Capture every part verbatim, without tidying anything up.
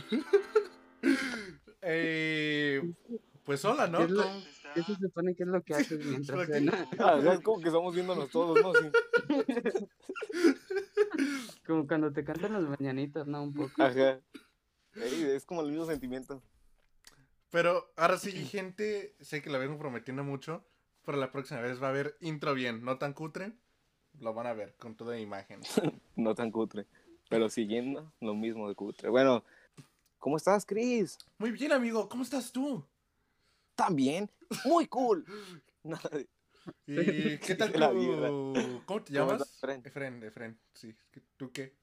eh, pues hola, ¿Qué, ¿no? es lo, ¿Cómo? ¿Qué se supone que es lo que haces Por mientras aquí. cenas? Ah, es como que estamos viéndonos todos, ¿no? Sí. Como cuando te cantan las mañanitas, ¿no? Un poco. Ajá. Ey, es como el mismo sentimiento. Pero ahora sí, gente, sé que la vengo prometiendo mucho, pero la próxima vez va a haber intro bien, no tan cutre. Lo van a ver con toda imagen. No tan cutre. Pero siguiendo lo mismo de cutre. Bueno, ¿cómo estás, Chris? Muy bien, amigo, ¿cómo estás tú? También. Muy cool. Nada de- ¿Y qué tal de la vida. tú? ¿Cómo te ¿Cómo estás, llamas? Fren? Efren, Efren, sí. ¿Tú qué?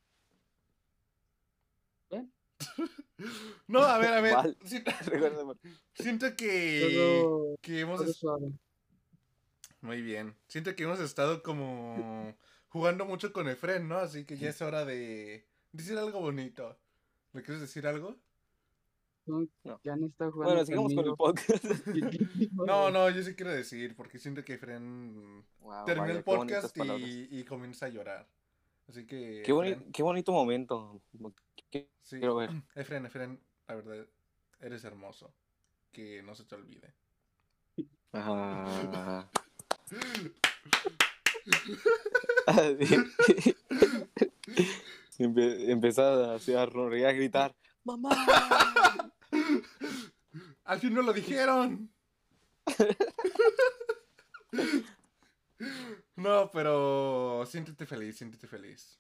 Bien. No, a ver, a ver. Val. si- Recuérdame. Siento que, Todo, que hemos... todo est- suave. Muy bien. Siento que hemos estado como jugando mucho con Efren, ¿no? Así que ya es hora de decir algo bonito. ¿Me quieres decir algo? Tú No. ya no estás jugando Bueno, sigamos con el conmigo. podcast. ¿Qué tipo No, de- no, yo sí quiero decir, porque siento que Efren Wow, terminó el vaya, qué bonitas podcast palabras. y, y comienza a llorar. Así que, Qué, boni Efren, qué bonito momento. Qu- sí, Quiero ver. Efren, Efren, la verdad, eres hermoso. Que no se te olvide. Ah. Empe empezaba así a ronrear, a gritar, ¡mamá! ¡Al fin no lo dijeron! No, pero siéntete feliz, siéntete feliz.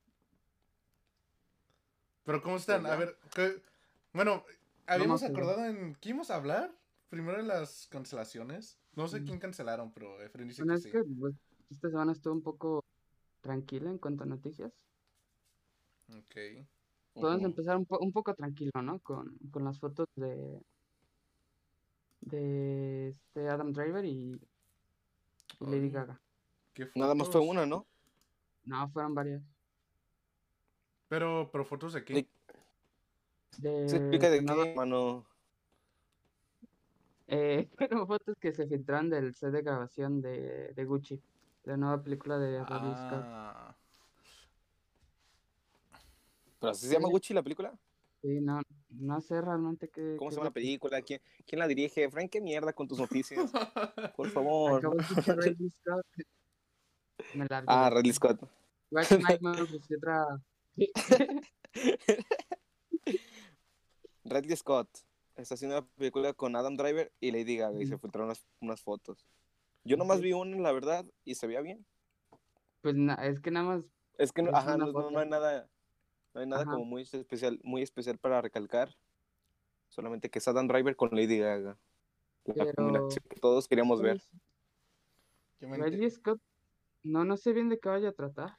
Pero ¿cómo están? Pues A ya. ver, ¿qué? Bueno, habíamos Vamos a jugar. acordado en qué íbamos a hablar. Primero en las cancelaciones. No sé quién cancelaron, pero Efren dice Bueno, que es sí. que pues, esta semana estuvo un poco tranquila en cuanto a noticias. Ok. Podemos Ujú. empezar un, po- un poco tranquilo, ¿no? Con, con las fotos de, de este Adam Driver y, y Lady Ay, Gaga. qué Nada más fue fotos. una, ¿no? No, fueron varias. Pero, pero fotos de qué? ¿De- ¿Se De explica la de nueva, qué, mano? eh, fueron fotos que se filtraron del set de grabación de, de Gucci, la nueva película de Ridley Scott. Ah. ¿Pero así se Sí, llama Gucci la película? sí, no, no sé realmente qué, ¿Cómo qué se es llama lo la que... película? ¿Quién, quién la dirige? Frank, qué mierda con tus noticias. Por favor. Acabo de escuchar Ridley Scott, me largo de Ah, aquí. Ridley Scott. Igual que Mike me ofreció otra... Ridley Scott está haciendo una película con Adam Driver y Lady Gaga y se filtraron unas, unas fotos. Yo nomás Sí, vi una, la verdad, y se veía bien. pues na- es que nada más Es que, no, es ajá, una no, no, no foto. hay nada, no hay nada Ajá, como muy especial, muy especial para recalcar. Solamente que es Adam Driver con Lady Gaga. La pero combinación que todos queríamos ver. pues, Qué mente. Ridley Scott, no, no sé bien de qué vaya a tratar,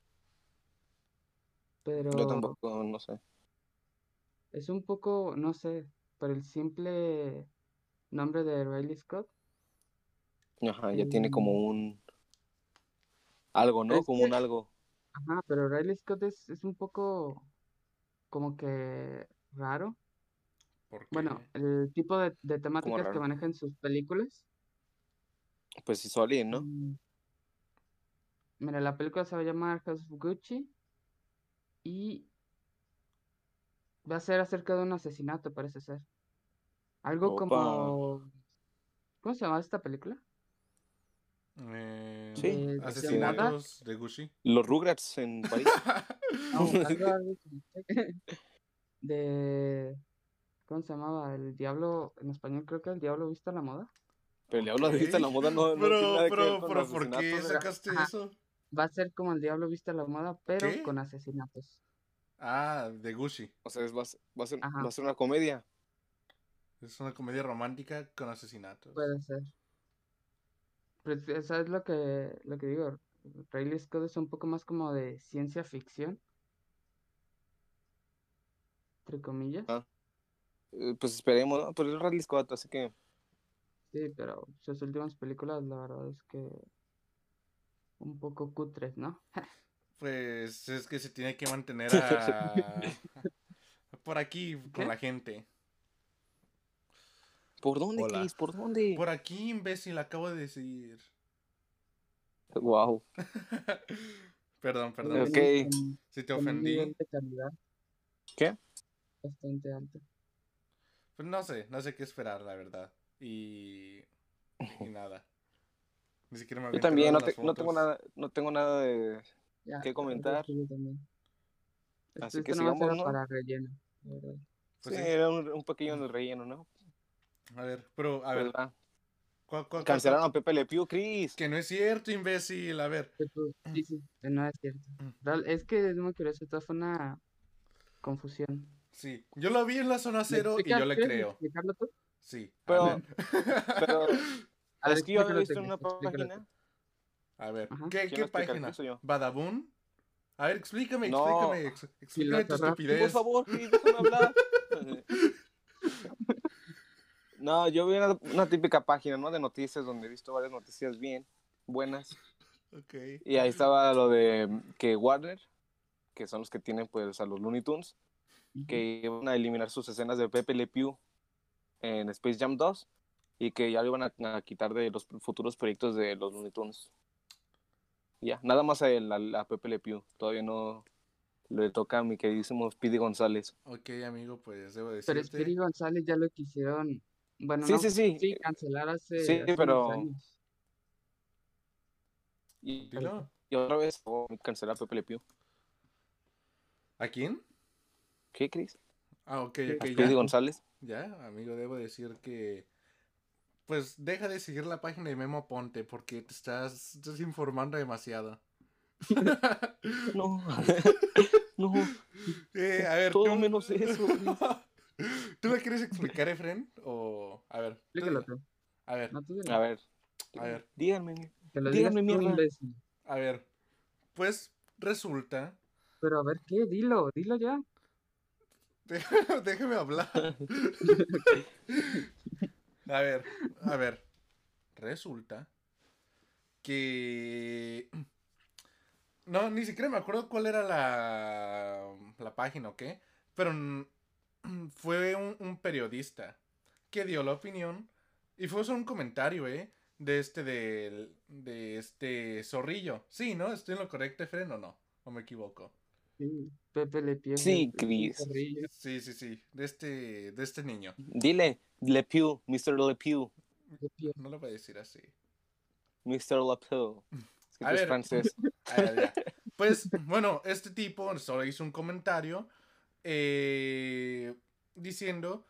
Yo pero tampoco, no sé. es un poco, no sé, por el simple nombre de Ridley Scott. Ajá, ya tiene como eh, un algo, pero ¿no? es Como que, un algo. ajá, pero Ridley Scott es, es un poco como que raro. ¿Por Bueno, qué? el tipo de, de Como temáticas que raro. maneja en sus películas. Pues hizo Alien, ¿no? mm, Mira, la película se va a llamar House of Gucci y va a ser acerca de un asesinato, parece ser. Algo Opa. como... ¿Cómo se llama esta película? Eh, Sí, De, de este. moda. asesinatos de Gucci. Los Rugrats en París. No, algo, algo como- de... ¿Cómo se llamaba? El diablo, en español creo que el diablo viste a la moda. Pero el Ok. diablo de vista la moda no, no tiene Pero, nada que ver pero, con pero, ¿por qué asesinatos. Pero, sacaste ajá, eso? va a ser como el diablo viste a la moda, pero ¿Qué? con asesinatos. Ah, de Gucci. O sea, es, va, a ser, va a ser va Ajá, a ser una comedia. Es una comedia romántica con asesinatos. puede ser. Pues eso es lo que, lo que digo. Ridley Scott es un poco más como de ciencia ficción, entre comillas. Ah, eh, pues esperemos, ¿no? Pero es Ridley Scott, así que. Sí, pero sus últimas películas, la verdad es que un poco cutres, ¿no? Pues es que se tiene que mantener a... por aquí con ¿Qué? la gente. ¿Por dónde, Hola. Chris? ¿Por dónde? Por aquí, imbécil, acabo de decir. Wow. Perdón, Todo perdón. Ok. viene con, Si te con un nivel ofendí. de calidad. ¿Qué? bastante alto. Pues no sé, no sé qué esperar, la verdad. Y, y nada. Ni siquiera me Yo había también enterado no, de las te- no tengo fotos. nada, no tengo nada de Ya, qué la verdad es comentar. que yo también. Esto, Así que esto nomás sigamos, era ¿no? para relleno, la verdad. Pues Sí, sí. era un, un pequeño relleno, ¿no? A ver, pero, a Pues ver. va. ¿Cuál, cuál, cuál, cuál? Cancelaron a Pepe Le Pew, Chris. Que no es cierto, imbécil. A ver. Pero, pues, sí, sí, eh, no es cierto. Real- Es que es muy curioso, esto fue una confusión. Sí, yo lo vi en la zona ¿Me cero y explicas? yo le ¿Quieres creo. explicarlo tú? Sí, a ver. Pero, pero, A ver, es que yo había explícalo tú, visto en una explícalo tú. página. A ver, Ajá. ¿qué, ¿Quién lo qué explica, página? Chris o yo? ¿Badabun? A ver, explícame, No, explícame, ex- explícame tu Filósofo. por estupidez. favor, Chris, déjame hablar. No, yo vi una, una típica página, ¿no? De noticias donde he visto varias noticias bien buenas. Ok. Y ahí estaba lo de que Warner, que son los que tienen pues a los Looney Tunes, Ujú. que iban a eliminar sus escenas de Pepe Le Pew en Space Jam dos y que ya lo iban a, a quitar de los futuros proyectos de los Looney Tunes. Ya, nada más a, él, a, a Pepe Le Pew. Todavía no le toca a mi queridísimo Speedy González. Ok, amigo, pues debo Pero decirte. Speedy González ya lo quisieron, bueno, Sí, no, sí, sí. sí, cancelar hace, Sí, hace unos pero. años. Y, Pero, Dilo. y otra vez oh, cancelar a Pepe Le Pew. ¿A quién? ¿Qué, Chris? Ah, ok, ¿qué? ok, ¿A Speedy ya. González? Ya, amigo, debo decir que. Pues deja de seguir la página de Memo Ponte porque te estás desinformando demasiado. No. No. Eh, a ver, Todo tú. menos eso, Chris. ¿Tú me quieres explicar, Efren? O. A ver, tú Explícalo dilo. tú. A ver, No, tú dilo. A ver. a ver, Díganme. Que lo digas Díganme, tú, mierda. imbécil. a ver. Pues resulta. Pero a ver, ¿qué? Dilo, dilo ya. Déjame hablar. Ok. A ver, a ver. Resulta que. No, ni siquiera me acuerdo cuál era la, la página o qué. Pero mm, fue un, un periodista que dio la opinión. Y fue solo un comentario, ¿eh? De este, del- de, este zorrillo. Sí, ¿no? ¿Estoy en lo correcto, Efren, o no? ¿O me equivoco? Sí, Pepe Le Pew es el, Sí, es el Chris. zorrillo. Sí, sí, sí. De este, de este niño. Dile. Le Pew. mister Le Pew. Le Pew. No lo voy a decir así. mister Le Pew. Es que A tú es ver, francés. a ver, ya. Pues, bueno, este tipo solo hizo un comentario eh, diciendo,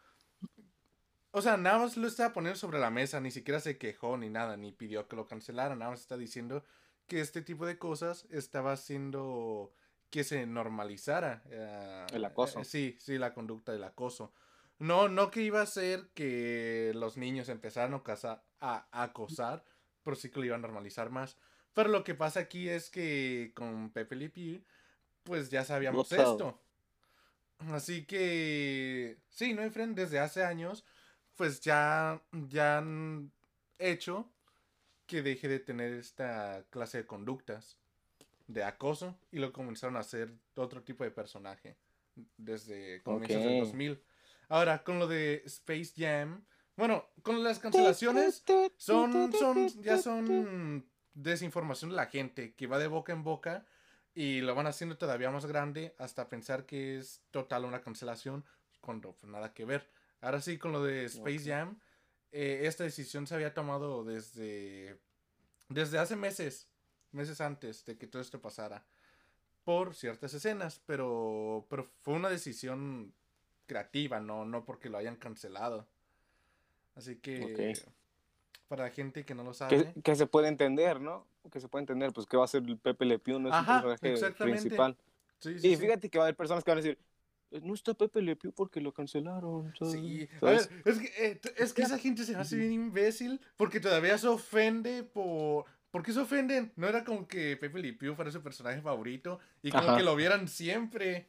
o sea, nada más lo estaba poniendo sobre la mesa, ni siquiera se quejó ni nada, ni pidió que lo cancelaran, nada más está diciendo que este tipo de cosas estaba haciendo que se normalizara. eh, El eh, acoso. sí, sí, la conducta del acoso. No, no que iba a ser que los niños empezaran a, casa- a acosar, pero sí que lo iba a normalizar más. Pero lo que pasa aquí es que con Pepe Le Pew, pues ya Le sabíamos Pew. esto. Así que, sí, ¿no, Efren? Desde hace años, pues ya, ya han hecho que deje de tener esta clase de conductas de acoso y lo comenzaron a hacer otro tipo de personaje desde Ok. comienzos del dos mil. Ahora, con lo de Space Jam, bueno, con las cancelaciones son, son, ya son desinformación de la gente que va de boca en boca y lo van haciendo todavía más grande hasta pensar que es total una cancelación cuando pues, nada que ver. Ahora sí, con lo de Space Ok. Jam, eh, esta decisión se había tomado desde, desde hace meses, meses antes de que todo esto pasara, por ciertas escenas, pero, pero fue una decisión creativa, no, no porque lo hayan cancelado. Así Ok. que, para la gente que no lo Que, sabe. que se puede entender, ¿no? Que se puede entender, pues que va a ser el Pepe Le Pew, no es un Ajá, personaje exactamente. principal. Sí, sí, Y sí. fíjate que va a haber personas que van a decir, "Eh, no está Pepe Le Pew porque lo cancelaron, Sí, ¿sabes? a ver, ¿Sabes? es que, eh, t- es que esa gente se me hace bien imbécil porque todavía se ofende por... ¿Por qué se ofenden? No era como que Pepe Le Pew fuera su personaje favorito y como que Ajá, lo vieran siempre.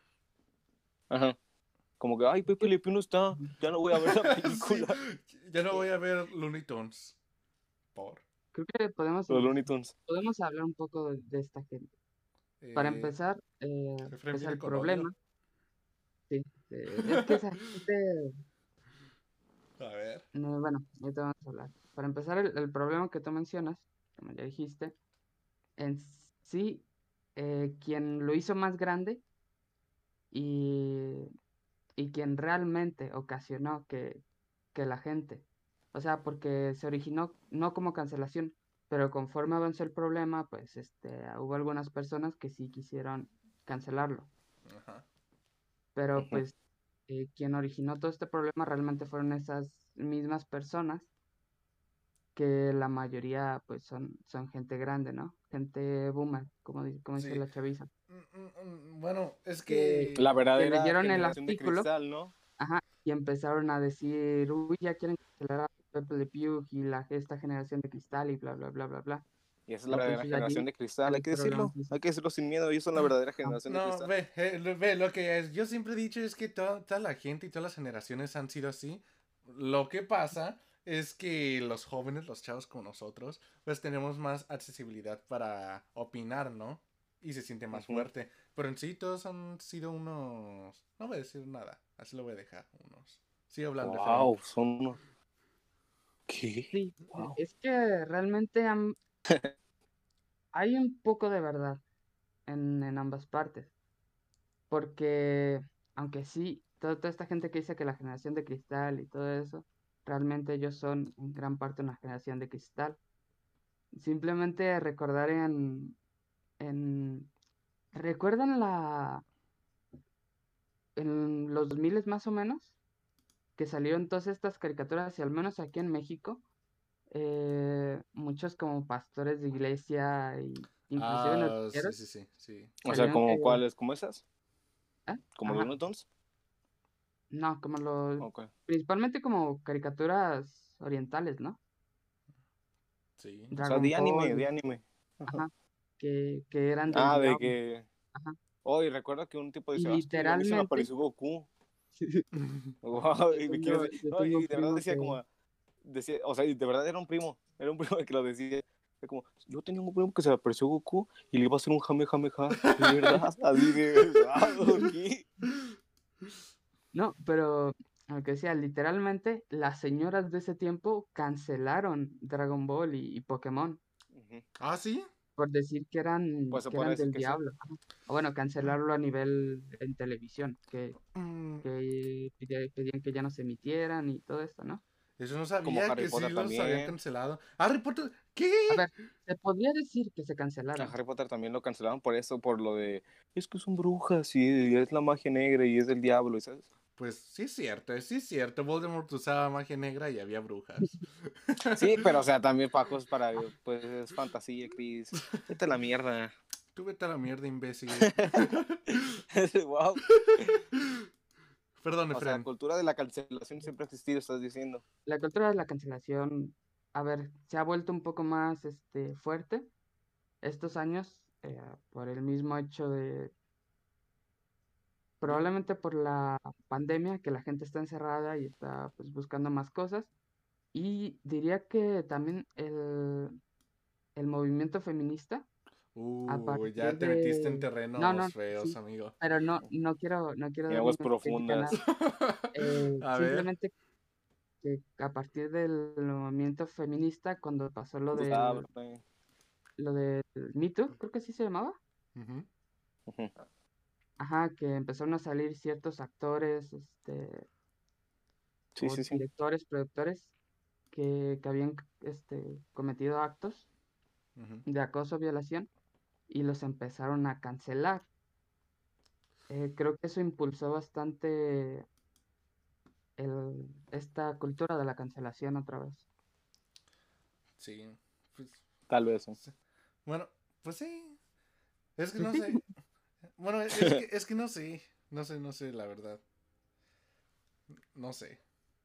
ajá. Como que, ay, Pepe Le Pew no está, ya no voy a ver la Sí, película. ya no voy a ver Looney Tunes. Por. Creo que podemos, Los em- Looney Tunes. podemos hablar un poco de, de esta gente. Para Eh, empezar, eh, Efraín pues viene el con odio. problema, sí, eh, es que esa gente, A ver. eh, bueno, ahorita vamos a hablar. Para empezar, el, el problema que tú mencionas, como ya dijiste, en sí, eh, quien lo hizo más grande y y quien realmente ocasionó que, que la gente, o sea, porque se originó no como cancelación, pero conforme avanzó el problema, pues este, hubo algunas personas que sí quisieron cancelarlo. Ajá. Pero Ujú. pues eh, quien originó todo este problema realmente fueron esas mismas personas que la mayoría pues son, son gente grande, ¿no? Gente boomer, como, di- como dice Sí. la chaviza. Mm, mm, mm, Bueno, es Que, que... La que verdadera leyeron el generación de artículo, cristal, ¿no? ajá, y empezaron a decir, uy, ya quieren cancelar a Pepe Le Pew y la, esta generación de cristal y bla, bla, bla, bla, bla. Y esa es la Pero pues verdadera de allí generación de cristal, hay que salieron las decirlo, hay noticias. que decirlo sin miedo, ellos son la verdadera Ah, generación de No, cristal. ve, eh, lo- ve, lo que es, yo siempre he dicho es que to- toda la gente y todas las generaciones han sido así. Lo que pasa es que los jóvenes, los chavos como nosotros, pues tenemos más accesibilidad para opinar, ¿no? Y se siente más Ujú. fuerte. Pero en sí todos han sido unos... No voy a decir nada, así lo voy a dejar, unos... Sigue hablando, Efraín. Wow, son unos... ¿Qué? sí, e- Wow. es que realmente han- hay un poco de verdad en, en ambas partes. Porque, aunque sí, to- toda esta gente que dice que la generación de cristal y todo eso, realmente ellos son en gran parte una generación de cristal. Simplemente recordar en, en ¿recuerdan la, en los dos mil más o menos? Que salieron todas estas caricaturas y al menos aquí en México, eh, muchos como pastores de iglesia y inclusive Ah, sí, noticieros sí, sí, sí. O sea, salieron que, ¿como cuáles? ¿Como esas? ¿eh? ¿Como los Ajá, Looney Tunes? no, como los, Ok. principalmente como caricaturas orientales, ¿no? Sí. O sea, Dragon de Ball, anime, de anime. Ajá. ajá, que, que eran del Ah, de diablo, que... ajá. Oh, y recuerda que un tipo Y dice, ah, es que a mí se me literalmente, apareció Goku. yo Wow, y me quiere tengo, decir... yo No, tengo y un de verdad primo decía que, como... Decía, o sea, y de verdad era un primo. Era un primo el que lo decía. Era como, yo tenía un primo que se le apareció Goku y le iba a hacer un jame jame ja. De verdad, así de... Ah, ¿qué? no, pero lo que decía, literalmente las señoras de ese tiempo cancelaron Dragon Ball y, y Pokémon Ujú. Ah, sí. por decir que eran, Pues se que podrá eran decir del que sí. diablo. Ajá. O bueno, cancelarlo a nivel en televisión, que, Mm, que pedía- pedían que ya no se emitieran y todo esto, ¿no? Eso no Como sabía Harry que sí Potter los habían también. cancelado. Harry Potter, ¿qué? A ver, se podría decir que se A cancelaron. Harry Potter también lo cancelaron por eso, por lo de, es que son brujas y es la magia negra y es del diablo, ¿sabes? Pues sí es cierto, sí es cierto. Voldemort usaba magia negra y había brujas. Sí, pero o sea, también para cosas para, pues es fantasía, Chris. Vete a la mierda. Tú vete a la mierda, imbécil. Wow. Perdón, O sea, la Efren. cultura de la cancelación siempre ha existido, estás diciendo. La cultura de la cancelación, a ver, se ha vuelto un poco más este, fuerte estos años eh, por el mismo hecho de, probablemente por la pandemia, que la gente está encerrada y está pues buscando más cosas. Y diría que también el, el movimiento feminista, a Uh, partir ya te metiste en de... No, no, terrenos feos, sí, amigo. pero no, no quiero, no quiero En dar aguas ninguna crítica, nada. profundas. Eh, A ver. simplemente que a partir del movimiento feminista, cuando pasó lo Gustavo, del, güey. lo del Me Too, creo que así se llamaba. Ujú. Ujú. Ajá, que empezaron a salir ciertos actores, este, Sí, o sí, sí. directores, productores, que, que habían este, cometido actos Ujú. de acoso o violación y los empezaron a cancelar. Eh, creo que eso impulsó bastante el, esta cultura de la cancelación otra vez. Sí. Pues, Tal vez, ¿eh? sí. Bueno, pues sí. Es que Pues no sí, sé. Bueno, es que, es que no sé. No sé, no sé, la verdad. No sé.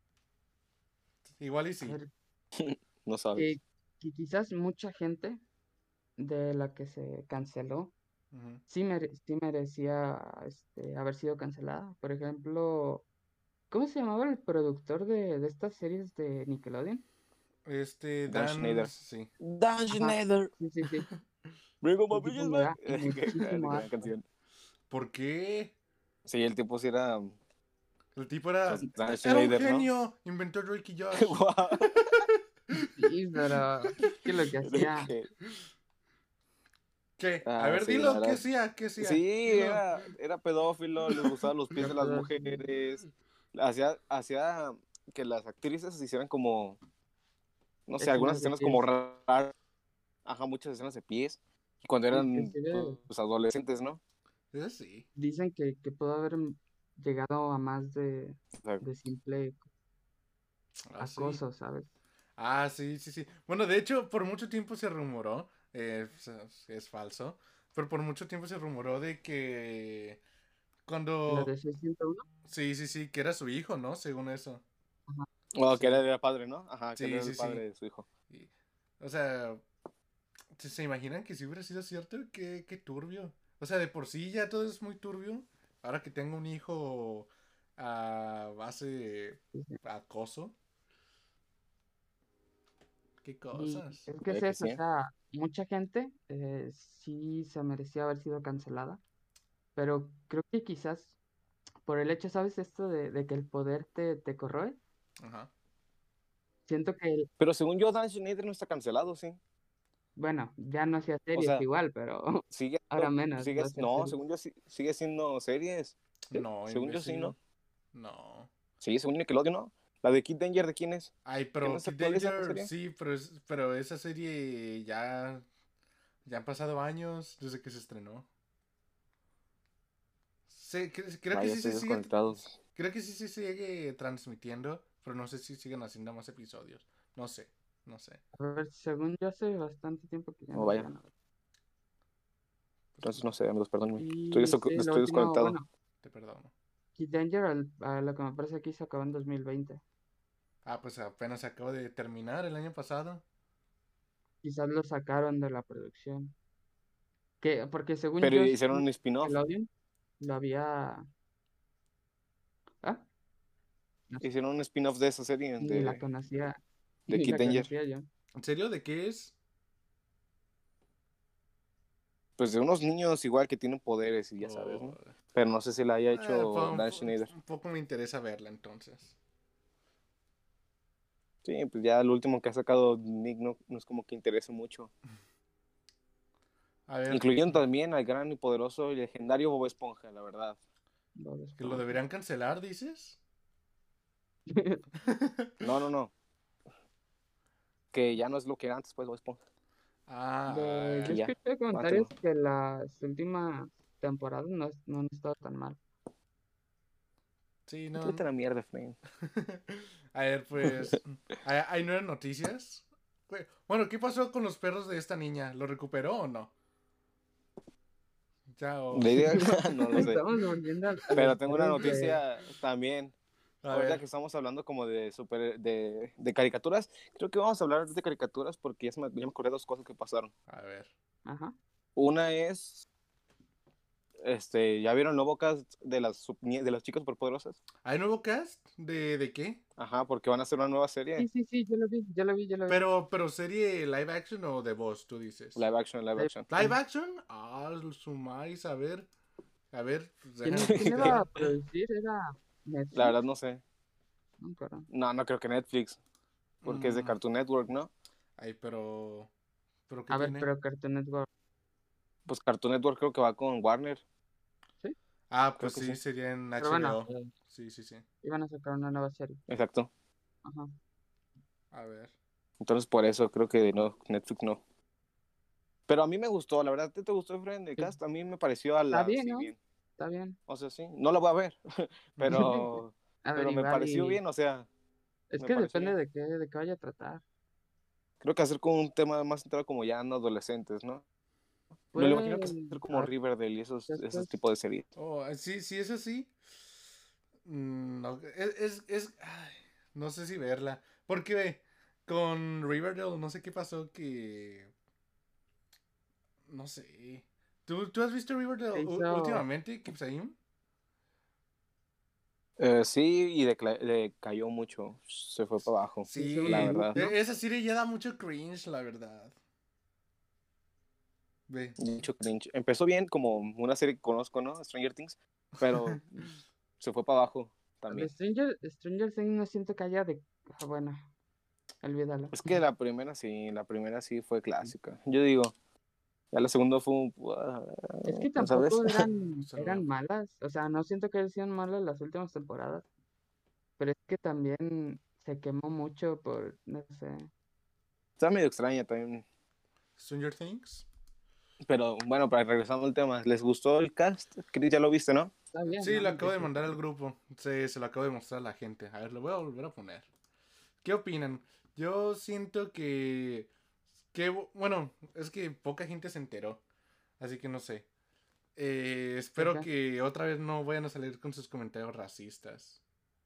Igual y a sí. ver, No sabes. que, que quizás mucha gente de la que se canceló Ujú. sí, mere- sí merecía este, haber sido cancelada. Por ejemplo, ¿cómo se llamaba el productor de, de estas series de Nickelodeon? Este, Dan Dan, Schneider. sí. Dan Ajá, Schneider. sí, sí, sí. Bring on my El tipo bitches me back. da Qué gran, muchísimo gran asco. canción. ¿Por qué? Sí, el tipo sí era, El tipo era. pues, Dan Era un Schneider, ¿no? genio. Inventó Drake y Josh. Guau. Sí, pero es que lo que Era un hacía, genio. ¿Qué? A Ah, ver, sí, dilo, la ¿qué verdad. hacía? ¿Qué hacía? Sí, Dilo. era, era pedófilo, le gustaban los pies Era de las pedófilo. mujeres. Hacía, hacía que las actrices hicieran como, no sé, algunas Escenas de escenas como pies. raras. Ajá, muchas escenas de pies. Cuando eran Inclusive pues, adolescentes, ¿no? Eso sí. dicen que, que pudo haber llegado a más de, O sea, de simple Ah, sí. acoso, ¿sabes? Ah, sí, sí, sí. Bueno, de hecho, por mucho tiempo se rumoró, eh, o sea, es falso, pero por mucho tiempo se rumoró de que Lo cuando... de seiscientos uno. Sí, sí, sí, que era su hijo, ¿no? Según eso. Ajá. o que Sí, era el padre, ¿no? Ajá, que él sí, era el sí, sí. padre de su hijo. Y, o sea, ¿se, se imaginan que si hubiera sido cierto? Qué, qué turbio. O sea, de por sí ya todo es muy turbio. Ahora que tengo un hijo a base de Sí, sí. acoso. Qué Y cosas. es que es Puede que eso, o sí. sea, mucha gente eh, sí se merecía haber sido cancelada, pero creo que quizás por el hecho, ¿sabes? Esto de, de que el poder te, te corroe. Ajá. Siento que, el- Pero según yo, Dan Schneider no está cancelado, sí. bueno, ya no hacía O series sea, igual, pero sigue, ahora menos sigue, va a hacer no, series. según yo, sí- sigue siendo series. Sí, No, según yo, sí, imbécil. ¿no? No. Sí, según Nickelodeon, ¿no? La de Kid Danger, ¿de quién es? Ay, ¿Que no pero es Kid actual esa Danger, serie? sí, pero, es, pero esa serie ya, ya han pasado años desde que se estrenó. Sí, cre- creo que Vaya, sí se estoy sigue, desconectado. creo que sí se sigue transmitiendo, pero no sé si siguen haciendo más episodios. No sé, no sé. A ver, según yo hace bastante tiempo que ya No, no vaya. hacía nada. Pues, Entonces, no sé, amigos, perdónenme. Estoy, Y desocu- sí, lo estoy último, desconectado. bueno, te perdono. Kid Danger, al- a lo que me parece aquí se acabó en dos mil veinte. Ah, pues apenas acabo de terminar el año pasado. Quizás lo sacaron de la producción. Que, porque según Pero yo, hicieron sí, un spin-off. Nickelodeon lo había... Ah, no sé, Hicieron un spin-off de esa serie, ni la de, conocía, de ni Kid la Danger. conocía yo. ¿En serio? ¿De qué es? Pues de unos niños igual que tienen poderes y ya sabes, Oh, ¿no? Pero no sé si la haya eh, po- hecho un, Dan po- Schneider. un poco me interesa verla entonces. Sí, pues ya el último que ha sacado Nick no, no es como que interese mucho. A ver, Incluyendo también al gran y poderoso y legendario Bob Esponja, la verdad. Bob ¿que lo Esponja. deberían cancelar, dices? No, no, no. Que ya no es lo que era antes, pues Bob Esponja. De, yo Que Ah, ya, escuché comentarios mátelo. que las últimas temporadas no, es- no han estado tan mal. sí, no. Vete a la mierda, Frank. A ver, pues. ¿Hay, hay nuevas noticias? Güey, bueno, ¿qué pasó con los perros de esta niña? ¿Lo recuperó o no? Ya, o... La idea, no lo sé. Estamos volviendo a, a los Pero tengo una perros de... noticia también. A Ahorita ver, que estamos hablando como de super de, de caricaturas, creo que vamos a hablar de caricaturas porque ya, se me, ya me acordé de dos cosas que pasaron. a ver. Ajá. Una es, este, ¿ya vieron el nuevo cast de las, sub- de las chicas superpoderosas? ¿Hay nuevo cast? ¿De, de qué? Ajá, porque van a hacer una nueva Sí, serie, sí, sí, yo lo vi, yo lo vi, yo lo vi. Pero, pero serie live action o de voz, tú dices. live action, live Live action. ¿Live action. action? Ah, sumáis, a ver. A ver, pues ¿Quién, déjame quién iba a buscar. producir? ¿Era La verdad Netflix? no sé. No me acuerdo. No, no creo que Netflix, porque es de Mm, Cartoon Network, ¿no? ay, pero. ¿Pero qué A ver, tiene? pero Cartoon Network, Pues Cartoon Network creo que va con Warner, ¿sí? Ah, creo pues que sí, sí. sería en Pero bueno, H B O. eh, Sí, sí, sí. iban a sacar una nueva serie. Exacto. Ajá. A ver. Entonces por eso creo que no, Netflix no. Pero a mí me gustó, la verdad, ¿te, te gustó Friend the Sí. Cast? A mí me pareció a Está la, bien, sí, ¿no? bien. Está bien. O sea, sí, no la voy a ver, pero, A ver, pero me igual pareció y... bien, o sea, Es me que pareció depende bien. de qué, de qué vaya a tratar. Creo que hacer como un tema más centrado como ya en adolescentes, ¿no? Me lo Puede... imagino que hacer como A Riverdale y esos, esos después... tipos de series. Oh, sí, sí, es así. Mm, no, es, es, es- ay, no sé si verla. Porque ve, con Riverdale, no sé qué pasó que. No sé. ¿Tú, tú has visto Se Riverdale u- hizo... últimamente, Kipsaim? Eh, sí, y decla- decayó mucho, se fue para abajo, Se hizo la un Sí, reboot, verdad. ¿no? e- esa serie ya da mucho cringe, la verdad. Ve. Mucho cringe. Empezó bien como una serie que conozco, ¿no? Stranger Things, pero se fue para abajo De también. Stranger, Stranger Things no siento que haya de... ah, bueno, olvídalo. Es que la primera sí, la primera sí fue clásica. Yo digo, Ya la segunda fue un... Es que ¿no sabes? tampoco eran, Se lo eran veo. malas. O sea, no siento que hayan sido malas las últimas temporadas. Pero es que también se quemó mucho por, no sé. Está medio extraña también. Stranger Things. Pero bueno, para regresando al tema, ¿les gustó el cast? Chris, ya lo viste, ¿no? Está bien, Sí, ¿no? lo acabo de Dije, mandar al grupo. Sí, se lo acabo de mostrar a la gente. A ver, lo voy a volver a poner. ¿Qué opinan? Yo siento que... que bueno, es que poca gente se enteró. Así que no sé. Eh, espero ¿por qué? que otra vez no vayan a salir con sus comentarios racistas.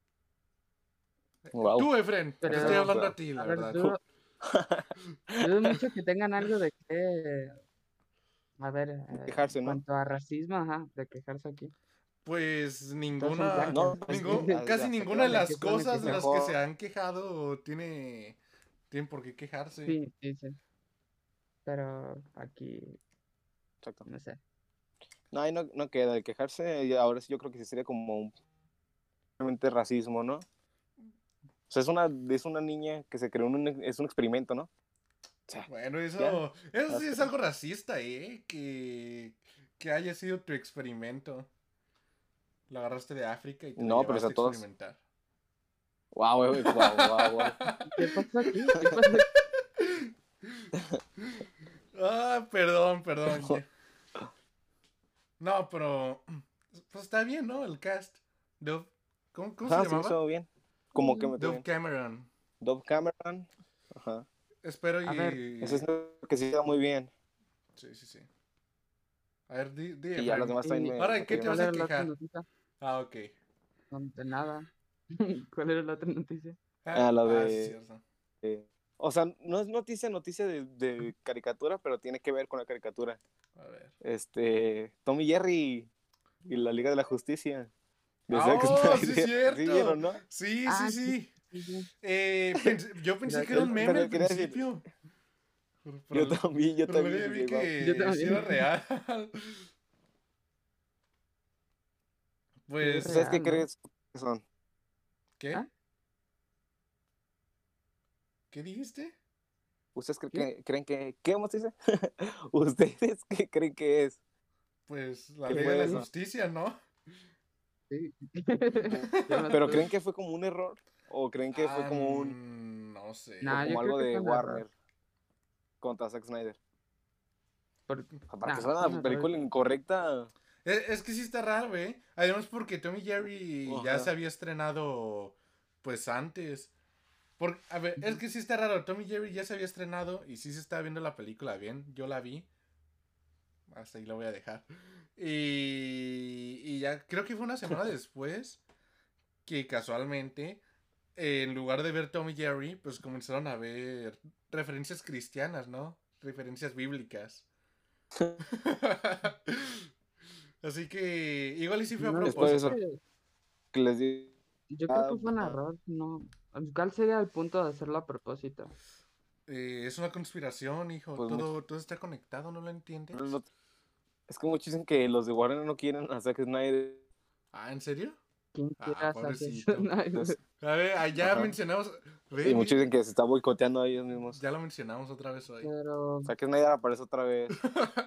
Wow. Tú, Efren, te estoy Pero, hablando a ti, la a ver, verdad. dudo, dudo mucho que tengan algo de que, a ver, eh, en Quejarse, ¿no? cuanto a racismo, ajá, de quejarse aquí. Pues Todas son ninguna, blancas. No, es ningún, que casi hasta que ninguna de van ¿De a... qué las se van a cosas de quejar? las que se Mejor... han quejado tiene, tienen por qué quejarse. Sí, sí, sí. Pero aquí, Exacto. no sé. No, ahí no, no queda de quejarse. Y ahora sí yo creo que sí sería como un realmente racismo, ¿no? O sea, es una, es una niña que se creó un, es un experimento, ¿no? O sea, Bueno, ya. eso, eso sí es Hasta... algo racista, ¿eh? Que, que haya sido tu experimento. Lo agarraste de África y te lo No, pero es llevaste a a todos. experimentar. Wow, wow, wow, wow. ¿Qué pasó aquí? ¿Qué pasó aquí? Ah, perdón, perdón. ya. No, pero pues está bien, ¿no? El cast. Dove, ¿cómo, cómo se Ajá, sí me llamaba? estuvo bien. Como que me estuvo Dove bien. Cameron. Dove Cameron. Ajá. Espero A ver, Eso es y... lo que sí queda muy bien. Sí, sí, sí. A ver, di, di, Y ya los Efraín. demás también ¿y me, Ahora, me ¿de qué te cayeron. cuál vas a era la otra quejar? noticia? Ah, ok. No, de nada. ¿Cuál era la otra noticia? Ah, Ah, la ah, sí, de... cierto. de- O sea, no es noticia, noticia de, de caricatura, pero tiene que ver con la caricatura. A ver. Este... Tom y Jerry y la Liga de la Justicia. De Ah, Zack ¡Oh, sí, Snyder. ¿Sí cierto! vieron, no? Sí, sí, Ah, sí, sí. sí, sí. Eh, pensé- yo pensé que era Gracias. un meme al Pero quería decir, principio. Pero, yo pero- también, yo pero luego también ya vi dije, wow. Yo que sí era también. real. Sí, es Pues, ¿Ustedes qué real, ¿no? crees que son? ¿qué? ¿Ah? ¿Qué dijiste? ¿Ustedes creen ¿Qué? que, creen que, qué más dice? ¿Ustedes qué creen que es? Pues la ¿Qué ley de fue la Sí, eso? justicia, ¿no? sí. ¿Qué Mm, más ¿Pero puedo? creen que fue como un error? ¿O creen que fue Ah, como un, mm, no sé. o Nah, yo como creo algo que fue de un error. Warner contra Zack Snyder? Por... O sea, para que Nah, sea fue un una error. película incorrecta. Es, es que sí está raro, ¿eh? Además porque Tommy Jerry ya se Ajá. había estrenado, pues antes. Por, a ver, es que sí está raro. Tommy Jerry ya se había estrenado y sí se estaba viendo la película bien. Yo la vi. Hasta ahí la voy a dejar. Y, y ya creo que fue una semana después que casualmente, eh, en lugar de ver Tommy Jerry, pues comenzaron a ver referencias cristianas, ¿no? Referencias bíblicas. Así que igual y sí fue a No, Es por es eso propósito. que que les digo. yo creo ah, que fue un ah, error. No. ¿Cuál sería el punto de hacerlo a propósito? Eh, es una conspiración, hijo. pues muchos, Todo, todo está conectado, ¿no lo entiendes? no- es que muchos dicen que los de Warner no quieren a Zack Snyder. Ah, ¿en serio? ¿Quién Ah, quiera Zack pobrecito. Snyder? Entonces, A ver, allá ajá. mencionamos. Y Ve, muchos mi- dicen que se está boicoteando a ellos mismos. ya lo mencionamos otra vez hoy. Pero Zack Snyder aparece otra vez.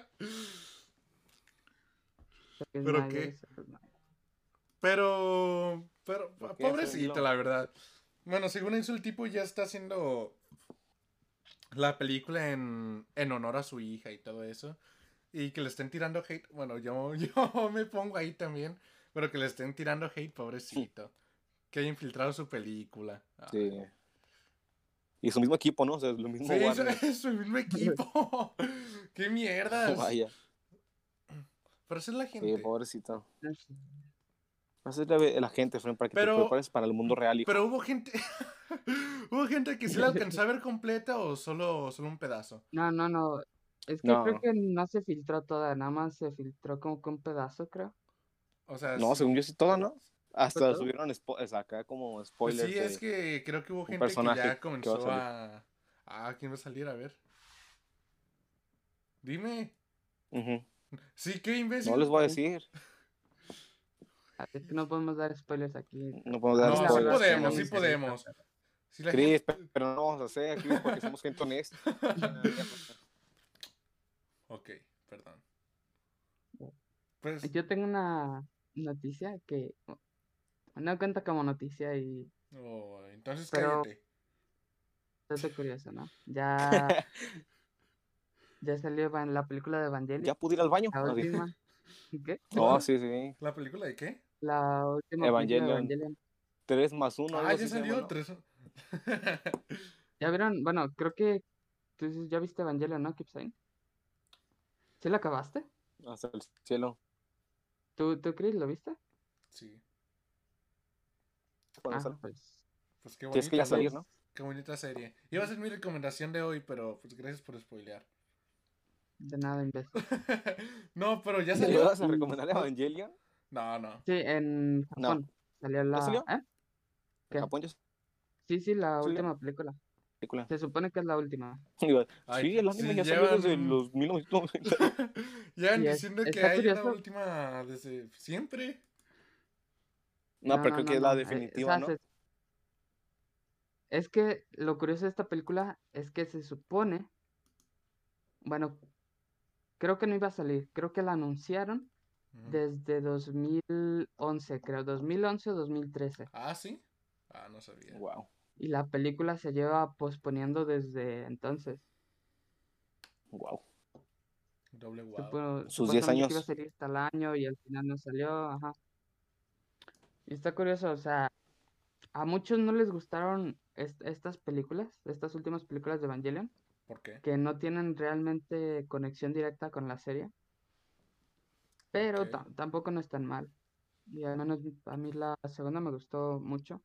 Zack ¿Pero Snyder qué? es Zack Snyder. Pero, pero, ¿Por qué? Así pobrecito, dilo. la verdad. Bueno, según eso, el tipo ya está haciendo la película en, en honor a su hija y todo eso. Y que le estén tirando hate. Bueno, yo, yo me pongo ahí también. Pero que le estén tirando hate, pobrecito. Que haya infiltrado su película. Sí. Ay. Y su mismo equipo, ¿no? O sea, es lo Sí, mismo eso Warner. es su mismo equipo. ¡Qué mierdas! Vaya. Pero esa es la Sí, gente. pobrecito. No sé. Esa es la, la gente, Fren, para que te Pero, prepares para el mundo real, hijo. pero hubo gente. ¿Hubo gente que sí la alcanzó a ver completa o solo, solo un pedazo? No, no, no. Es que creo No, que no se filtró toda, nada más se filtró como que un pedazo, creo. O sea, no, según sí. yo sí toda, ¿no? ¿Fue Hasta todo? subieron spo- o sea, acá como Pues spoilers sí, es de que creo que hubo un gente que personaje ya que va a comenzó salir. a. Ah, ¿quién va a salir? A ver. Dime. Ujú. Sí, qué No imbécil. les voy a Sí. decir. Ah, es que no podemos dar spoilers aquí. No podemos A dar mí No, la sí spoilers. verdad sí Como no podemos, me sí dices. interesa, podemos. pero... Si la Chris, gente. pe- pero no vamos a hacer, Chris, porque somos gente honesta. Ok, perdón. Pues, Yo tengo una noticia que no cuenta como noticia y oh, entonces pero cállate. dato curioso, ¿no? Ya ya salió Evan- la película de Evangelion, ¿Ya pude ir al baño? la Así. última. ¿Qué? Oh, ¿Cuál? sí, sí. ¿La película de qué? La última película de Evangelion Evangelion. tres más uno, Ah, algo ya así se llama, salió ¿no? tres. ¿Ya vieron? Bueno, creo que tú dices, ya viste Evangelion, ¿no, Kipsain? ¿Sí la acabaste? Hasta el cielo. ¿Tú, tú, Chris, lo viste? Sí, Cuando Ah, sale. pues, pues qué Tienes que ya bonita, salir, ¿no? ¿no? pues, Qué bonita serie. Iba a ser mi recomendación de hoy, pero pues gracias por spoilear. de nada, imbécil. No, pero ¿ya ¿Le salió? vas a Y recomendar No. Evangelion? No, no. sí, en No. Japón salió ¿Ya la... salió? ¿Eh? ¿En ¿Qué? Japón ya Sí, sí, la salió? última película. Película. Se supone que es la última. Digo, Ay, sí, el anime si ya salió desde llevan. los mil novecientos noventa. Llevan Y es, diciendo que está hay una curioso. última desde siempre. No, No, pero no, creo que no, es la no. eh, o definitiva, sea, ¿no? se- es que lo curioso de esta película es que se supone, bueno, creo que no iba a salir. Creo que la anunciaron Ujú. desde dos mil once, creo, dos mil once o dos mil trece. Ah, sí. Ah, no sabía. Wow, Y la película se lleva posponiendo desde entonces. wow. Doble wow. Supo- Sus diez supuestamente que iba a años. salir hasta el año y al final no salió. Ajá. Y está curioso, o sea, a muchos no les gustaron est- estas películas, estas últimas películas de Evangelion, ¿Por qué? que no tienen realmente conexión directa con la serie, Ok. pero ta- tampoco no es tan mal. Y al menos a mí la segunda me gustó mucho.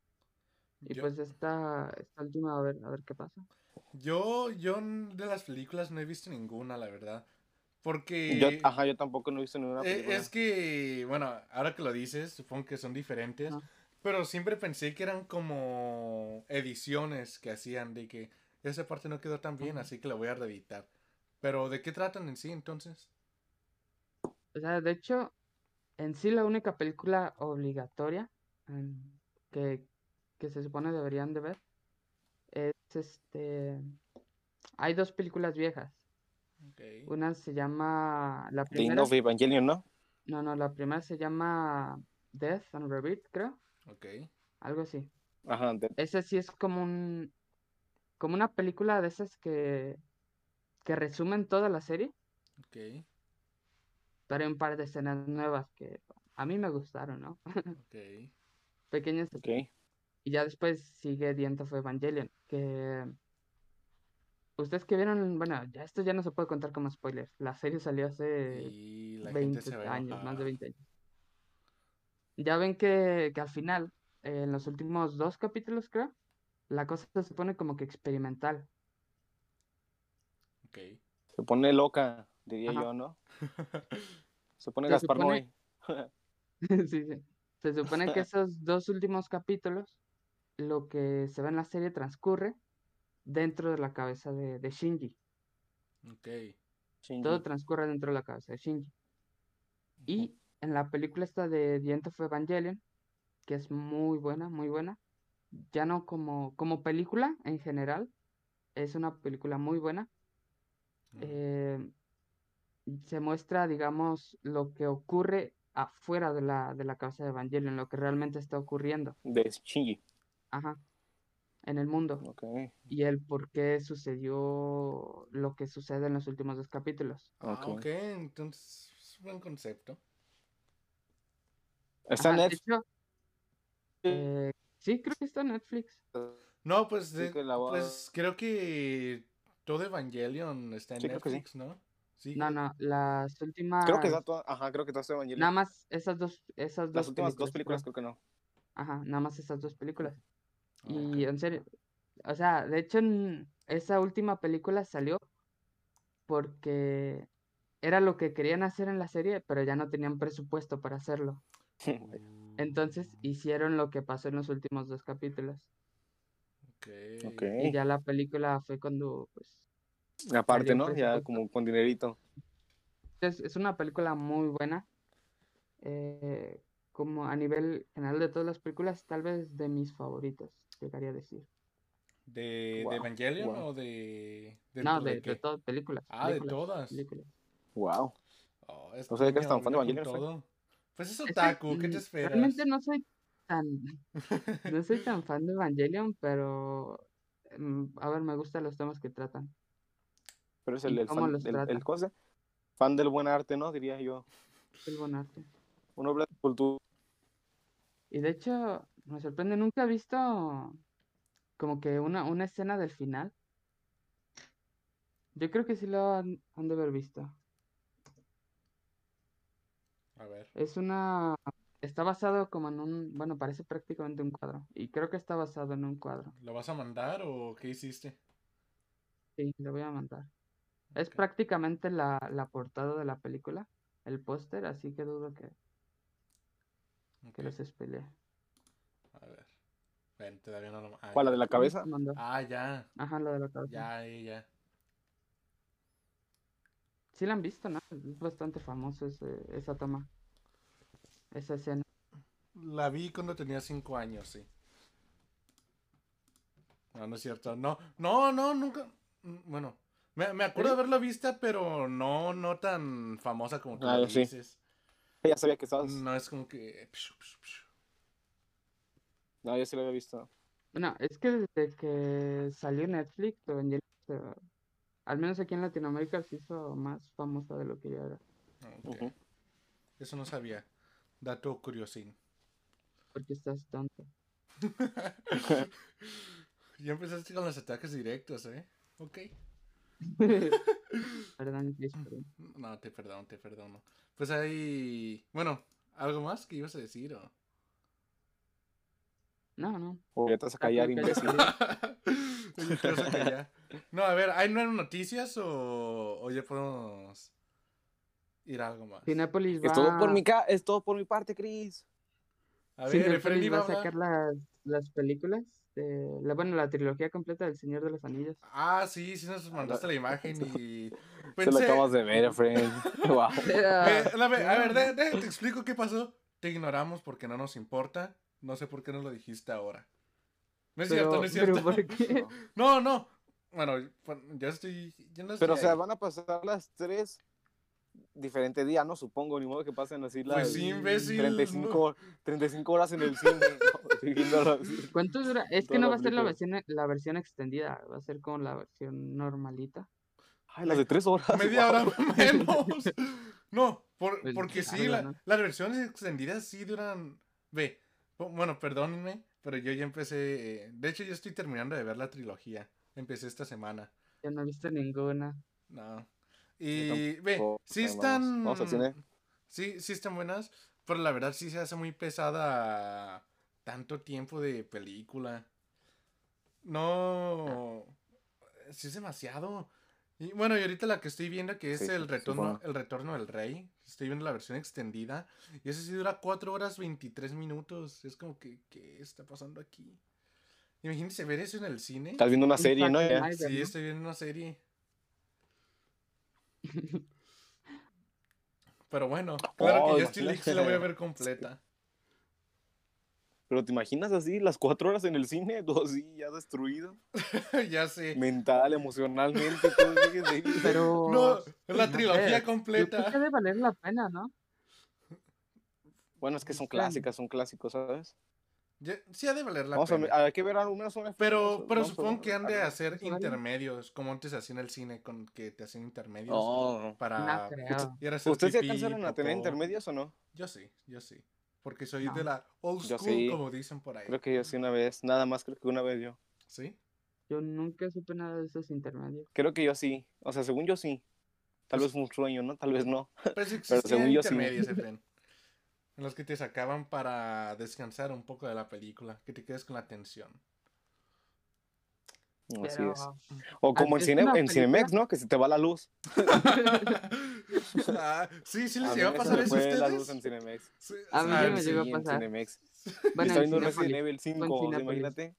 Y Yo, pues esta, esta última, a ver, a ver qué pasa. yo, yo n- de las películas no he visto ninguna, la verdad. Yo, Porque ajá, yo tampoco no he visto ninguna eh, es película. que, bueno, ahora que lo dices, supongo que son diferentes. Ajá. Pero siempre pensé que eran como ediciones que hacían de que esa parte no quedó tan bien, Ajá. así que la voy a reeditar. Pero ¿de qué tratan en sí entonces? O sea, de hecho, en sí la única película obligatoria em, que, que se supone deberían de ver es este... Hay dos películas viejas. Ok, Una se llama... La The End primera... of Evangelion, ¿no? No, no, la primera se llama Death and Rebirth, creo. ok, Algo así. Ajá, de- Ese sí es como un... Como una película de esas que... que resumen toda la serie, ok, pero hay un par de escenas nuevas que a mí me gustaron, ¿no? ok. Pequeñas. ok. Y ya después sigue The End of Evangelion, que ustedes que vieron, bueno, ya esto ya no se puede contar como spoiler. La serie salió hace Y la gente veinte se va a años, más de enojar. veinte años. Ya ven que, que al final, eh, en los últimos dos capítulos, creo, la cosa se pone como que experimental. Ok. Se pone loca, diría Ajá. yo, ¿no? Se pone Se Gaspar supone, Noé. sí, sí. Se supone que esos dos últimos capítulos, lo que se ve en la serie transcurre dentro de la cabeza de, de Shinji. Ok. Todo Shinji. transcurre dentro de la cabeza de Shinji. Ujú. Y en la película esta de The End of Evangelion, que es muy buena, muy buena, ya no como, como película en general, es una película muy buena. Mm, eh, Se muestra, digamos, lo que ocurre afuera de la, de la cabeza de Evangelion, lo que realmente está ocurriendo, De Shinji. ajá, en el mundo. Ok, Y el por qué sucedió lo que sucede en los últimos dos capítulos. Ah, ok, ok. entonces es un buen concepto. Está en Ajá, de Netflix. hecho, eh, sí, creo que está en Netflix. No, pues, Sí de- que la voy a- pues creo que todo Evangelion está en Sí, creo que sí. Netflix, ¿no? Sí, No, creo que... no, las Creo que últimas, está toda... Ajá, creo que todo está nada Evangelion. más esas dos, esas Las dos últimas dos películas, películas creo. creo que no. Ajá, nada más esas dos películas. Ah, ok. Y en serio, o sea, de hecho, en esa última película salió porque era lo que querían hacer en la serie, pero ya no tenían presupuesto para hacerlo. Entonces Uh, hicieron lo que pasó en los últimos dos capítulos. ok. Ok. Y ya la película fue cuando pues Aparte, salió el ¿no? Ya presupuesto. como con dinerito. Es, es una película muy buena. eh, Como a nivel general de todas las películas, tal vez de mis favoritas, llegaría a decir. ¿De, de Wow, Evangelion wow. o de... No, dentro de, de qué? todas películas. Ah, de películas, todas. películas. Wow. Oh, es No sabía que eras niño, tan fan de vino con Evangelion, Efraín. todo. Pues es Es que otaku, ¿qué te mm, realmente esperas? no soy tan, no soy tan fan de Evangelion, pero mm, a ver, me gustan los temas que tratan Pero es el, y el cómo fan, los el, el tratan. cosa, fan del buen arte, ¿no? Diría yo. El buen arte. Una obra de cultura. Y de hecho, me sorprende, nunca he visto como que una, una escena del final. Yo creo que sí lo han, han de haber visto. A ver, Es una... Está basado como en un... Bueno, parece prácticamente un cuadro. Y creo que está basado en un cuadro. ¿lo vas a mandar o qué hiciste? Sí, le voy a mandar. Es Ok, prácticamente la, la portada de la película, el póster, así que dudo que, que ok. los spoilee. A ver. Ven, todavía no lo... Ah, ¿Cuál, la ya. de la Sí, te cabeza? mandó. Ah, ya. Ajá, lo de la cabeza. Ya, eh, ya. Sí la han visto, ¿no? Es bastante famoso ese- esa toma, esa escena. La vi cuando tenía cinco años, sí. No, no es cierto. No, no, no, nunca. mm, Bueno, me, me acuerdo de ¿Sí? haberla vista, pero no, no tan famosa como tú Ah, lo yo sí. dices. Ya sabía que estabas. No es como que. pshu, pshu, pshu. No, yo sí lo había visto. Bueno, es que desde que salió Netflix, Evangelion, se- al menos aquí en Latinoamérica, se hizo más famosa de lo que ya era. Ok, Ujú. eso no sabía. Dato curiosín. Porque estás tonto. Ya empezaste con los ataques directos, ¿eh? Ok. Perdón, Chris, perdón. No, te perdono, te perdono. Pues ahí. Bueno, ¿algo más que ibas a decir? O... No, no. O ya te vas a Ya callar, creo que haya imbécil. salido. Oye, ¿qué vas a callar? No, a ver, ¿hay nuevas noticias o, o ya podemos ir a algo más? Cinépolis Es todo por va, mi ca es todo por mi parte, Chris. A ver, Efren Cinépolis iba va a a sacar hablar. las, las películas, de, la, bueno, la trilogía completa del Señor de los Anillos. Ah, sí, sí nos Ah, mandaste la- la imagen y Se lo pensé, acabas de ver, friend. Wow. me- Era- a ver, a no, ver, no. de- de- te explico qué pasó. Te ignoramos porque no nos importa. No sé por qué no lo dijiste ahora. No es cierto, no Pero, es pero cierto. ¿por qué? No, no. Bueno, bueno, ya estoy, ya no Pero, estoy o sea, ahí. van a pasar las tres diferentes días, ¿no? Supongo, ni modo que pasen así Pues sí, las Mm, imbécil. No. treinta y cinco, treinta y cinco horas en el cine, ¿no? Viviendo así, ¿Cuánto dura? Es que toda no la va a ser la película. versión, la versión extendida, va a ser como la versión normalita. Ay, las Me- de tres horas, media hora wow. menos. No, por- Pues porque sí, algo, la- ¿no? las versiones extendidas sí duran. Ve, bu- bueno, perdónenme, pero yo ya empecé. eh, De hecho, yo estoy terminando de ver la trilogía. Empecé esta semana. Yo no he visto ninguna. No. Yo Y ve, tampoco, sí ahí vamos. Vamos al están. cine. Sí, sí están buenas, pero la verdad sí se hace muy pesada tanto tiempo de película. Ah, No. Sí es demasiado. Y bueno, y ahorita la que estoy viendo que es Sí, el retorno, supongo. el retorno del rey. Estoy viendo la versión extendida. Y ese sí dura cuatro horas veintitrés minutos. Es como que, ¿qué está pasando aquí? Imagínense ver eso en el cine. Estás viendo una un serie, Zack ¿no? Ya. Snyder, Sí, ¿no? estoy viendo una serie. Pero bueno, claro que Oh, ya estoy listo, sí la voy a imagínate. ver completa. Pero te imaginas así, las cuatro horas en el cine, todo así, ya destruido. Ya sé. Mental, emocionalmente, todo sigue ahí. No, Pero, la no trilogía sé, yo creo que completa. ha de valer la pena, ¿no? Bueno, es que son Es que, clásicas, son clásicos, ¿sabes? Ya- sí ha de valer la Vamos a, pena. hay que ver al menos una. Vamos Pero, a, pero vamos a ver, supongo que han a de ver. hacer vamos a verla. intermedios, como antes hacían en el cine, con que te hacían intermedios No. No para creo. ir a hacer ¿Ustedes ya pipí, alcanzaron a tener popó. intermedios o no? Yo sí, yo sí. Porque soy de No. la old Yo school, sí. como dicen por ahí. Creo que yo sí una vez, nada más creo que una vez yo. ¿Sí? Yo nunca supe nada de esos intermedios. Creo que yo sí. O sea, según yo sí. Tal Pues- vez fue un sueño, ¿no? Tal vez no. Pues Pero existían según yo sí. intermedios, Efren. En los que te sacaban para descansar un poco de la película, que te quedes con la tensión. Así Pero es. O como en, es cine, una en película. Cinemex, ¿no? Que se te va la luz. Ah, sí, sí les A mí llegó a se pasar me eso a fue la ustedes. luz en Cinemex. Sí, A mí ah, sí me llegó a Sí, en pasar. Cinemex. Y Bueno, estaba en viendo Resident Cinépolis. Evil Fue en cinco, o sea, Cinépolis. imagínate.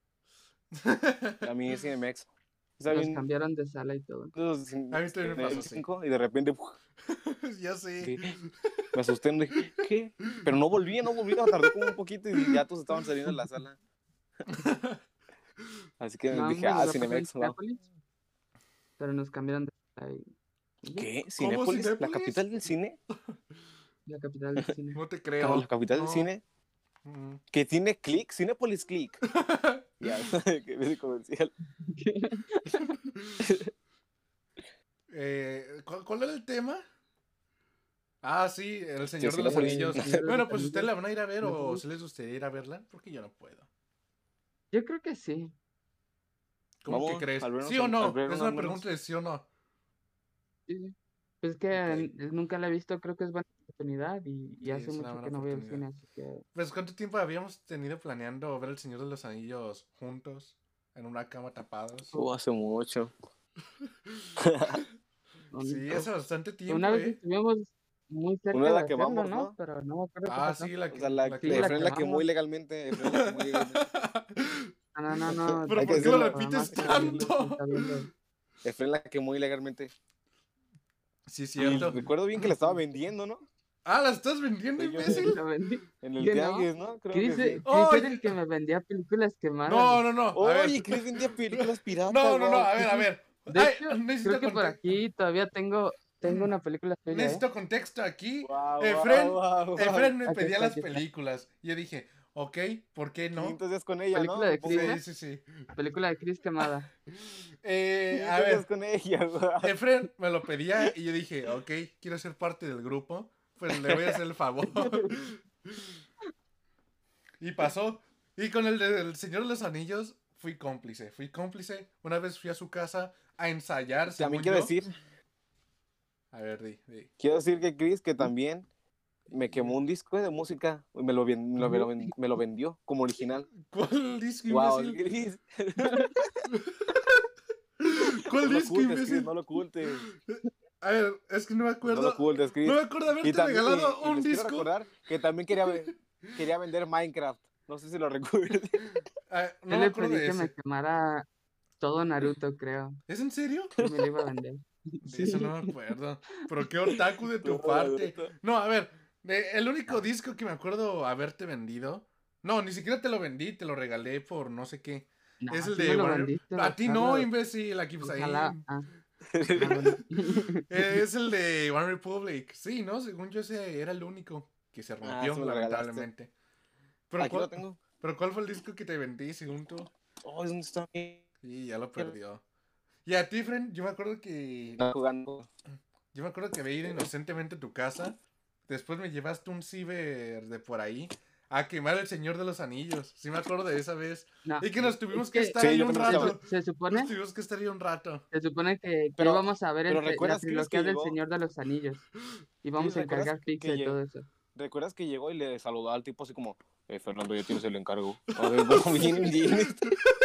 A mí es Cinemex. Estaba Nos viendo cambiaron de sala y todo. A mí también me pasó así. cinco y de repente ¡puf! Ya sé. Sí. Me asusté, me dije, ¿qué? Pero no volví, no volví, tardó como un poquito y ya todos estaban saliendo de la sala. Así que No, dije, hombre, ah, nos va a pasar en Cinemex, no. Cinépolis, pero nos cambiaron de ahí. Y ya, ¿Qué? ¿Cinépolis? ¿La Cinépolis? capital del cine? la capital del cine. No te ¿La creo. capital del No. cine? Mm. ¿Que tiene click? Cinépolis click. Ya, que ves comercial. Eh, ¿cuál, cuál era el tema? Ah, sí, El Señor Sí, de los Cinépolis. Anillos. El Señor de Bueno, los pues ¿ustedes Anillos. la van a ir a ver o Cinépolis. si les gustaría ir a verla? Porque yo no puedo. Yo creo que sí. ¿Cómo Vamos, que crees? al vernos ¿Sí o al- no? al vernos Es una al menos. pregunta de sí o no. Sí, sí. Pues es que Ok. n- nunca la he visto, creo que es buena oportunidad y, y Sí, hace es una mucho buena que no voy al oportunidad. cine, así que Pues ¿cuánto tiempo habíamos tenido planeando ver El Señor de los Anillos juntos? En una cama tapados. Uh, hace mucho. un- Sí, hace bastante una tiempo, vez ¿eh? estuvimos muy cerca Una de de la que hacerlo, vamos, ¿no? ¿no? Pero no me acuerdo qué Ah, pasó. sí, la O que... sea, la, la Sí, la la Efraín la que que muy vamos. legalmente. Efraín la que muy legalmente. No, no, no, no. Pero Hay que ¿por qué lo decirlo. repites Además, sí, sí, tanto? está viendo. Efraín la que muy legalmente. Sí, es Y cierto. recuerdo bien que la estaba vendiendo, ¿no? Ah, ¿la estás vendiendo, Sí, yo- imbécil? Lo vendí. En el ¿Qué no? tianguis, ¿no? Creo Chris, que eh, sí. Chris ¡Oh! era el que me vendía películas quemadas. No, no, no. A ver. Oye, Chris vendía películas piratas, No, no, no. guau. A ver, a ver. De Ay, hecho, necesito creo que por conte- aquí todavía tengo, tengo una película suya, ¿eh? Necesito contexto aquí. Guau, Efren, guau, guau, guau. Efren me Aquí pedía está, las aquí está. películas. Y yo dije, ok, ¿por qué no? quinientos días con ella, ¿no? Película de Chris, Supongo. ¿eh? Sí, sí, sí. Película de Chris quemada. Eh, a quinientos días ver, con ella, guau. Efren me lo pedía y yo dije, ok, quiero ser parte del grupo. Pues le voy a hacer el favor. Y pasó. Y con el del Señor de los Anillos fui cómplice. Fui cómplice. Una vez fui a su casa a ensayar. También según quiero yo. decir, A ver, di, di. quiero decir que Chris, que también me quemó un disco de música y me lo, ven- me lo, me lo ven- me lo vendió como original. ¿Cuál disco, Wow, imbécil? Chris. ¿Cuál No lo disco, ocultes, Chris, imbécil? no lo ocultes. A ver, es que no me No acuerdo. lo ocultes, Chris. No me acuerdo Y haberte también, regalado y- y un les quiero disco. recordar que también quería, ve- quería vender Minecraft. No sé si lo recuerden. Ah, no Yo me le acuerdo pedí de que me ese. quemara todo Naruto, creo. ¿Es en serio? Y me lo iba a vender. De eso no me acuerdo. Pero qué otaku de tu parte. No, a ver, de- el único disco que me acuerdo haberte vendido. No, ni siquiera te lo vendí, te lo regalé por no sé qué. No, es el sí de me lo Warner- vendiste, A ti Carlos. no, imbécil, aquí pues ahí. Ojalá. Ah, ah, bueno. Es el de One Republic. Sí, ¿no? Según yo ese era el único que se rompió, sí me lo regalaste. lamentablemente. Pero Aquí ¿cuál, lo tengo. pero ¿cuál fue el disco que te vendí, según tú? Oh, ¿dónde está? Sí, ya lo perdió. Y a ti, friend, yo me acuerdo que... Está jugando. Yo me acuerdo que había ido inocentemente a tu casa. Después me llevaste un ciber de por ahí a quemar el Señor de los Anillos. Sí me acuerdo de esa vez. No, Y que nos tuvimos es que que- estar Sí, ahí yo un también rato. se, se supone, Nos tuvimos que estar ahí un rato. se supone que, que Pero- íbamos a ver el pero te- la ¿recuerdas, Chris, trilogía que del llegó? Señor de los Anillos. Y vamos Sí, a ¿recuerdas encargar que pizza y lle- todo eso. ¿Recuerdas que llegó y le saludó al tipo así como, eh, Fernando, ya tienes el encargo? A ver, como bien indígena.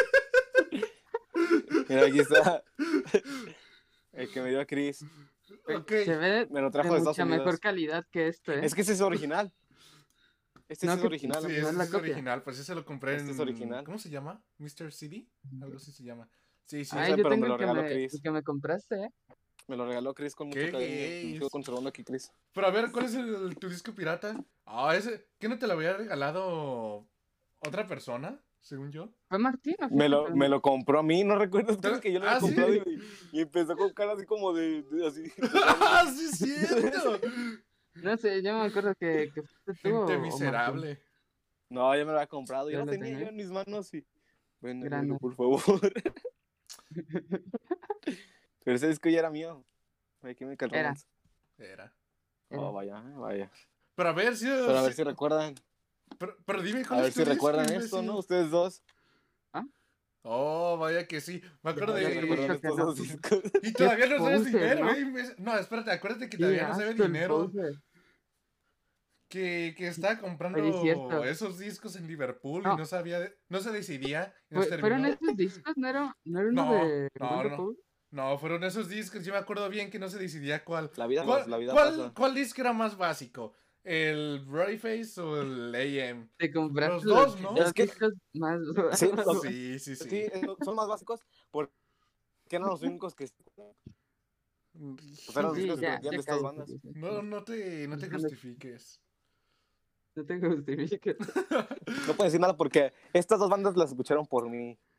Mira, aquí está. El que me dio a Chris. Ok. Se ve Me lo de trajo de Estados mucha Unidos. mejor calidad que esto, ¿eh? Es que ese es original. Este No, sí es que- original. Sí, no ese es la es copia. original. Pues ese lo compré Este en... es original. ¿Cómo se llama? ¿mister C D? Algo así se llama. Sí, sí. no Ay, sé, yo pero tengo me lo el que regaló me, Chris. el que me compraste, ¿eh? Me lo regaló Chris con mucho Qué cariño. gays. Me quedo conservando aquí, Chris. Pero a ver, ¿cuál es el, tu disco pirata? Ah, ese... ¿Qué no te lo había regalado otra persona? Según yo. Fue Martín, ¿o Me lo, fue? me lo compró a mí, ¿no recuerdas Chris, que yo lo Ah, había ¿sí? comprado y, y empezó con cara así como de, de así. ¡Ah, sí es cierto! No sé, yo me acuerdo que, que fuiste tú o- Gente o Martín. miserable. No, ya me lo había comprado. Yo Ya lo lo tenía tenía. yo en mis manos y... Véndemelo, Grande. por favor. Pero ese disco ya era mío. Hay que me Era. Era. Oh, vaya, vaya. Pero a ver si... Pero a ver si recuerdan. Pero, pero dime cuál A ver es tu si disco, recuerdan imbécil. esto, ¿no? Ustedes dos. Oh, vaya que sí. Me acuerdo Ya, A ver ya si de... recuerdan que estos no. dos discos. Y todavía no sabes poser, dinero, ¿no? ¿eh? imbécil? No, espérate, acuérdate que Sí, todavía no sabes asco el dinero. poser. Que, que estaba comprando Oye, es cierto. esos discos en Liverpool y No. no sabía, no se decidía. Y nos Fue- ¿Fueron terminó. esos discos? ¿No era, no era uno No, de no, One no. Republic? No, fueron esos discos. Yo me acuerdo bien que no se decidía cuál. La vida ¿Cuál, pasa, la vida cuál, pasa. cuál disco era más básico? ¿El Face o el A M? Te compraste Los dos, ¿no? los Es que- discos más... Sí, los- Sí, sí, sí. Sí, son más básicos porque eran los únicos que... Pues eran los Sí, discos que ya, vendían ya de estas cállate, bandas. dice. No, no te, no te Déjame- justifiques. No te justifiques. No puedo decir nada porque estas dos bandas las escucharon por mí.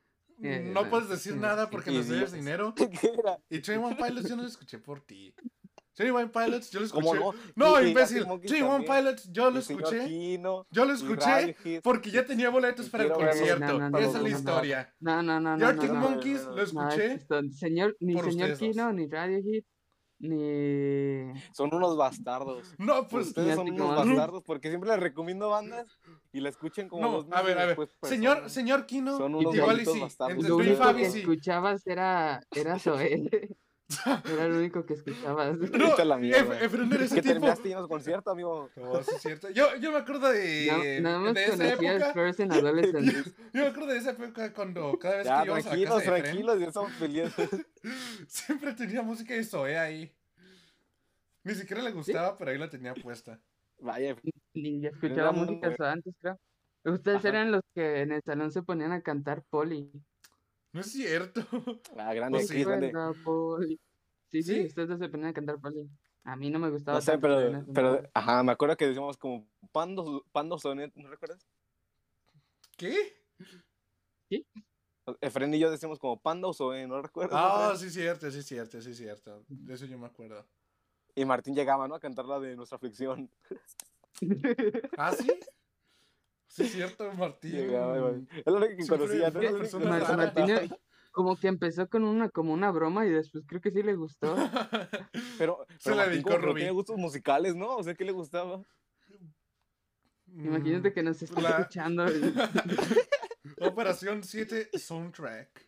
Eh, No no, puedes decir sí, nada sí. porque nos debes Idiotas. dinero. ¿Qué era? Y twenty-one Pilots yo no lo escuché por ti. twenty-one Pilots yo lo ¿Cómo escuché. no? No, Y- y imbécil. Arctic Monkeys twenty-one también. Pilots yo lo Y señor escuché. Kino. Yo lo y escuché Radiohead, porque ya y- tenía boletos y para el quiero verlos Eh, no, concierto. no, no, Esa todos es la no, no, historia. no, no, no, Y no, no, Arctic no. Monkeys no, lo no, No, escuché esto, señor, ni por señor ustedes dos. Kino, ni Radiohead, ni, Son unos bastardos. No, pues Ustedes ni son Arctic unos Monkeys. bastardos porque siempre les recomiendo bandas y la escuchan como no, dos a meses ver, a ver. después. Señor, personas. señor Kino, Son Y unos te- igual y malditos sí. bastardos. Entre Lo tú y único Fabi que sí. escuchabas era, era Zoé. Era lo único que escuchabas. No, Vete a la mierda. Ef- Efren era ese Que tipo. terminaste yendo a concierto, amigo. No, sí es cierto. Yo, yo me acuerdo Na- de, nada más de esa conocía época. Spurs en Adolescent. Yo, yo me acuerdo de esa época cuando cada vez que Ya, íbamos a la tranquilos, casa de Efren, tranquilos, ya estamos peleando. siempre tenía música de Zoé ahí. Ni siquiera le gustaba, pero ahí la tenía puesta. Vaya, Ni escuchaba Era muy música bueno. antes, creo. Ustedes Ajá. eran los que en el salón se ponían a cantar Poli. No es cierto. ah, grande, Pues sí. Chris, grande. Recuerda, Poli. Sí, sí, ¿Sí? ustedes se ponían a cantar Poli. A mí no me gustaba No sé, tanto, pero en pero, ese pero, entonces- ajá, me acuerdo que decíamos como Pando, Pando Sonet, ¿no recuerdas? ¿Qué? Efren y yo decíamos como Panda o Zoe, ¿no recuerdas? Ah, Efren? sí es cierto, sí es cierto, sí es cierto. De eso yo me acuerdo. Y Martín llegaba, ¿no? A cantar la de Nuestra Aflicción. ¿Ah, sí? Sí es cierto, Martín. Llegaba, güey. Es lo único que Siempre conocía, fue ¿no? una Es lo único que persona Mar- rara. conocía. Martín como que empezó con una, como una broma y después creo que sí le gustó. Pero, Se pero la Martín dedicó como que no Rubí. tiene gustos musicales, ¿no? O sea, ¿qué le gustaba? Imagínate que nos está La- escuchando. Operación siete Soundtrack.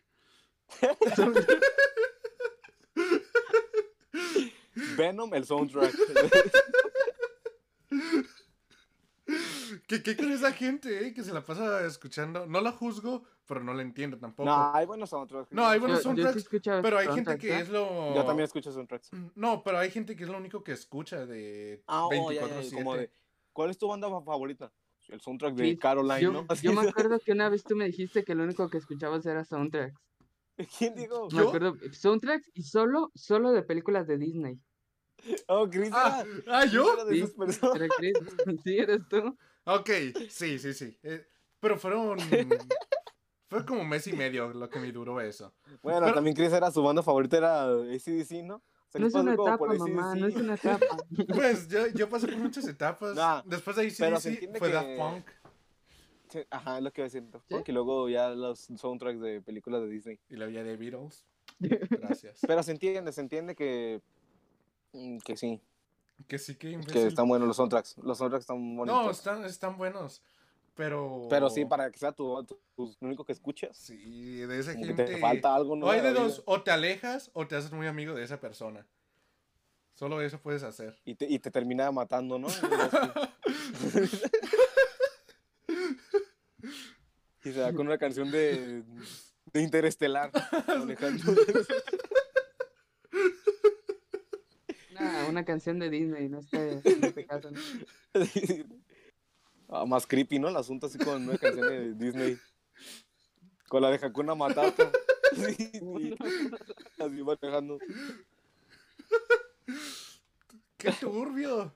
Venom, el soundtrack. ¿Qué, qué con esa gente, eh? Que se la pasa escuchando. No la juzgo, pero no la entiendo tampoco. no, hay buenos soundtracks. No, hay Yo, buenos yo sí soundtracks, escuchaba pero hay soundtracks, gente que ¿eh? es lo... Yo también escucho soundtracks. No, pero hay gente que es lo único que escucha de Ah, oh, ya, veinticuatro ya, siete. como de, ¿cuál es tu banda fa- favorita? El soundtrack de Sí, Caroline, yo, ¿no? yo me acuerdo que una vez tú me dijiste que lo único que escuchabas era soundtracks. ¿Quién dijo? Me ¿Yo? acuerdo, soundtracks y solo, solo de películas de Disney. Oh, Chris Ah, era, ah, Chris ¿yo? era de Sí, esas personas. era Chris. Sí, eres tú. Ok, sí, sí, sí. Eh, pero fueron... Fue como un mes y medio lo que me duró eso. Bueno, Pero- también Chris era su banda favorita, era A C D C, ¿no? O sea, No ¿qué es una pasó como etapa, por mamá, no es A C D C? una etapa. Pues yo, yo pasé por muchas etapas. Nah, Después de ahí sí, pero se sí entiende fue que- Daft Punk. Sí, ajá, es lo que iba a decir. ¿Sí? Y luego ya los soundtracks de películas de Disney. Y la vida de Beatles. Gracias. Pero se entiende, se entiende que, mm, que sí, Que sí que que imbécil. están buenos los soundtracks. Los soundtracks están bonitos. No, están, están buenos. Pero... Pero sí, para que sea tu, tu, tu- lo único que escuches, Sí, de esa como que gente... te falta algo, ¿no? O hay de la dos, vida. o te alejas o te haces muy amigo de esa persona. Solo eso puedes hacer. Y te, y te termina matando, ¿no? Y se da con una canción de, de Interestelar. manejando. Una, una canción de Disney, no este, en este caso. ¿no? Ah, más creepy, ¿no? El asunto así con una canción de Disney. Con la de Hakuna Matata. Sí, sí. Así manejando. ¡Qué turbio!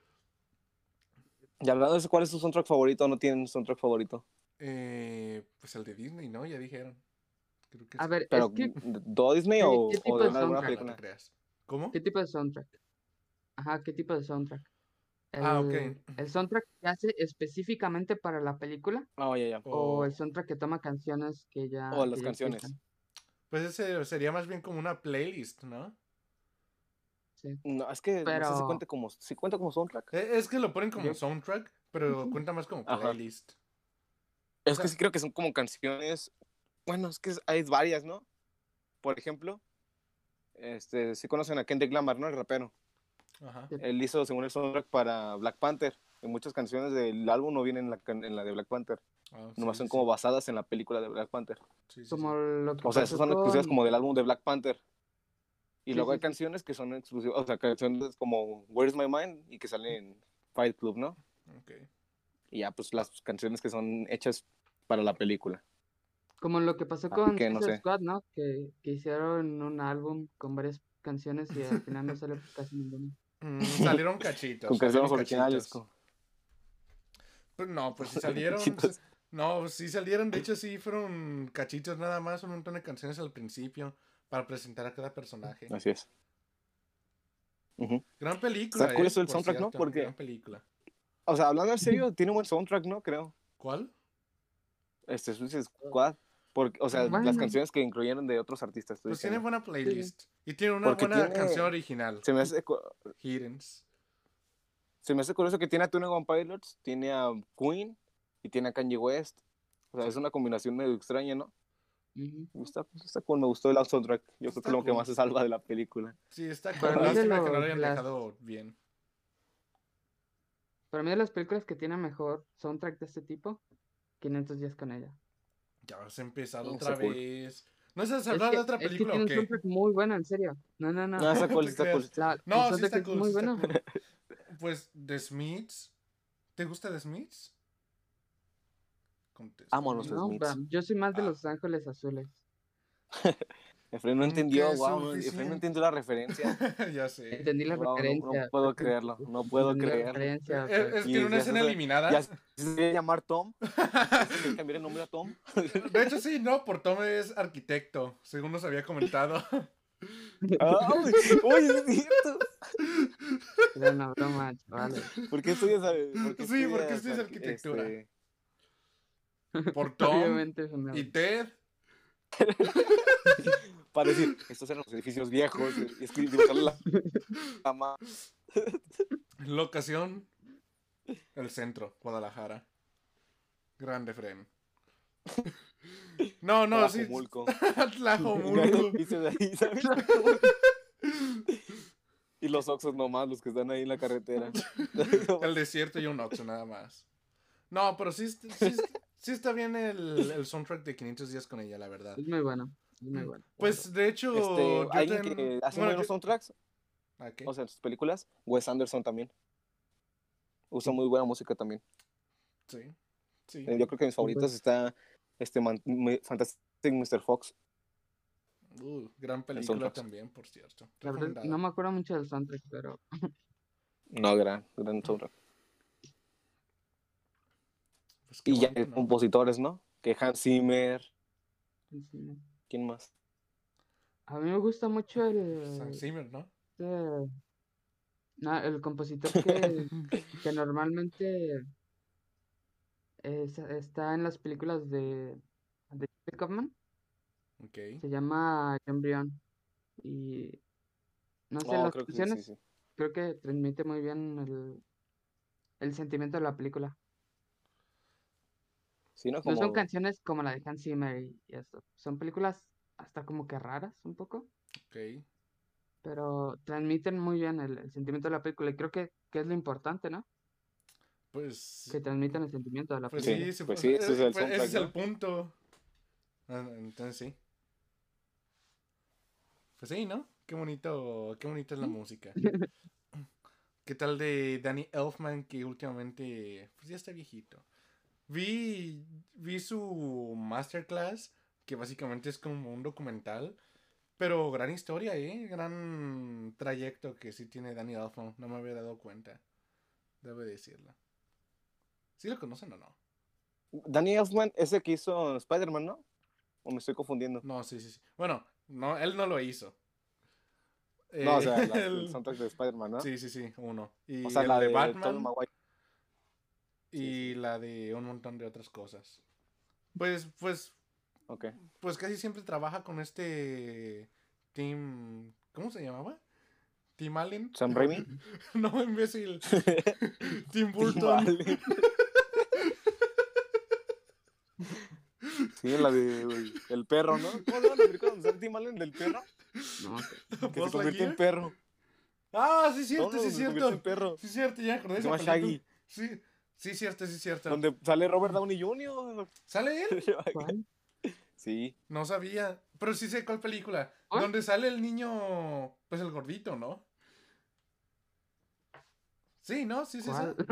Y hablando de eso, ¿cuál es tu soundtrack favorito o no tienen soundtrack favorito? Eh, pues el de Disney, ¿no? Ya dijeron. Creo que A sí. ver, ¿Pero es que, de todo Disney ¿qué- o, qué o tipo de de alguna soundtrack? No, no película? te creas. ¿Cómo? ¿qué tipo de soundtrack? Ajá, ¿qué tipo de soundtrack? El, Ah, ok. ¿El soundtrack que hace específicamente para la película? Ah, ya, ya. ¿O O, el soundtrack que toma canciones que ya, O las que ya canciones. existen? pues ese sería más bien como una playlist, ¿no? Sí. No, es que no sé si Pero- cuenta como, si cuenta como soundtrack. Eh, Es que lo ponen como Yo- soundtrack, pero Ujú. cuenta más como Ajá. playlist. Es o sea- que sí creo que son como canciones. Bueno, es que es- hay varias, ¿no? Por ejemplo, este, sí conocen a Kendrick Lamar, ¿no? El rapero. Ajá. Sí. Él hizo, según el soundtrack, para Black Panther. Y muchas canciones del álbum no vienen en la, can- en la de Black Panther. Ah, sí, Nomás son sí, como basadas en la película de Black Panther. sí, sí, sí. Como lo que O sea, pasó esas son exclusivas con- como del álbum de Black Panther. Y Sí, luego sí, hay sí. canciones que son exclusivas, o sea, canciones como Where's My Mind y que salen en Fight Club, ¿no? Ok. Y ya, pues las canciones que son hechas para la película. Como lo que pasó Ah, con que no Suicide sé. Squad, ¿no? Que, que hicieron un álbum con varias canciones y al final no sale casi ninguna. Mm, salieron cachitos. Con canciones salieron originales. cachitos. con- Pues no, pues si salieron. Cachitos. No, sí salieron, de hecho sí fueron cachitos nada más, un montón de canciones al principio para presentar a cada personaje. Así es. Uh-huh. Gran Está película, cool eh, eso el por soundtrack, ¿no? cierto, Porque, gran película. o sea, hablando en serio, tiene un buen soundtrack, ¿no? Creo. ¿Cuál? Este Suicide Squad. Porque, o sea, Mm, las Bueno, canciones que incluyeron de otros artistas, estoy Pues tiene diciendo. buena sí. playlist. Y tiene una Porque buena tiene- canción original. Se me hace, cu- Hiddens. se me hace curioso que tiene a Twenty One Pilots, tiene a Queen y tiene a Kanye West. O sea, Sí. es una combinación medio extraña, ¿no? Ujú. Está, pues, está cool, me gustó el soundtrack. Yo creo Está que es lo que cool. más se salva de la película. Sí, está Para cool. mí de Lástima que no lo- lo hayan de las- dejado bien. Para mí de las películas que tienen mejor soundtrack de este tipo, quinientos días con ella. Ya has empezado Mm, otra está cool. vez. ¿No estás Es hablando que, de otra es que película tiene o un qué? soundtrack muy bueno, en serio. No, no, no. No, está No cool, te está cool. creas. La- el No, sí soundtrack está es cool, muy sí está bueno. cool. Pues The Smiths. ¿Te gusta The Smiths? Contesta. Amo a los No, Smiths. pero yo soy más de Ah. Los Ángeles Azules. Efraín no ¿Con entendió, qué wow, no, Efraín suficiente? no entendió la referencia. Ya sé. Entendí la Wow, no, referencia. no puedo Pepe. creerlo, no puedo Entendí la creerlo. referencia, Eh, Pepe. Es Y que en una ya escena se- eliminada. Ya se debe llamar Tom. Ya se debe cambiar el nombre a Tom. De hecho, sí, no, por Tom es arquitecto, según nos había comentado. Ah, uy, oye, es cierto. Era una broma, chavales. ¿Por qué estudias? ¿Por qué Sí, porque estudias estudias arqui- arquitectura. este, Por Tom Obviamente es una y broma. Ted. para decir, estos eran los edificios viejos, y es que dibujarle la, la ma- Locación. El centro, Guadalajara. Grande Fren. No, no, sí. Tlajomulco. Tlajomulco. Dice de ahí, ¿sabes? Y los Oxos nomás, los que están ahí en la carretera. El desierto y un Oxxo nada más. No, pero sí, est- sí, est- sí está bien el, el soundtrack de quinientos días con ella, la verdad. Es muy bueno. Es muy bueno. Pues de hecho, Este, yo alguien ten- que hace bueno, buenos yo- soundtracks, ¿A qué? o sea, en sus películas, Wes Anderson también. Usa muy buena música también. Sí, sí. Eh, Yo creo que mis favoritos está este man- muy- Fantastic mister Fox. Uh, gran película soundtrack. también, por cierto. La verdad, Recomendada. no me acuerdo mucho del soundtrack, pero No, gran, gran soundtrack. Pues qué Y ya bonito, ¿no? compositores, ¿no? Que Hans Zimmer, sí. ¿quién más? A mí me gusta mucho Hans el Zimmer, ¿no? este- no, el compositor que, que normalmente es- está en las películas de de Charlie Kaufman. Ok. Se llama John Brion. Y no sé, Oh, las creo que sí, canciones sí, sí. creo que transmite muy bien el, el sentimiento de la película. Sí, ¿no? No Como, son canciones como la de Hans Zimmer y, y esto. Son películas hasta como que raras un poco, Ok. pero transmiten muy bien el, el sentimiento de la película. Y creo que, que es lo importante, ¿no? Pues. Que transmitan el sentimiento de la Pues película. sí, Sí, sí, pues fue- sí, ese es el pues ese soundtrack, es el ¿no? punto. Ah, entonces sí. Pues sí, ¿no? Qué bonito, qué bonita es la música. ¿Qué tal de Danny Elfman, que últimamente, pues ya está viejito? Vi, vi su masterclass, que básicamente es como un documental, pero gran historia, ¿eh? Gran trayecto que sí tiene Danny Elfman, no me había dado cuenta, debo decirlo. ¿Sí lo conocen o no? Danny Elfman, ese que hizo Spider-Man, ¿no? ¿O me estoy confundiendo? No, sí, sí, sí. Bueno, no, él no lo hizo. No, o Eh, sea, la- el- el soundtrack de Spider-Man, ¿no? Sí, sí, sí, uno. Y O sea, el la de de Batman. Tobey Maguire. Y Sí, sí. la de un montón de otras cosas. Pues, pues, Ok. pues casi siempre trabaja con este Tim, ¿cómo se llamaba? Tim Allen. Sam Raimi. No, imbécil. Tim Burton. Vale. Sí, la de güey, el perro, ¿no? ¿Cómo se llama la película donde sale Tim Allen del perro? No, Que se Buzz convierte en Lightyear. perro. Ah, sí, No, cierto, no, sí, se convierte en cierto. perro. Sí, cierto, ya acordé de Se esa llama película. Shaggy. Sí, sí, cierto, sí, cierto. Donde sale Robert Downey junior ¿Sale él? ¿cuál? Sí. No sabía. Pero sí sé cuál película. ¿Cuál? Donde sale el niño, pues el gordito, ¿no? Sí, ¿no? Sí, sí, sí. ¿Cuál?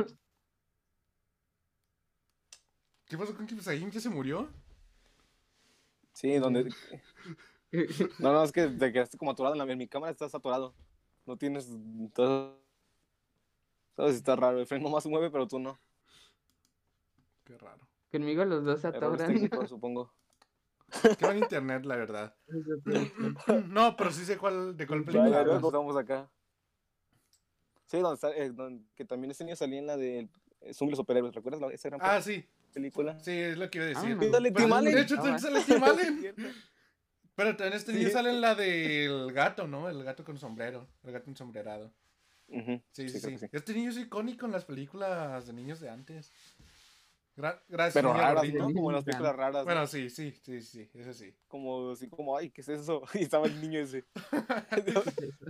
¿Qué pasó con Kim Sain? ¿Ya se murió? Sí, donde. No, no, es que te quedaste como atorado en, la... en mi cámara, estás atorado. No tienes. Todo... ¿Sabes? Está raro. El freno nomás se mueve, pero tú no. Qué raro. Conmigo los dos se Errores atoran. técnicos, supongo. Qué buen internet, la verdad. Eso te digo. No, pero sí sé cuál, de cuál Sí, película Vaya, claro. luego hablas. estamos acá. Sí, donde está, eh, donde- que también este niño salía en la de eh, Zombies Superhéroes, ¿recuerdas la- esa gran Ah, sí. película? Sí, es lo que iba a A mí decir. me Sí, dale, Pues, Tim a mí me de Allen. hecho, también gustaba. sale Tim Sí, Allen. cierto. Pero en este Sí, niño sale cierto. en la del gato, ¿no? El gato con sombrero. El gato ensombrerado. Ujú, Sí, sí, sí, creo sí. que sí. Este niño es icónico en las películas de niños de antes. Gra- gracias, Pero niño raras, De gordito. ¿no? Como en las niños de películas antes. raras, Bueno, ¿no? sí, sí, sí, sí, eso sí. Como así como, ay, ¿qué es eso? Y estaba el niño ese. ¿Qué es eso?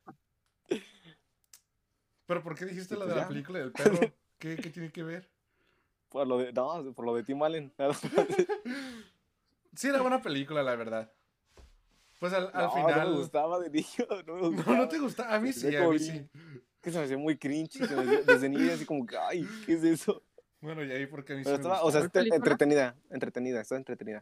Pero ¿por qué dijiste Y lo pues de la ya, película del perro? ¿Qué, qué tiene que ver? por lo de, no, por lo de Tim Allen. nada más. Sí, era buena película, la verdad. Pues al, al No, no me final... gustaba de niño, no me No, no te gustaba. gusta. A Se mí me hacía sí, a como mí sí. bien, que se me hacía muy cringe, se me hacía- desde niño así como que, ay, ¿qué es eso? Bueno, y ahí porque a mí sí Pero me estaba, o sea, gustaba. ¿Cuál está película? entretenida, entretenida, está entretenida.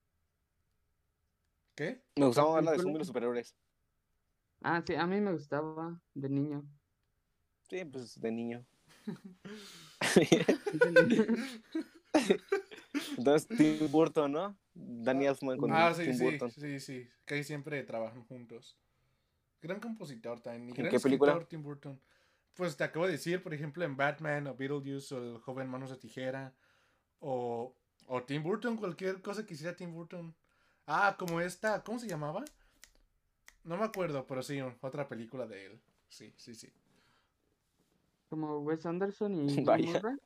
¿Qué? Me ¿Cuál gustaba ver la de película? Zombie y los superhéroes. Ah, sí, a mí me gustaba de niño. Sí, pues de niño. Sí, de niño. Entonces, Tim Burton, ¿no? Danny Ah, Elfman Sí. ah, con sí, Tim sí, Burton. sí, sí. Que ahí siempre trabajan juntos. Gran compositor también. Y ¿En gran qué película? escritor, Tim Burton. Pues te acabo de decir, por ejemplo, en Batman o Beetlejuice o El joven manos de tijera. O, o Tim Burton, cualquier cosa que hiciera Tim Burton. Ah, como esta, ¿cómo se llamaba? No me acuerdo, pero sí, otra película de él. Sí, sí, sí. Como Wes Anderson y Bill Vaya. Murray.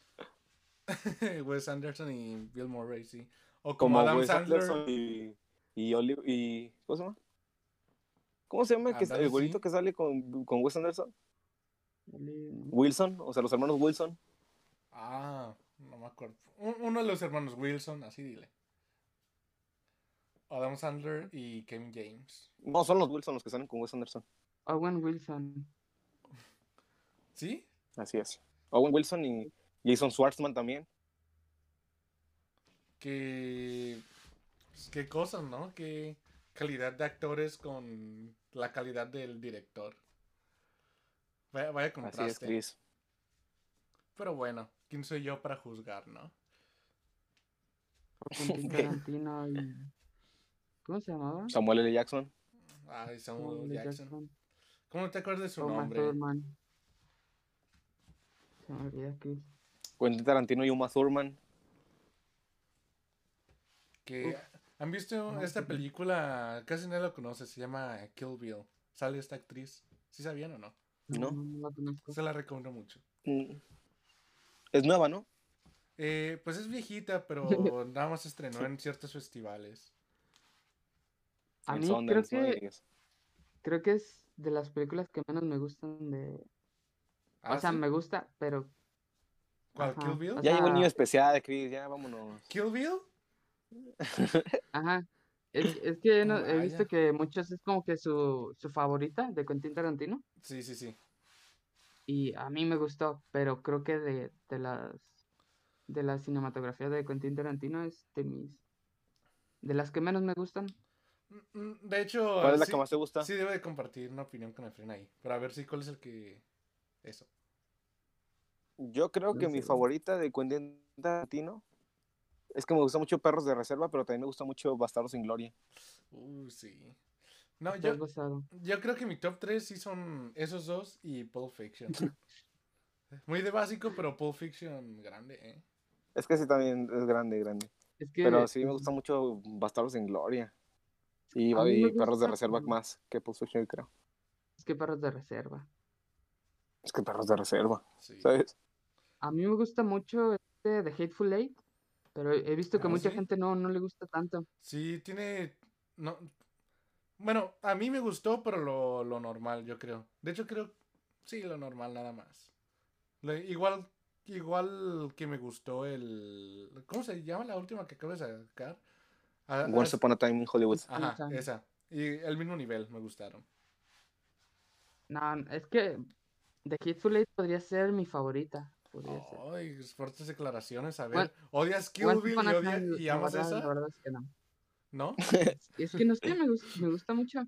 Wes Anderson y Bill Murray, sí. O como Como Adam Wes Sandler. Anderson y, y Oliver y ¿cómo se llama? ¿Cómo se llama el, que, el Ándale, güerito sí. que sale con, con Wes Anderson? Oli- Wilson, o sea, los hermanos Wilson. Ah, no me acuerdo. Un- Uno de los hermanos Wilson, así dile. Adam Sandler y Kevin James. No, son los Wilson los que salen con Wes Anderson. Owen Wilson. ¿Sí? Así es. Owen Wilson y Jason Schwartzman también. Que... pues, qué cosas, ¿no? Qué calidad de actores con la calidad del director. Vaya, vaya Así es, contraste. Chris. Pero bueno, ¿quién soy yo para juzgar, no? O Quentin Tarantino y... ¿Cómo se llamaba? Samuel L. Jackson. Ay, Samuel Samuel L. L. Jackson. Jackson. ¿Cómo no te acuerdas de su Uma nombre? Thurman. Se me olvida que... Quentin Tarantino y Uma Thurman. Que... Uf, ¿Han visto no, esta sí. película? Casi nadie lo conoce, se llama Kill Bill. Sale esta actriz. ¿Sí sabían o no? No, ¿No? no, no la conozco. Se la recomiendo mucho. Mm. Es nueva, ¿no? Eh, pues es viejita, pero nada más se estrenó en ciertos festivales. A En mí creo Sundance, ¿no? que Digas. creo que es de las películas que menos me gustan de... O ¿Ah, sea, sí? me gusta, pero... ¿Cuál? ¿Kill Ajá. Bill? O Ya llegó el niño sea, especial, Chris. Ya vámonos. ¿Kill Bill? ajá. Es que, es que no- he visto Vaya. que muchos es como que su, su favorita de Quentin Tarantino. Sí, sí, sí. Y a mí me gustó, pero creo que de, de las de la cinematografía de Quentin Tarantino es de mis de las que menos me gustan. Mm, mm, De hecho, ¿Cuál es la sí, que más te gusta? sí debe de compartir una opinión con Efren ahí. Pero a ver si cuál es el que... Eso. Yo creo que No mi sé. favorita de Quentin Tarantino es que me gusta mucho Perros de Reserva, pero también me gusta mucho Bastardos sin Gloria. Uh, sí. No, Estás yo, basado. yo creo que mi top tres sí son esos dos y Pulp Fiction. Muy de básico, pero Pulp Fiction grande, ¿eh? Es que sí, también es grande, grande. Es que Pero sí me es- gusta mucho Bastardos sin Gloria. Y, a mí me y Perros de gusta Reserva más que Pulp Fiction, creo. es que Perros de Reserva. Es que Perros de Reserva, Sí. ¿sabes? A mí me gusta mucho este de Hateful Eight, pero he visto que Ah, mucha sí. gente no, no le gusta tanto. Sí, tiene... No... Bueno, a mí me gustó, pero lo, lo normal, yo creo. De hecho, creo... Sí, lo normal nada más. Lo- igual, igual que me gustó el... ¿Cómo se llama la última que acabo de sacar? Ah, ah, Once es- Upon a Time in Hollywood. Ajá, Time. esa. Y el mismo nivel, me gustaron. No, es que The Hateful Eight podría ser mi favorita. Podría ser. Ay, fuertes declaraciones. A Bueno, ver, ¿odias Kill Once Bill Upon y, a odia- Time, y la amas verdad, la esa? verdad es que no. ¿No? Es, es que no sé, me, gus- me gusta mucho.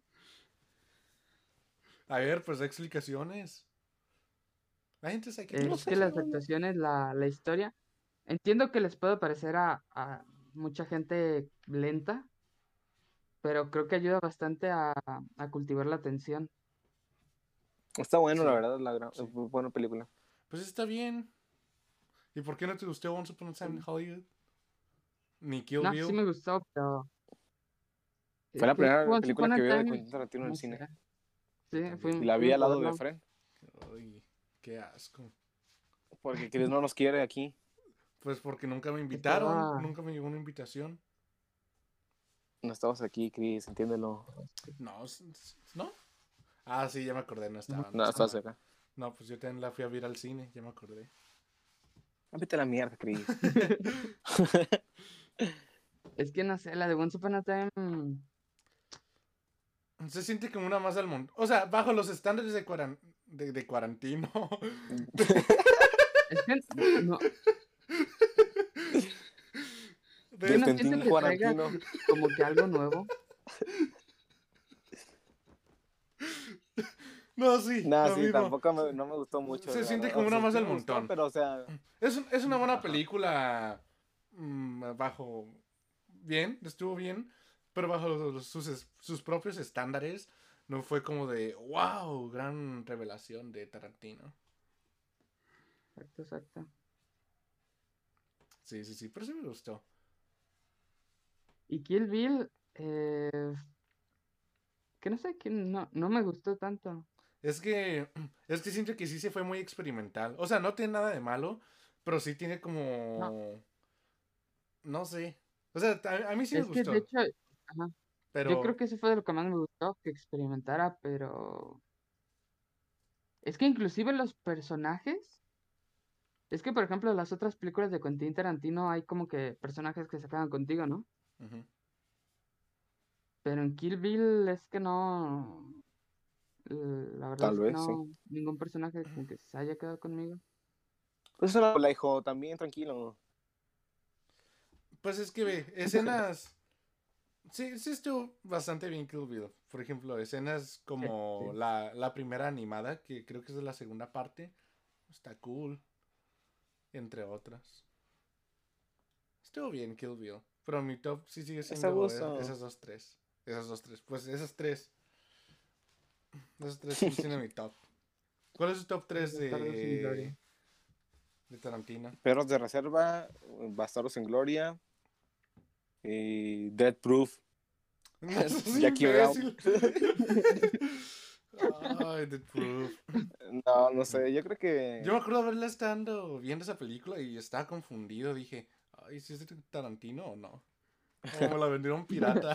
A ver, pues da explicaciones. La gente se Eh, que No es sé, que las no, no. actuaciones, la, la historia, entiendo que les puede parecer a, a mucha gente lenta, pero creo que ayuda bastante a, a cultivar la atención. Está bueno, la Sí, verdad, la gran, sí. buena película. Pues está bien. ¿Y por qué no te gustó Once Upon a Time in Hollywood? Ni Kill No, sí Bill. me gustó, pero Fue es la que primera Once película Upon que a vio de Time, Quentin Tarantino en el no sé. cine. Sí, Yo también. Y fuimos, la vi fuimos al a lado de verlo. Fred, Ay, qué asco. porque Chris no nos quiere aquí. Pues porque nunca me invitaron. Estaba. Nunca me llegó una invitación. No estamos aquí, Chris, entiéndelo. No, s- s- ¿no? Ah, sí, ya me acordé, no No, estaban, no No, estás estaban. acá. No, pues yo también la fui a ver al cine, ya me acordé. Vete a la mierda, Chris. es que no sé, la de Once Upon a Time. Se siente como una más al mundo. O sea, bajo los estándares de, cuaran- de, de cuarantino. Es que no, De que De no este- siento Quentin que traiga Tarantino. como que algo nuevo. No, sí, Nah, lo sí, mismo. tampoco me, no me gustó mucho, Se la siente verdad. como O una sea, más sí al me gustó, montón. pero o sea, Es, un- es una buena ajá. película. mm, bajo. Bien, estuvo bien. Pero bajo los- sus, es- sus propios estándares. No fue como de. ¡Wow! Gran revelación de Tarantino. Exacto, exacto. Sí, sí, sí. Pero sí me gustó. Y Kill Bill, eh, que no sé, que no, no me gustó tanto. Es que. Es que siento que sí se fue muy experimental. O sea, no tiene nada de malo. Pero sí tiene No, como. No sé. O sea, a, a mí sí me es que de gustó. hecho, ajá, yo creo Pero. que eso fue de lo que más me gustó, que experimentara, pero es que inclusive los personajes, es que por ejemplo en las otras películas de Quentin Tarantino hay como que personajes que se quedan contigo, ¿no? Ujú. Pero en Kill Bill es que no, eh, la verdad Tal es que vez, sí. no, ningún personaje como que se haya quedado conmigo. Pues eso la hijo, también tranquilo. Pues es que ve, escenas. Sí, sí estuvo bastante bien Kill Bill. Por ejemplo, escenas Sí, como sí. la, la primera animada, que creo que es de la segunda parte. Está cool, entre otras. Estuvo bien Kill Bill. Pero mi top sí sigue Está a siendo es- gusto. esas dos tres. Esas dos tres. Pues esas tres. Esas tres siguen siendo mi top. ¿Cuál es su top tres Bastardos sin de, Gloria. de Tarantino? Perros de reserva, Bastardos en Gloria y Dead Proof. No seas Jackie Brown. imbécil. Ay, The Proof. No, no sé, yo creo Yo me que acuerdo haberla estando viendo esa película y estaba confundido. Dije, ay, ¿si es de Tarantino o no? O me la vendieron pirata.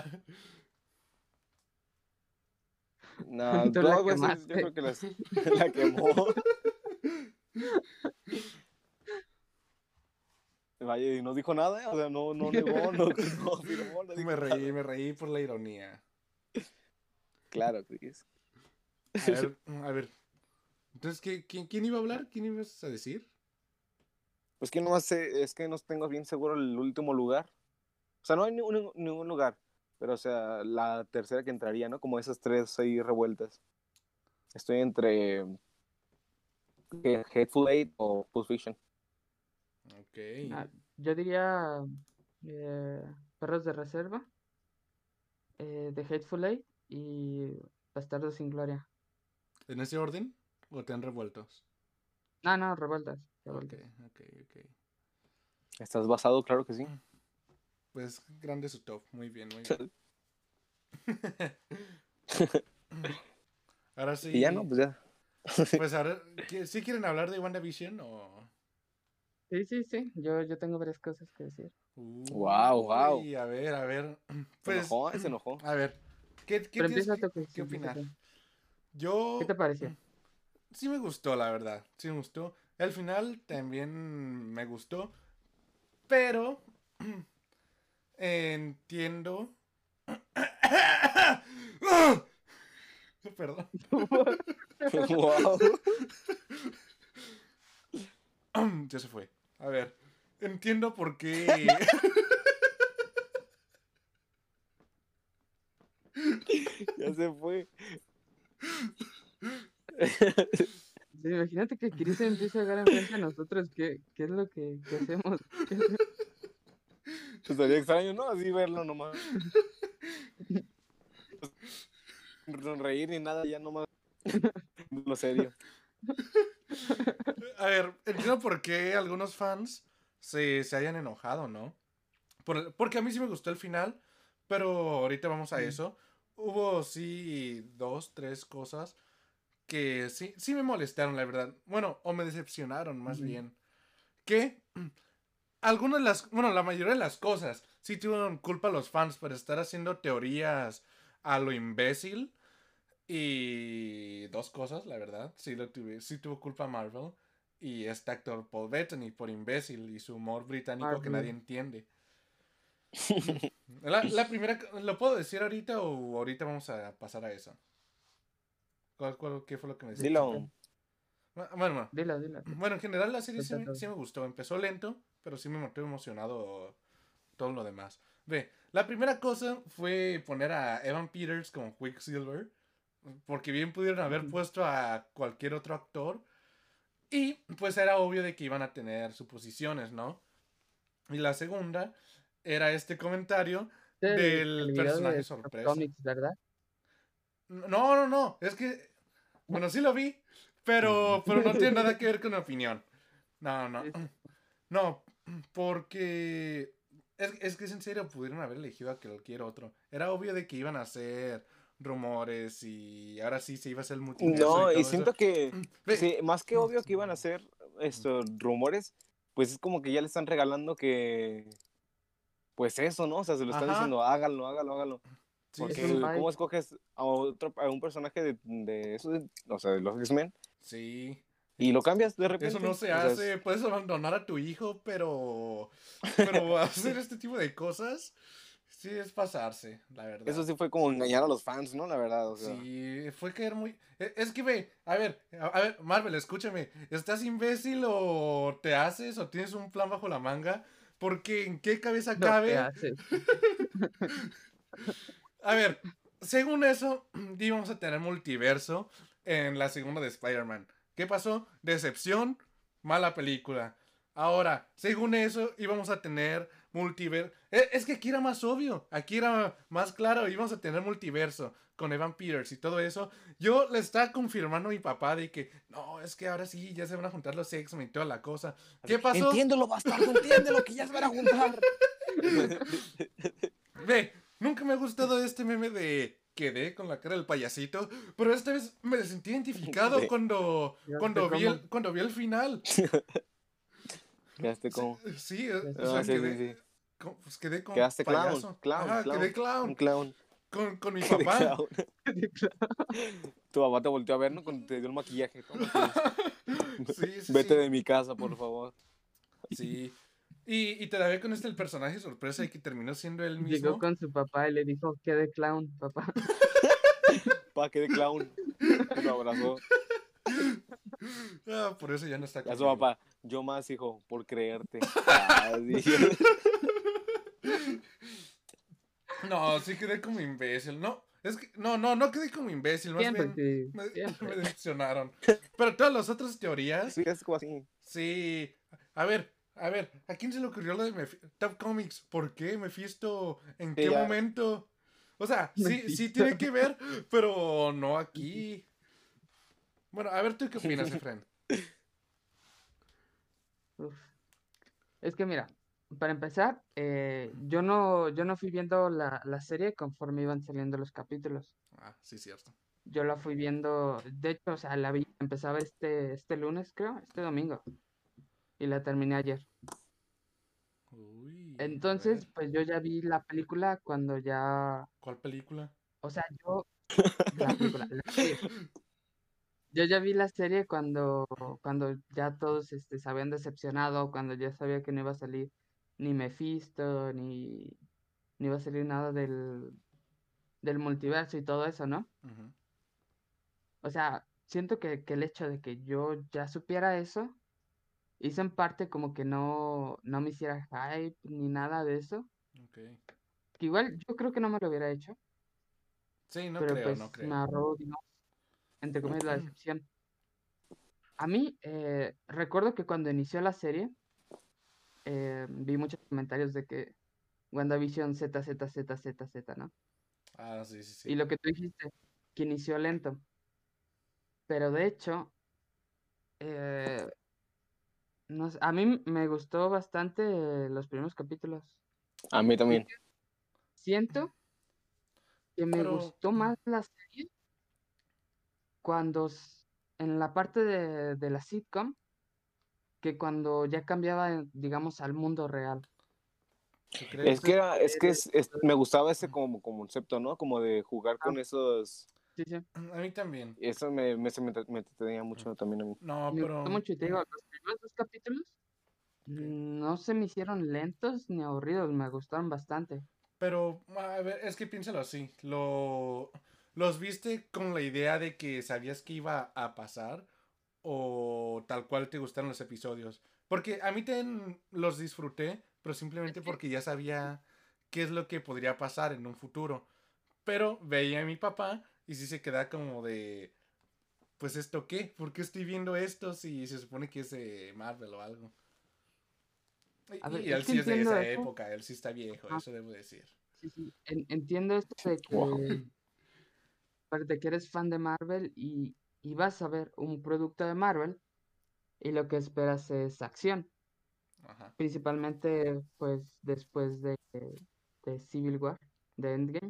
no, Tú la dos veces yo quemaste. creo que las, la quemó. Vaya, y no dijo nada, o sea, no, no negó, no, no afirmó, no Me dijo reí, nada. me reí por la ironía. Claro, Chris. A ver, a ver. Entonces, ¿qué, quién, quién iba a hablar? ¿Quién ibas a decir? Pues que no sé, es que no tengo bien seguro el último lugar. O sea, no hay ningún, ningún lugar, pero o sea, la tercera que entraría, ¿no? Como esas tres ahí revueltas. Estoy entre eh, Hateful Eight o Pulp Fiction. Ok. Ah, yo diría eh, Perros de Reserva, eh, The Hateful Eight y Bastardos sin Gloria. ¿En ese orden? ¿O te han revueltos? No, no, Revueltas, Ok, Revueltas. ok, ok. ¿Estás basado? Claro que sí. Pues grande su top. Muy bien, muy bien. Ahora Y ya no, sí. pues ya. Pues ahora, ¿qué- ¿sí quieren hablar de WandaVision o...? Sí, sí, sí, yo, yo tengo varias cosas que decir. Wow, wow. Uy, a ver, a ver. Se Pues, enojó, eh, se enojó. a ver. ¿Qué, qué Pero tienes empieza que, tú, Chris, que empieza opinar? tú. ¿Qué Yo te pareció? sí me gustó, la verdad. Sí me gustó. El final también me gustó. Pero entiendo. Perdón. Wow. Ya se fue. A ver. Entiendo por qué. Ya se fue. Sí, imagínate que Chris se empieza a agarrar enfrente de nosotros. ¿Qué, qué es lo que, que hacemos? ¿Qué es lo- Estaría extraño, ¿no? Así verlo nomás. Sonreír ni nada, ya nomás. Lo serio. A ver, entiendo por qué algunos fans se, se hayan enojado, ¿no? Por- porque a mí sí me gustó el final, pero ahorita vamos a Mm. eso. Hubo sí dos, tres cosas que sí, sí me molestaron, la verdad. Bueno, o me decepcionaron más Ujú. bien. Que algunas de las, bueno, la mayoría de las cosas sí tuvieron culpa los fans por estar haciendo teorías a lo imbécil. Y dos cosas, la verdad. Sí, lo tuve, sí tuvo culpa Marvel. Y este actor Paul Bettany por imbécil y su humor británico que nadie Marvel. entiende. La, la primera, ¿lo puedo decir ahorita o ahorita vamos a pasar a eso? ¿Cuál, cuál- qué fue lo que me ¿De decepcionó? qué? Dilo. Bueno, bueno, Dilo, dilo. bueno, en general la serie sí Suelta me, todo. sí me gustó. Empezó lento, pero sí me mantuvo emocionado todo lo demás. Ve, la primera cosa fue poner a Evan Peters como Quicksilver. Porque bien pudieron haber Ujú. puesto a cualquier otro actor. Y pues era obvio de que iban a tener suposiciones, ¿no? Y la segunda era este comentario El, del el video personaje de Top sorpresa. Comics, ¿verdad? No, no, no, es que, bueno, sí lo vi, pero, pero no tiene nada que ver con mi opinión. No, no, Sí, sí. no, porque es, es que es en serio, pudieron haber elegido a cualquier otro. Era obvio de que iban a hacer rumores y ahora sí se iba a hacer el multiverso y No, y todo eso. siento que, Ve, sí, más que obvio que iban a ser estos rumores, pues es como que ya le están regalando que, pues eso, ¿no? O sea, se lo están ajá, diciendo, háganlo, háganlo, háganlo. sí, Es un sí, Porque, ¿cómo hype. escoges a otro, a un personaje de, de eso, o sea, de los X-Men, sí. y lo cambias de Eso no repente? se O sea, es- hace. Puedes abandonar a tu hijo, pero. Pero hacer este tipo de cosas. Sí, es pasarse, la eso verdad. sí fue como engañar a los fans, ¿no? La verdad, o sea. Sí, fue caer muy. e- Es que ve, a ver, a a ver, Marvel, escúchame. ¿Estás imbécil o te haces o tienes un plan bajo la manga? Porque en qué cabeza No te cabe. haces. A ver, según eso, íbamos a tener multiverso en la segunda de Spider-Man. ¿Qué pasó? Decepción, mala película. Ahora, según eso, íbamos a tener multiverso. Es que aquí era más obvio, aquí era más claro, íbamos a tener multiverso con Evan Peters y todo eso. Yo le estaba confirmando a mi papá de que, no, es que ahora sí, ya se van a juntar los X-Men y toda la cosa. Así, ¿Qué pasó? entiéndelo, bastardo, entiéndelo, que ya se van a juntar. Ve, nunca me ha gustado este meme de quedé con la cara del payasito, pero esta vez me sentí identificado De, cuando Ya sé cuando vi cómo. el cuando vi el final. quedaste Sí, como. sí, eh, Ya o sé Ah, sea, cómo. sí, sí, quedé sí. co- pues quedé con Quedaste clown, payaso. clown, Ajá, quedé clown. Un clown clown. con, con mi De papá. clown. Tu papá te volteó a ver, ¿no? Cuando te dio el maquillaje. Toma, tienes. Sí, sí, Vete sí. de mi casa, por favor. Sí. Y, y te la ve con este el personaje sorpresa y que terminó siendo él Llegó mismo. con su papá y le dijo, ¿qué de clown, papá? Pa, que de clown. Y lo abrazó. Ah, por eso ya no está Y a su conmigo. papá, yo más, hijo, por creerte. Ah, sí. No, sí quedé como imbécil. No, es que, no, no, no quedé como imbécil, más Siempre, bien sí, me, me siempre. decepcionaron. Pero todas las otras teorías, Sí, es como así. sí. A ver, a ver, ¿a quién se le ocurrió lo de Meph- Top Comics? ¿Por qué? ¿Mephisto? ¿En Sí, qué ya. momento? O sea, sí, sí Mephisto. tiene que ver, pero no aquí. Bueno, a ver, ¿tú qué opinas, Efren? Uf. Es que mira, para empezar, eh, yo no, yo no fui viendo la, la serie conforme iban saliendo los capítulos. Ah, sí, cierto. Yo la fui viendo, de hecho, o sea, la vi, empecé a ver este, este lunes, creo, este domingo, y la terminé ayer. Uy, a ver, Entonces, pues yo ya vi la película cuando ya, ¿cuál película? o sea, yo, la película, la serie. Yo ya vi la serie cuando, cuando ya todos este, se habían decepcionado, cuando ya sabía que no iba a salir ni Mephisto, ni, ni iba a salir nada del, del multiverso y todo eso, ¿no? Ujú. O sea, siento que, que el hecho de que yo ya supiera eso, hizo en parte como que no, no me hiciera hype ni nada de eso. Ok. Que igual yo creo que no me lo hubiera hecho, Sí, no pero creo, no pues me creo. ahorró, digamos, entre comillas, la decepción. A mí, eh, recuerdo que cuando inició la serie, eh, vi muchos comentarios de que WandaVision Z, Z, Z, Z, Z, ¿no? Ah, sí, sí, Y sí. lo que tú dijiste, que inició lento. Pero de hecho, eh, no sé, a mí me gustó bastante eh, los primeros capítulos. A mí Y también. siento que me Pero, gustó más la serie cuando s- en la parte de, de la sitcom que cuando ya cambiaba, digamos, al mundo real. ¿tú Es crees? que Entonces, era, es que eh, es, es- me gustaba ese como, como concepto, ¿no? Como de jugar ah, con esos. sí, sí. A mí también. Eso me, me, se me, me entretenía mucho también a mí. No, Me gustó pero... mucho y te digo, los primeros dos capítulos ¿qué? mm, no se me hicieron lentos ni aburridos, me gustaron bastante. Pero, a ver, es que piénsalo así. Lo... ¿Los viste con la idea de que sabías que iba a pasar? ¿O tal cual te gustaron los episodios? Porque a mí también los disfruté, pero Es simplemente que, porque ya sabía qué es lo que podría pasar en un futuro. Pero veía a mi papá y sí se queda como de... Pues esto qué, ¿por qué estoy viendo esto si se supone que es de Marvel o algo? a Y, ver, y es él que sí es de entiendo esa eso. época, él sí está viejo, Ajá, eso debo decir. sí, sí, en- entiendo esto de Wow. que, de que eres fan de Marvel y, y vas a ver un producto de Marvel y lo que esperas es acción. Ajá. Principalmente, pues, después de, de Civil War, de Endgame,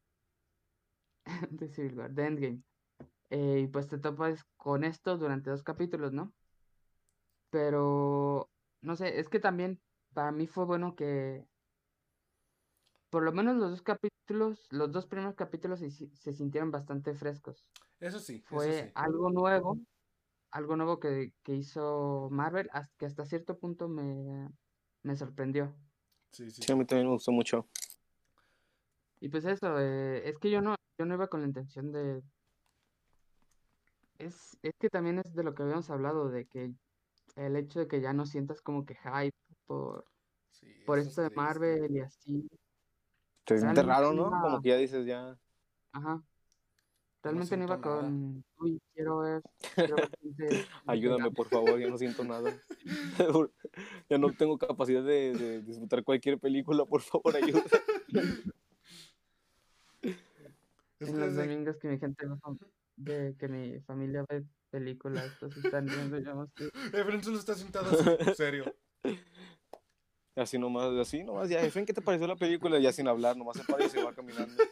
de Civil War, de Endgame. Eh, y pues te topas con esto durante dos capítulos, ¿no? Pero, no sé, es que también para mí fue bueno que por lo menos los dos capítulos, los dos primeros capítulos se, si- se sintieron bastante frescos. Eso sí, eso Fue sí. algo nuevo, algo nuevo que, que hizo Marvel, hasta, que hasta cierto punto me, me sorprendió. Sí, sí, Sí, a mí sí. también me gustó mucho. Y pues eso, eh, es que yo no, yo no iba con la intención de... Es, es que también es de lo que habíamos hablado, de que el hecho de que ya no sientas como que hype por, Sí, por eso es esto de triste. Marvel y así. Se siente Realmente raro, no ¿no? Como iba, que ya dices, ya, ajá, Ya no realmente no siento iba nada. con, uy, quiero ver, quiero ver gente, gente ayúdame por favor, ya no siento nada. Ya no tengo capacidad de, de disfrutar cualquier película, por favor, ayuda. Es en que los desde... domingos que mi gente ve fam- de que mi familia ve películas, todos están riendo, yo no estoy. Efren solo está sentado así, serio. Así nomás, así nomás, ya, Efren, ¿qué te pareció la película? Ya sin hablar, nomás se para y se va caminando.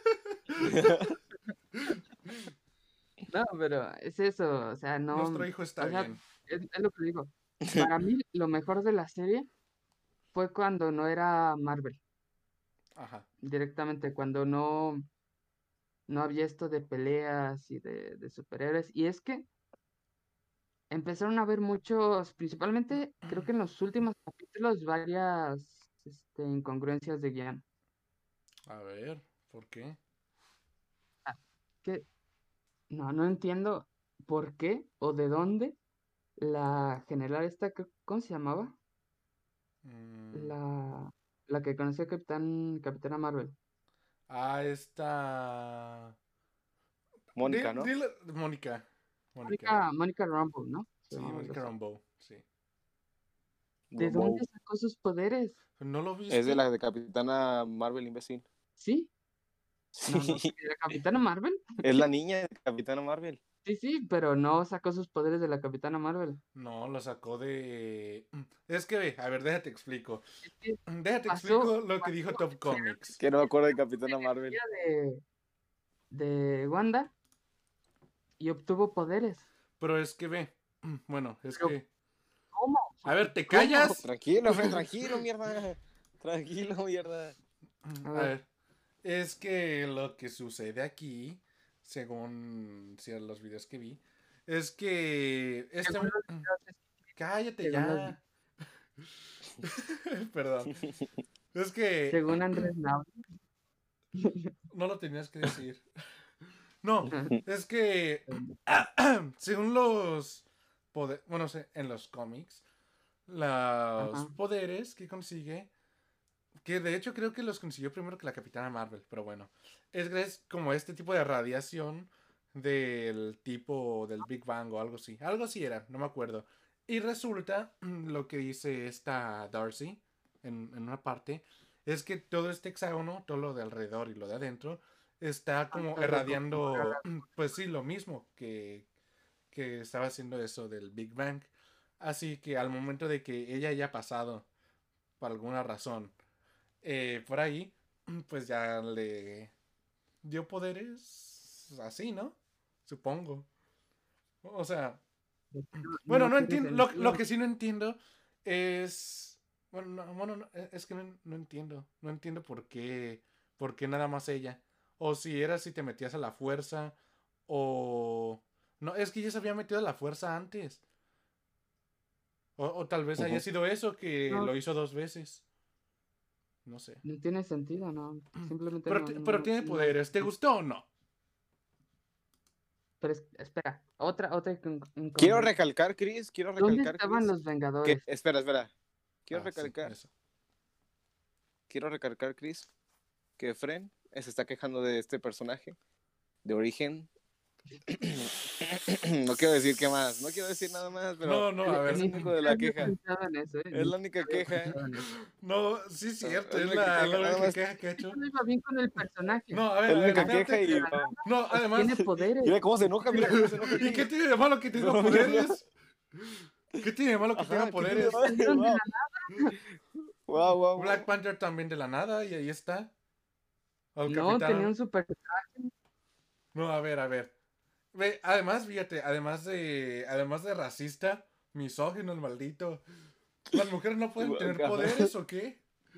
No, pero es eso, o sea, Nuestro no, hijo está o sea, bien. es, es lo que digo. Para mí, lo mejor de la serie fue cuando no era Marvel, Ajá. directamente, cuando no, no había esto de peleas y de, de superhéroes. Y es que empezaron a haber muchos, principalmente, creo que en los últimos capítulos, varias este, incongruencias de guión. A ver, ¿por qué? Ah, que no, no entiendo por qué o de dónde la general esta, que- ¿cómo se llamaba? Mm, La, la que conoció a Capitán, Capitana Marvel. ah, esta... Mónica, Dile, ¿no? dile- Mónica. Mónica. Mónica, Mónica Rambeau, ¿no? Se Sí, llamaba algo Mónica así. Rambeau, sí. ¿De dónde Rambeau. sacó sus poderes? ¿No lo Es de viste? la de Capitana Marvel, imbécil. ¿Sí? No, no, Sí, ¿de la Capitana Marvel? es la niña de Capitana Marvel. Sí, sí, pero no sacó sus poderes de la Capitana Marvel. No, lo sacó de... Es que, ve, a ver, déjate explico. Es que Déjate pasó, explico lo que pasó dijo Top Comics. Que no me acuerdo de Capitana Marvel. energía de, de Wanda y obtuvo poderes. Pero es que ve, bueno, es Pero, que... ¿cómo? A ver, ¿te ¿Cómo? callas? Tranquilo, Fred, tranquilo, mierda. Tranquilo, mierda. A A ver, ver, es que lo que sucede aquí, según si los videos que vi, es que este... según los videos, es Cállate según los, ya. Perdón. Es que según Andrés Nau. no lo tenías que decir. No, es que según los poderes, bueno, sé, en los cómics, los Ajá. poderes que consigue, que de hecho creo que los consiguió primero que la Capitana Marvel, pero bueno, es, es como este tipo de radiación del tipo del Big Bang o algo así. Algo así era, no me acuerdo. Y resulta, lo que dice esta Darcy en, en una parte, es que todo este hexágono, todo lo de alrededor y lo de adentro, está como Todo irradiando, pues sí, lo mismo que, que estaba haciendo eso del Big Bang. Así que al momento de que ella haya pasado, por alguna razón, eh, por ahí, pues ya le dio poderes así, ¿no? Supongo. O sea, no, bueno, no no tiene entiendo. Lo, lo sentido. que sí no entiendo es. Bueno, no, bueno, no, e- es que no, no entiendo. No entiendo por qué. Por qué nada más ella. O si era si te metías a la fuerza. O. No, es que ella se había metido a la fuerza antes. O, o tal vez haya Ujú. sido eso que No, lo hizo dos veces. No sé. no tiene sentido, no. Simplemente Pero, no, ti- no, pero no, tiene no hay poderes. ¿Te sentido. gustó o no? Pero es- espera, otra, otra incon- Quiero incongruencia. recalcar, Chris, quiero ¿Dónde recalcar, estaban Chris, los que, Vengadores? espera, espera, quiero Ah, sí, recalcar, eso. quiero recalcar, Chris, que Fren se está quejando de este personaje de origen. No quiero decir qué más, no quiero decir nada más, pero No, no, Ni, a es ver. lo ni único de siquiera la había queja. pensado en eso, ¿eh? Es Ni la siquiera única había queja. pensado en eso. No, sí es Es cierto. la Es única la, queja, la nada única más. queja que ha Es que hecho. todo iba bien con el personaje. No, a Es ver, la a ver, única queja espérate. y De la no. No, nada, además. tiene poderes. Mira cómo se enoja, mira cómo se enoja ¿Y qué aquí. tiene de malo que tenga No, no, no. poderes? ¿Qué tiene de malo que tenga Ajá, ¿qué tiene de poderes? Salieron de malo? la nada. Wow, wow, Black wow. Panther también de la nada y ahí está. O el No, tenía Capitán. un super. No, a ver, a ver. Ve, además, fíjate, además de. Además de racista, misógino, el maldito. ¿Las mujeres no pueden tener Ajá. poderes o qué?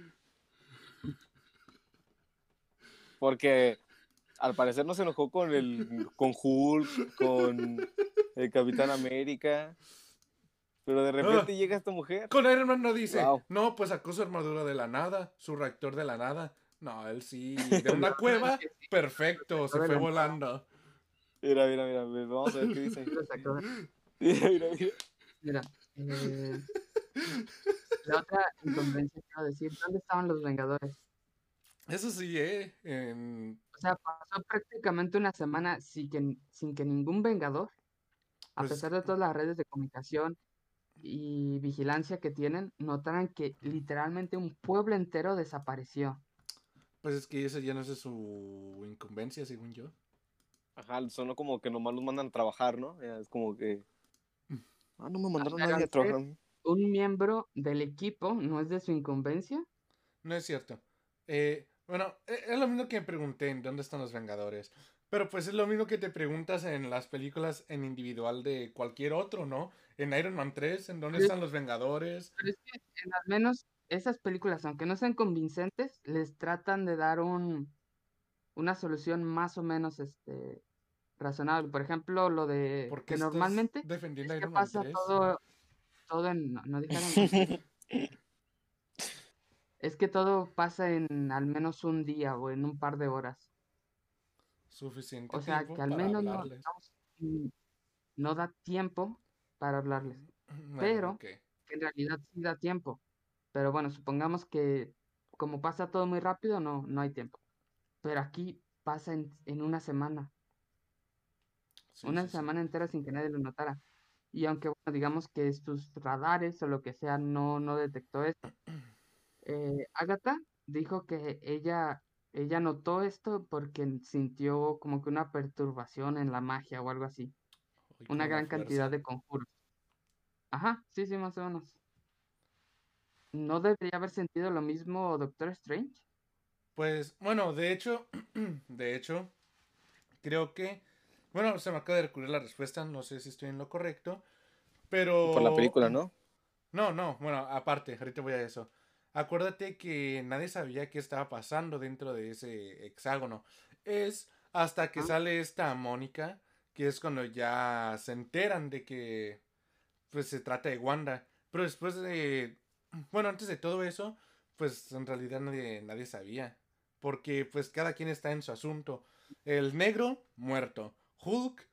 Porque al parecer no se enojó con el con Hulk, con el Capitán América, pero de Ah, repente llega esta mujer. con Iron Man no dice, Wow. no, pues sacó su armadura de la nada, su reactor de la nada. No, él sí, de La una verdad es cueva, que sí, perfecto, sacó se de fue la nada. volando. Mira, mira, mira, mira, vamos a ver qué Sí dice. lo sacó de- Mira, mira, mira. Mira, eh, la otra incongruencia que iba a decir, ¿dónde estaban los Vengadores? Eso sí, eh. En- O sea, pasó prácticamente una semana sin que, sin que ningún Vengador, a pues, pesar de todas las redes de comunicación y vigilancia que tienen, notaran que literalmente un pueblo entero desapareció. pues es que eso ya no es de su incumbencia, según yo. Ajá, sonó como que nomás los mandan a trabajar, ¿no? Ya es como que, ah, no me Al mandaron a nadie a parecer, trabajar. un miembro del equipo no es de su incumbencia. No es cierto. Eh, bueno, e- es lo mismo que me pregunté en dónde están los Vengadores. Pero pues es lo mismo que te preguntas en las películas en individual de cualquier otro, ¿no? En Iron Man tres, ¿en dónde Pero es, están los Vengadores? pero es que en al menos esas películas, aunque no sean convincentes, les tratan de dar un, una solución más o menos este, razonable. Por ejemplo, lo de ¿Por qué que estás normalmente defendiendo es que Iron Man pasa tres? todo, todo en, no, no dije Iron Man tres, es que todo pasa en al menos un día o en un par de horas. Suficiente O sea, que tiempo al para menos no, hablarles. no, no da tiempo para hablarles, Bueno, pero ok. que en realidad sí da tiempo. Pero bueno, supongamos que como pasa todo muy rápido, no, no hay tiempo. Pero aquí pasa en, en una semana, Sí, una sí, sí. semana entera sin que nadie lo notara. Y aunque, bueno, digamos que sus radares o lo que sea no, no detectó esto, eh, Agatha dijo que ella, ella notó esto porque sintió como que una perturbación en la magia o algo así, Hoy una como la gran cantidad fuerza. de conjuros. Ajá, sí, sí, más o menos. ¿No debería haber sentido lo mismo Doctor Strange? Pues, bueno, de hecho, de hecho, creo que, bueno, se me acaba de recurrir la respuesta, no sé si estoy en lo correcto, Por la pero, película, ¿no? no, no, bueno, aparte, ahorita voy a eso. Acuérdate que nadie sabía qué estaba pasando dentro de ese hexágono. Es hasta que Ah, sale esta Mónica, que es cuando ya se enteran de que, pues, se trata de Wanda. Pero después de, bueno, antes de todo eso, pues, en realidad nadie, nadie sabía. Porque, pues, cada quien está en su asunto. El negro, muerto. Hulk.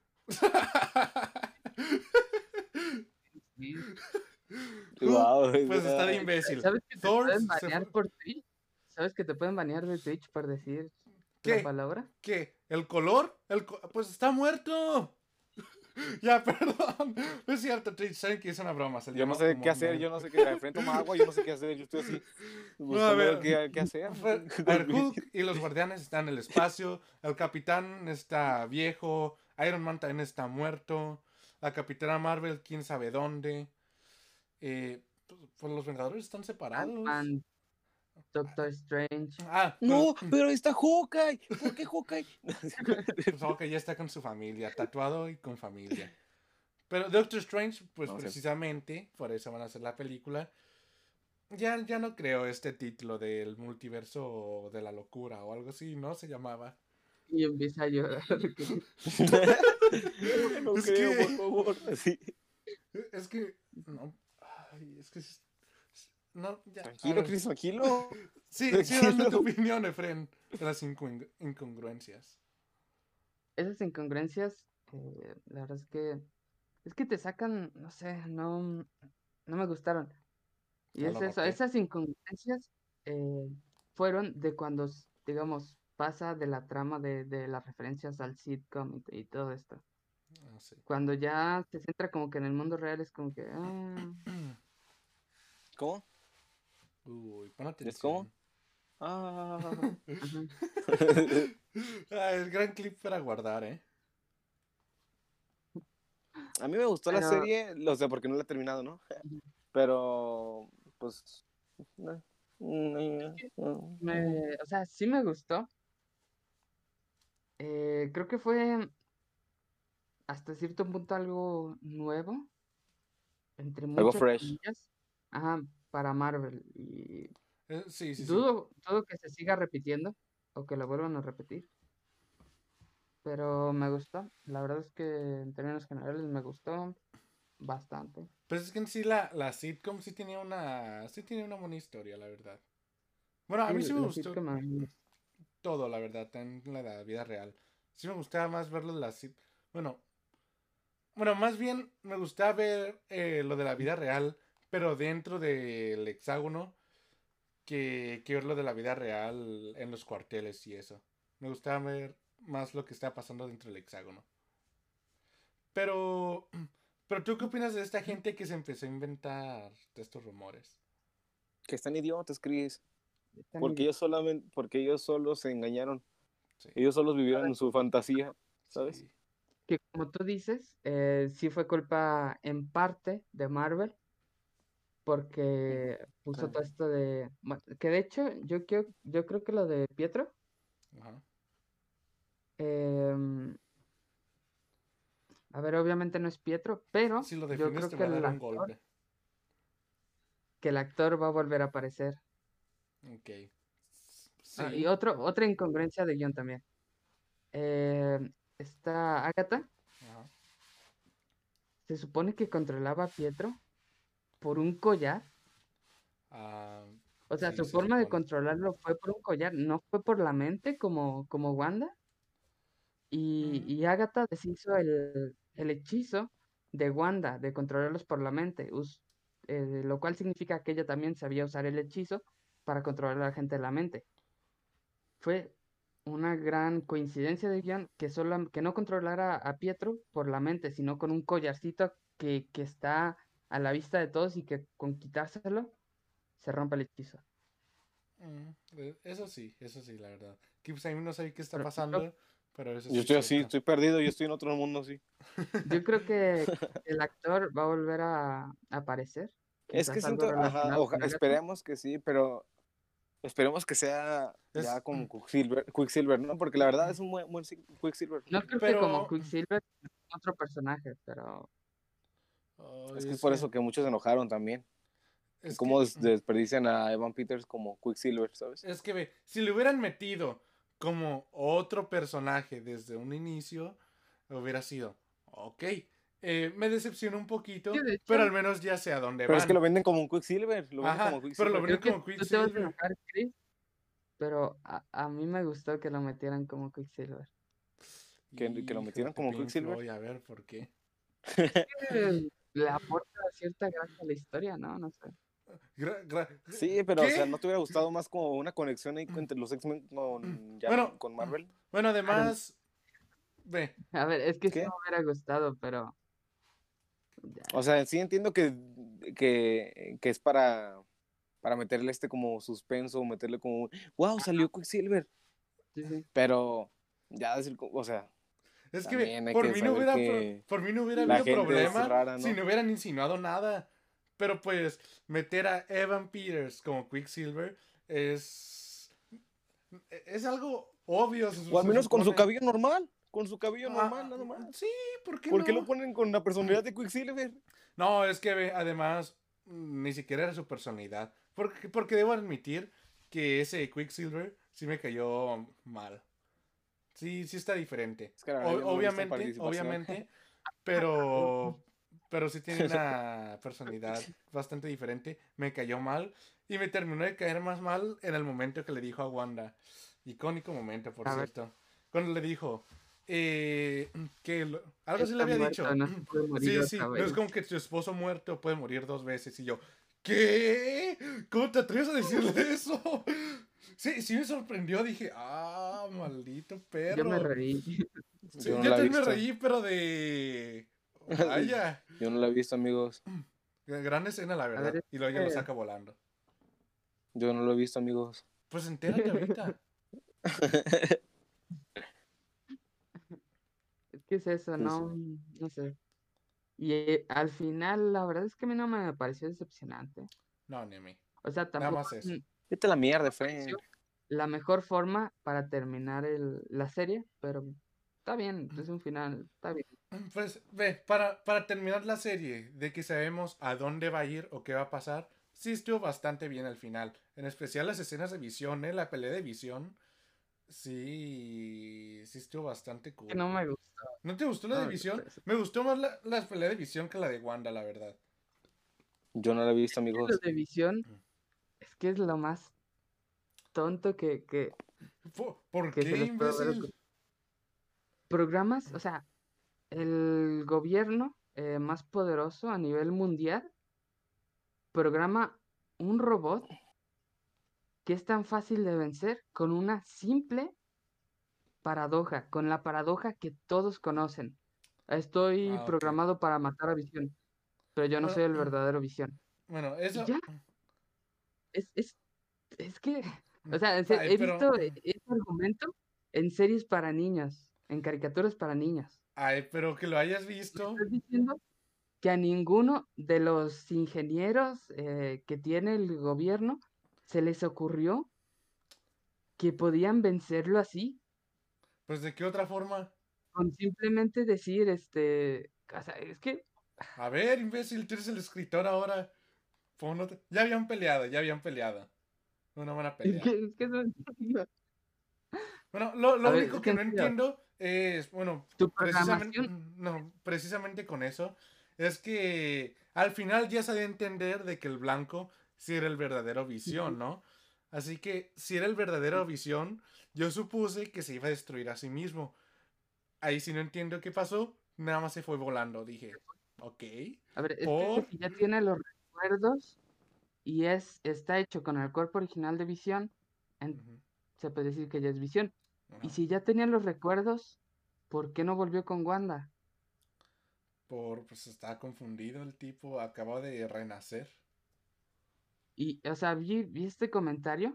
sí. Hulk, Wow. pues está de imbécil. ¿Sabes que te Thor pueden se banear fue. por Twitch? ¿Sabes que te pueden banear de Twitch por decir la ¿Qué? palabra? ¿Qué? ¿El color? El co- pues está muerto. Ya, perdón. No es cierto, Trish, saben que es una broma. Se Yo no llamó sé como qué hacer, Ned. yo no sé qué. Al frente toma agua, yo no sé qué hacer. Yo estoy así No, a buscando ver. qué, qué hacer. Fue- A ver, Hulk y los guardianes están en el espacio. El capitán está viejo. Iron Man también está muerto. La capitana Marvel, quién sabe dónde. Eh, pues, pues los Vengadores están separados. Ant-Man, Doctor Strange. Ah, No, pues, pero ahí está Hawkeye. ¿Por qué Hawkeye? pues ok, ya está con su familia, tatuado y con familia. Pero Doctor Strange, pues No sé. precisamente, por eso van a hacer la película. Ya, ya no creo este título del multiverso de la locura o algo así, ¿no? Se llamaba. Y empieza a llorar. No Es creo, que- por favor. Sí. Es que. No. Ay, es que. es- No, ya. a Tranquilo, ver. Chris, tranquilo. Sí, sí, dame tu Tranquilo. opinión, Efren, de las incongru- incongruencias. Esas incongruencias, eh, la verdad es que es que te sacan, no sé, no, no me gustaron. Y Ya es lo eso, noté. esas incongruencias eh, fueron de cuando, s- digamos, pasa de la trama de, de las referencias al sitcom y, y todo esto. No sé. Cuando ya se centra como que en el mundo real es como que, ah, ¿Cómo? Uy, pon ¿Es cómo? atención. Ah. ajá. Ah, el gran clip para guardar, ¿eh? A mí me gustó la Pero- serie, o sea, porque no la he terminado, ¿no? Ujú. Pero, pues. eh, mm, mm, Me- o sea, sí me gustó. Eh, creo que fue hasta cierto punto algo nuevo, entre Algo muchas fresh. comillas, ajá, para Marvel. Y Eh, sí, sí, sí. dudo, dudo que se siga repitiendo o que lo vuelvan a repetir. Pero me gustó. La verdad es que en términos generales me gustó bastante. Pues es que en sí la, la sitcom sí tenía una. Sí tenía una buena historia, la verdad. Bueno, a Sí, mí sí me la gustó sitcom a mí- todo, la verdad, en la, la vida real. Sí me gustaba más verlo en la sit. Bueno, bueno, más bien me gustaba ver eh, lo de la vida real, pero dentro del hexágono, que, que ver lo de la vida real en los cuarteles y eso. Me gustaba ver más lo que estaba pasando dentro del hexágono. Pero, pero ¿tú qué opinas de esta gente que se empezó a inventar de estos rumores? Que están idiotas, Chris. están Porque ide- ellos solamente, porque ellos solos se engañaron. Sí, Ellos solos vivieron en su fantasía, ¿sabes? sí. que como tú dices, eh, sí fue culpa en parte de Marvel, porque puso Sí. todo esto de... bueno, que de hecho, yo creo, yo creo que lo de Pietro, Ajá. em, a ver, obviamente no es Pietro, pero Si lo yo defiendes creo te que voy a el dar un actor, golpe. que el actor va a volver a aparecer. Ok. Ah, Sí. y otro, otra incongruencia de guión también. Eh, Esta Agatha Ajá. se supone que controlaba a Pietro por un collar. Ah, O sea, sí, su se forma de supone. controlarlo fue por un collar, no fue por la mente como, como Wanda. Y, Mm, y Agatha deshizo el, el hechizo de Wanda de controlarlos por la mente, us- eh, lo cual significa que ella también sabía usar el hechizo para controlar a la gente de la mente. Fue una gran coincidencia de guión que, solo, que no controlara a Pietro por la mente, sino con un collarcito que, que está a la vista de todos y que con quitárselo se rompe el hechizo. mm, eh, Eso sí, eso sí, la verdad. Que pues a mí no sé qué está Pero yo creo, pasando, pero eso Yo sí es estoy así, cierto. estoy perdido, yo estoy en otro mundo así. yo creo que el actor va a volver a, a aparecer, Es que quizás algo siento, ajá, relacionado oja- con Agatha. esperemos que sí, pero esperemos que sea ya Es, como Quicksilver, Quicksilver, ¿no? Porque la verdad es un buen, buen si- Quicksilver. No creo que como pero. Quicksilver, otro personaje, pero Es Ay, que es es por que. eso que muchos se enojaron también. Que Es cómo que. des- desperdician a Evan Peters como Quicksilver, ¿sabes? Es que ve, si le hubieran metido como otro personaje desde un inicio, hubiera sido. Ok. Eh, me decepcionó un sí, poquito, de pero hecho, al menos ya sé a dónde Pero es que lo van. venden como un Quicksilver, lo venden como Ajá, pero lo Quicksilver. venden creo que como tú te vas a Quicksilver. enojar, Chris, pero a, a mí me gustó que lo metieran como Quicksilver. Que, que lo Hijo metieron de como Pink Quicksilver. Floyd, a ver por qué. Eh, Le aporta cierta gracia a la historia, ¿no? No sé. Gra- gra- Sí, pero o sea, ¿no ¿Qué? te hubiera gustado más como una conexión ahí entre los X-Men con, ya, Bueno, con Marvel? bueno, Claro, además, Ve, A ver, es que sí ¿Qué? me hubiera gustado, pero ya. O sea, sí entiendo que, que, que es para, para meterle este como suspenso, meterle como, wow, salió Quicksilver. Sí, sí. Pero ya decir, co- o sea, es que ve, también hay por que mí no saber hubiera, pro- que por mí no hubiera la habido gente es problema rara, si ¿no? no hubieran insinuado nada. Pero pues, meter a Evan Peters como Quicksilver es. Es algo obvio, se, O al se menos con su supone. cabello normal, con su cabello normal, Ah, nada más. sí, ¿por qué ¿Por qué lo no? ponen con la personalidad de Quicksilver? No, es que ve, además, mm, ni siquiera era su personalidad. Porque, porque debo admitir que ese Quicksilver sí me cayó mal. Sí, sí está diferente. Es que la O- verdad yo no lo he visto en obviamente, participación. obviamente, pero, pero sí tiene una personalidad bastante diferente. Me cayó mal y me terminó de caer más mal en el momento que le dijo a Wanda. Icónico momento, por A ver, cierto. Cuando le dijo eh, que lo- algo así le está había muerto, dicho. no se puede morir Sí, otra sí, no es vez. como que tu esposo muerto puede morir dos veces. Y yo, ¿qué? ¿Cómo te atreves a decirle eso? Sí, sí me sorprendió. Dije, ah, maldito Yo me perro. reí. Sí, Yo no yo la he también me visto. reí, pero de. Vaya. Yo no la he visto, amigos. Gran escena, la A ver, verdad. es Y luego ya lo que, saca volando. Yo no lo he visto, amigos. Pues entérate ahorita. es que es eso, Pues, no, no sé. Y eh, al final, la verdad es que a mí no me pareció decepcionante. No, ni a mí. O sea, Nada tampoco más eso. mm, vete a la me mierda, pareció Fren. la mejor forma para terminar el, la serie, pero está bien, es un final, está bien. Pues ve, para, para terminar la serie, de que sabemos a dónde va a ir o qué va a pasar, sí estuvo bastante bien al final. En especial las escenas de visión, ¿eh? La pelea de visión. Sí, sí estuvo bastante Que cool. no me gustó, ¿No te gustó la no de me gustó visión? eso. Me gustó más la, la pelea de visión que la de Wanda, la verdad. Yo no la he visto, Lo amigos. de visión es que es lo más tonto que, que, ¿Por, ¿por que se qué, les puede ver. imbécil? Programas, o sea, el gobierno eh, más poderoso a nivel mundial programa un robot que es tan fácil de vencer con una simple paradoja, con la paradoja que todos conocen. Estoy Ah, ok. programado para matar a Visión, pero yo no Bueno, soy el verdadero Visión. bueno, Y eso. ya, es, es, es que, o sea, en serio, Ay, he pero. visto e- ese argumento en series para niños, en caricaturas para niños. Ay, pero que lo hayas Me visto. estás diciendo que a ninguno de los ingenieros eh, que tiene el gobierno se les ocurrió que podían vencerlo así, Pues de qué otra forma. con simplemente decir, este, o sea, es que, A ver, imbécil, tú eres el escritor ahora. Pon otra- Ya habían peleado, ya habían peleado. Una buena es que, pelea. es que no entiendo. Bueno, lo, A lo ver, único es que que en no serio, entiendo es, bueno, tu precisamente, programación, no, precisamente con eso, es que al final ya se da a entender de que el blanco sí era el verdadero ujú, Visión, ¿no? Así que si era el verdadero Visión, yo supuse que se iba a destruir a sí mismo. Ahí sí no entiendo qué pasó, nada más se fue volando. Dije, ok, a ver, es que por... si ya tiene los recuerdos y es, está hecho con el cuerpo original de Visión, en- Ujú, se puede decir que ya es Visión. Y ajá, si ya tenía los recuerdos, ¿por qué no volvió con Wanda? por, pues estaba confundido el tipo, acaba de renacer. Y, o sea, vi, vi este comentario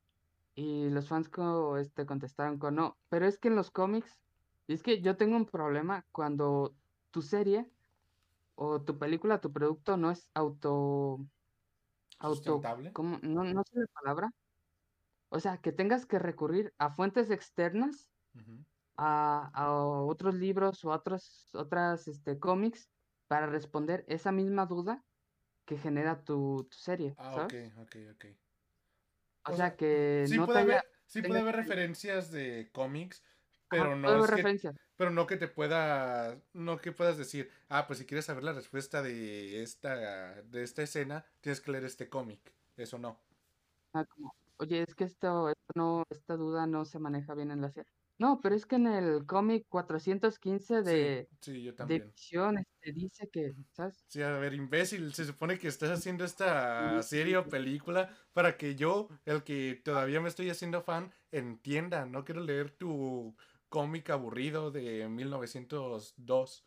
y los fans co- este, contestaron con no, pero es que en los cómics, y es que yo tengo un problema cuando tu serie o tu película, tu producto no es auto, auto, Sustentable. ¿cómo? No, no sé la palabra. O sea, que tengas que recurrir a fuentes externas, Ujú. a, a otros libros o a otros, otras este, cómics para responder esa misma duda que genera tu, tu serie, Ah, ok, ¿sabes? ok, ok. O O sea, sea, que sí no te puede haya, haber, sí puede tengas haber que, referencias de cómics, ajá, pero puede no haber es que, referencias. pero no que te pueda, no que puedas decir, ah, pues si quieres saber la respuesta de esta, de esta escena, tienes que leer este cómic. Eso no. Ah, como, oye, es que esto, esto no, esta duda no se maneja bien en la serie. No, pero es que en el cómic cuatrocientos quince Sí, de, sí, yo de también. Visión este, dice que, ¿sabes? Sí, a ver, imbécil, se supone que estás haciendo esta serie o película para que yo, el que todavía me estoy haciendo fan, entienda. No quiero leer tu cómic aburrido de mil novecientos dos.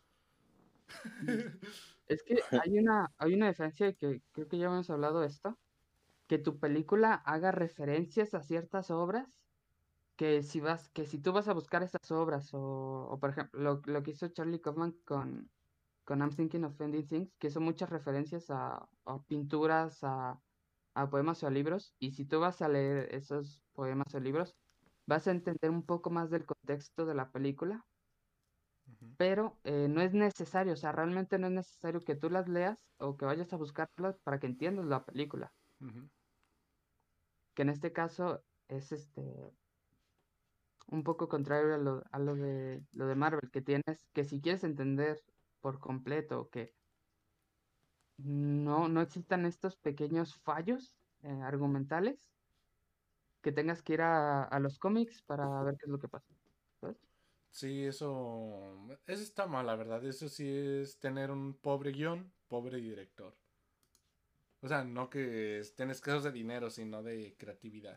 Es que hay una, hay una diferencia que creo que ya hemos hablado de esto, que tu película haga referencias a ciertas obras, que si vas, que si tú vas a buscar esas obras, o, o por ejemplo, lo, lo que hizo Charlie Kaufman con, con I'm Thinking of Ending Things, que son muchas referencias a, a pinturas, a, a poemas o a libros, y si tú vas a leer esos poemas o libros, vas a entender un poco más del contexto de la película, Ujú, pero eh, no es necesario, o sea, realmente no es necesario que tú las leas o que vayas a buscarlas para que entiendas la película, ujú. que en este caso es este un poco contrario a lo, a lo de lo de Marvel, que tienes que si quieres entender por completo que no, no existan estos pequeños fallos eh, argumentales, que tengas que ir a, a los cómics para ver qué es lo que pasa, ¿sabes? Sí, eso, eso está mal, la verdad. Eso sí es tener un pobre guión, pobre director. O sea, no que estén escasos de dinero, sino de creatividad.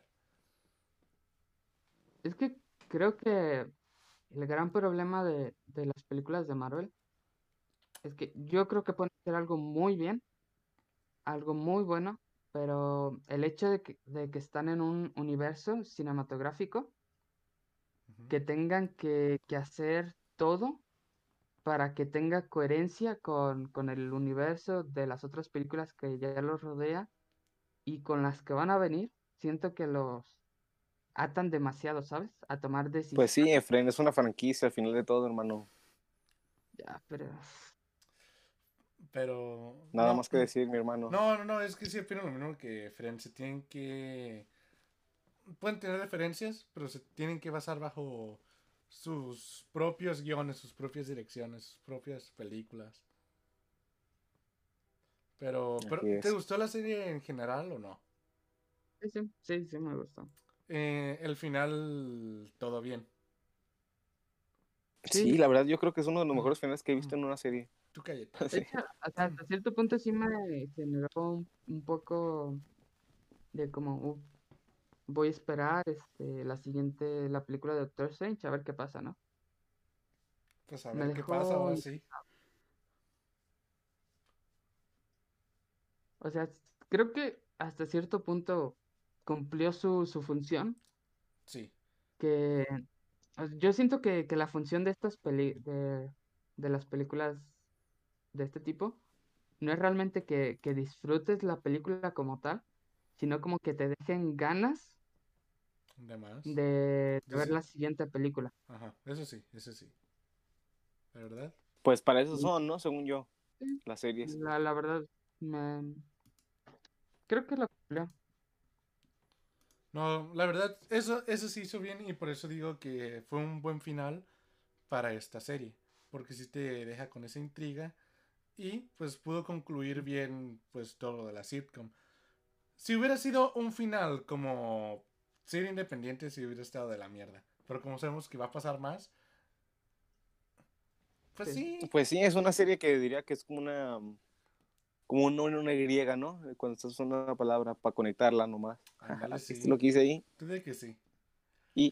Es que creo que el gran problema de, de las películas de Marvel es que yo creo que pueden hacer algo muy bien, algo muy bueno, pero el hecho de que, de que están en un universo cinematográfico, Ujú. que tengan que, que hacer todo para que tenga coherencia con, con el universo de las otras películas que ya los rodea y con las que van a venir, siento que los atan demasiado, ¿sabes? A tomar Pues decisiones. sí, Efren, es una franquicia al final de todo, hermano. Ya, pero Pero, Nada no, más que decir, mi hermano. no, no, no, es que sí opino lo mismo que Fren. Se tienen que. Pueden tener referencias, pero se tienen que basar bajo sus propios guiones, sus propias direcciones, sus propias películas. Pero, pero Así ¿te es. gustó la serie en general o no? sí, sí, sí, sí me gustó. Eh, el final, todo bien. Sí, Sí, la verdad, yo creo que es uno de los Mm, mejores finales que he mm, visto en una serie. Tú cállate. de Sí. hecho, hasta, hasta cierto punto sí me generó un, un poco de como, "Uh, voy a esperar este, la siguiente, la película de Doctor Strange, a ver qué pasa, ¿no?" Pues a Me ver qué pasa dejó, ahora in- sí. o sea, creo que hasta cierto punto cumplió su, su función, Sí. que o sea, yo siento que, que la función de estas peli, de, de las películas de este tipo no es realmente que, que disfrutes la película como tal, sino como que te dejen ganas De más. de, de ver Dice. la siguiente película. Ajá. Eso sí, eso sí. ¿De verdad? Pues para eso Y son, ¿no? Según yo, sí, las series. la, la verdad, me, creo que lo cumplió. No, la verdad, eso, eso sí hizo bien y por eso digo que fue un buen final para esta serie. Porque sí te deja con esa intriga y pues pudo concluir bien pues todo lo de la sitcom. Si hubiera sido un final como serie independiente, sí hubiera estado de la mierda. Pero como sabemos que va a pasar más, pues Sí. sí. Pues sí, es una serie que diría que es como una, como un una, una griega, ¿no? Cuando estás usando una palabra para conectarla nomás. Ándale, ¿Viste sí. lo que hice ahí? Tú de que sí. Y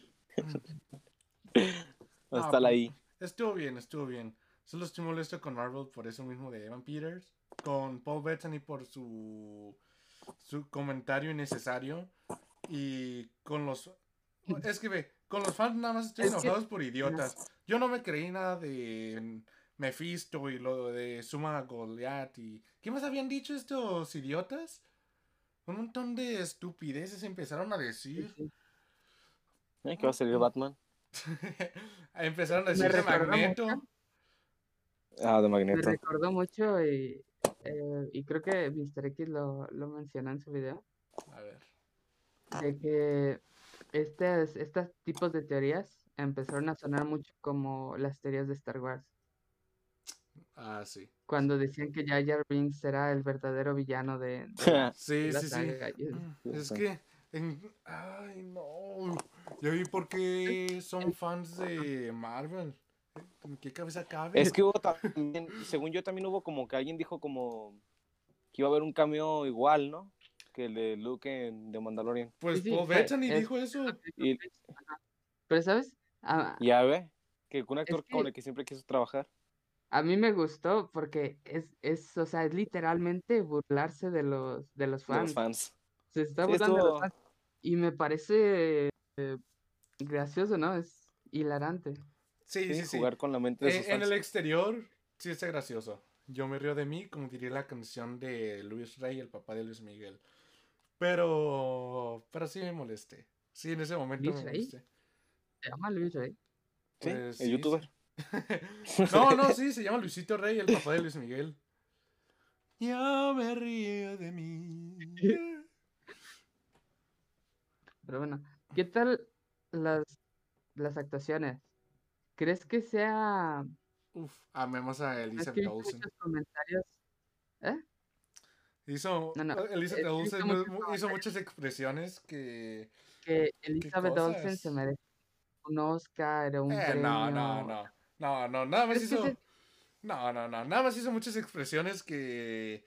No, hasta la pero I. estuvo bien, estuvo bien. Solo estoy molesto con Marvel por eso mismo de Evan Peters. Con Paul Bettany por su, su comentario innecesario. Y con los... Es que ve, con los fans nada más estoy Es que, enojados por idiotas. Yo no me creí nada de Mephisto y lo de Suma Goliath y... ¿Qué más habían dicho estos idiotas? Un montón de estupideces empezaron a sí, decir. sí. ¿Eh? Que va a salir Batman. Empezaron a Me decir de recordó mucho, Magneto. Ah, de me Magneto. recordó mucho y, eh, y creo que míster X lo, lo mencionó en su video, A ver. de que estas, estos tipos de teorías empezaron a sonar mucho como las teorías de Star Wars, Ah, sí. cuando decían que Jar Jar Binks era el verdadero villano de, de la, de Sí, la sí, sí. saga. Y es- Es que... en- Ay, no. Ya vi por qué son fans de Marvel. ¿En qué cabeza Es cabe? que hubo también, según yo también hubo como que alguien dijo como que iba a haber un cameo igual, ¿no? Que el de Luke en The Mandalorian. Pues Sí, sí, Paul fue, Bettany es dijo eso. lo que dijo Y Chris. Ajá. Pero, ¿sabes? A, Ya ve, que un es actor con que el que siempre quiso trabajar. a mí me gustó porque es, es, o sea, es literalmente burlarse de los, de los De los fans. fans. Se está Sí, burlando de los estuvo. fans. Y me parece gracioso, ¿no? Es hilarante. Sí, Sí, sí, sí. jugar con la mente de sus Eh, en el fans. exterior, sí está gracioso. Yo me río de mí, como diría la canción de Luis Rey, el papá de Luis Miguel. Pero, pero sí me molesté. Sí, en ese momento me Luis Rey, molesté. se llama Luis Rey. Sí, Pues el sí, sí. youtuber. No, no, sí, se llama Luisito Rey, el papá de Luis Miguel. Yo me río de mí. Pero bueno, ¿qué tal las, las actuaciones? ¿Crees que sea... Uf, amemos a Es Elizabeth que he visto Olsen. muchos comentarios. ¿Eh? Hizo, No, no. Elizabeth Es que he visto Olsen muchos hizo comentarios muchas expresiones que... que ¿Qué Elizabeth Olsen se cosas? merece un Oscar o un Eh, no, no, premio. no. No, no, nada más ¿Crees que hizo... se... No, no, no. Nada más hizo muchas expresiones que...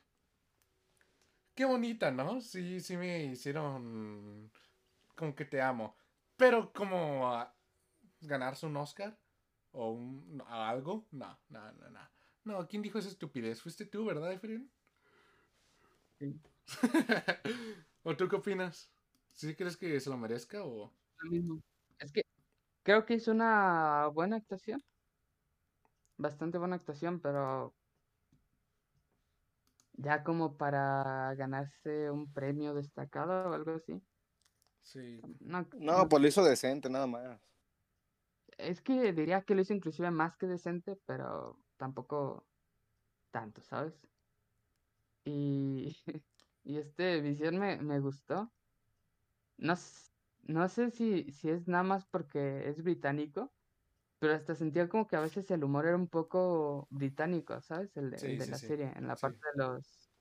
Qué bonita, ¿no? Sí, sí me hicieron... Como que te amo. Pero como a ganarse un Oscar o un, algo, no, no, no, no. No, ¿quién dijo esa estupidez? ¿Fuiste tú, verdad, Efren? Sí, ¿O tú qué opinas? ¿Sí crees que se lo merezca o...? lo mismo. Es que creo que hizo una buena actuación. Bastante buena actuación, pero ya como para ganarse un premio destacado o algo así. Sí. No, No, no pues lo creo. hizo decente, nada más. Es que diría que lo hizo inclusive más que decente, pero tampoco tanto, ¿sabes? Y, y este Visión me, me gustó. No, s- no sé si, si es nada más porque es británico, pero hasta sentía como que a veces el humor era un poco británico, ¿sabes? El, de- el Sí, de sí, la sí. serie, en la Sí. parte de los,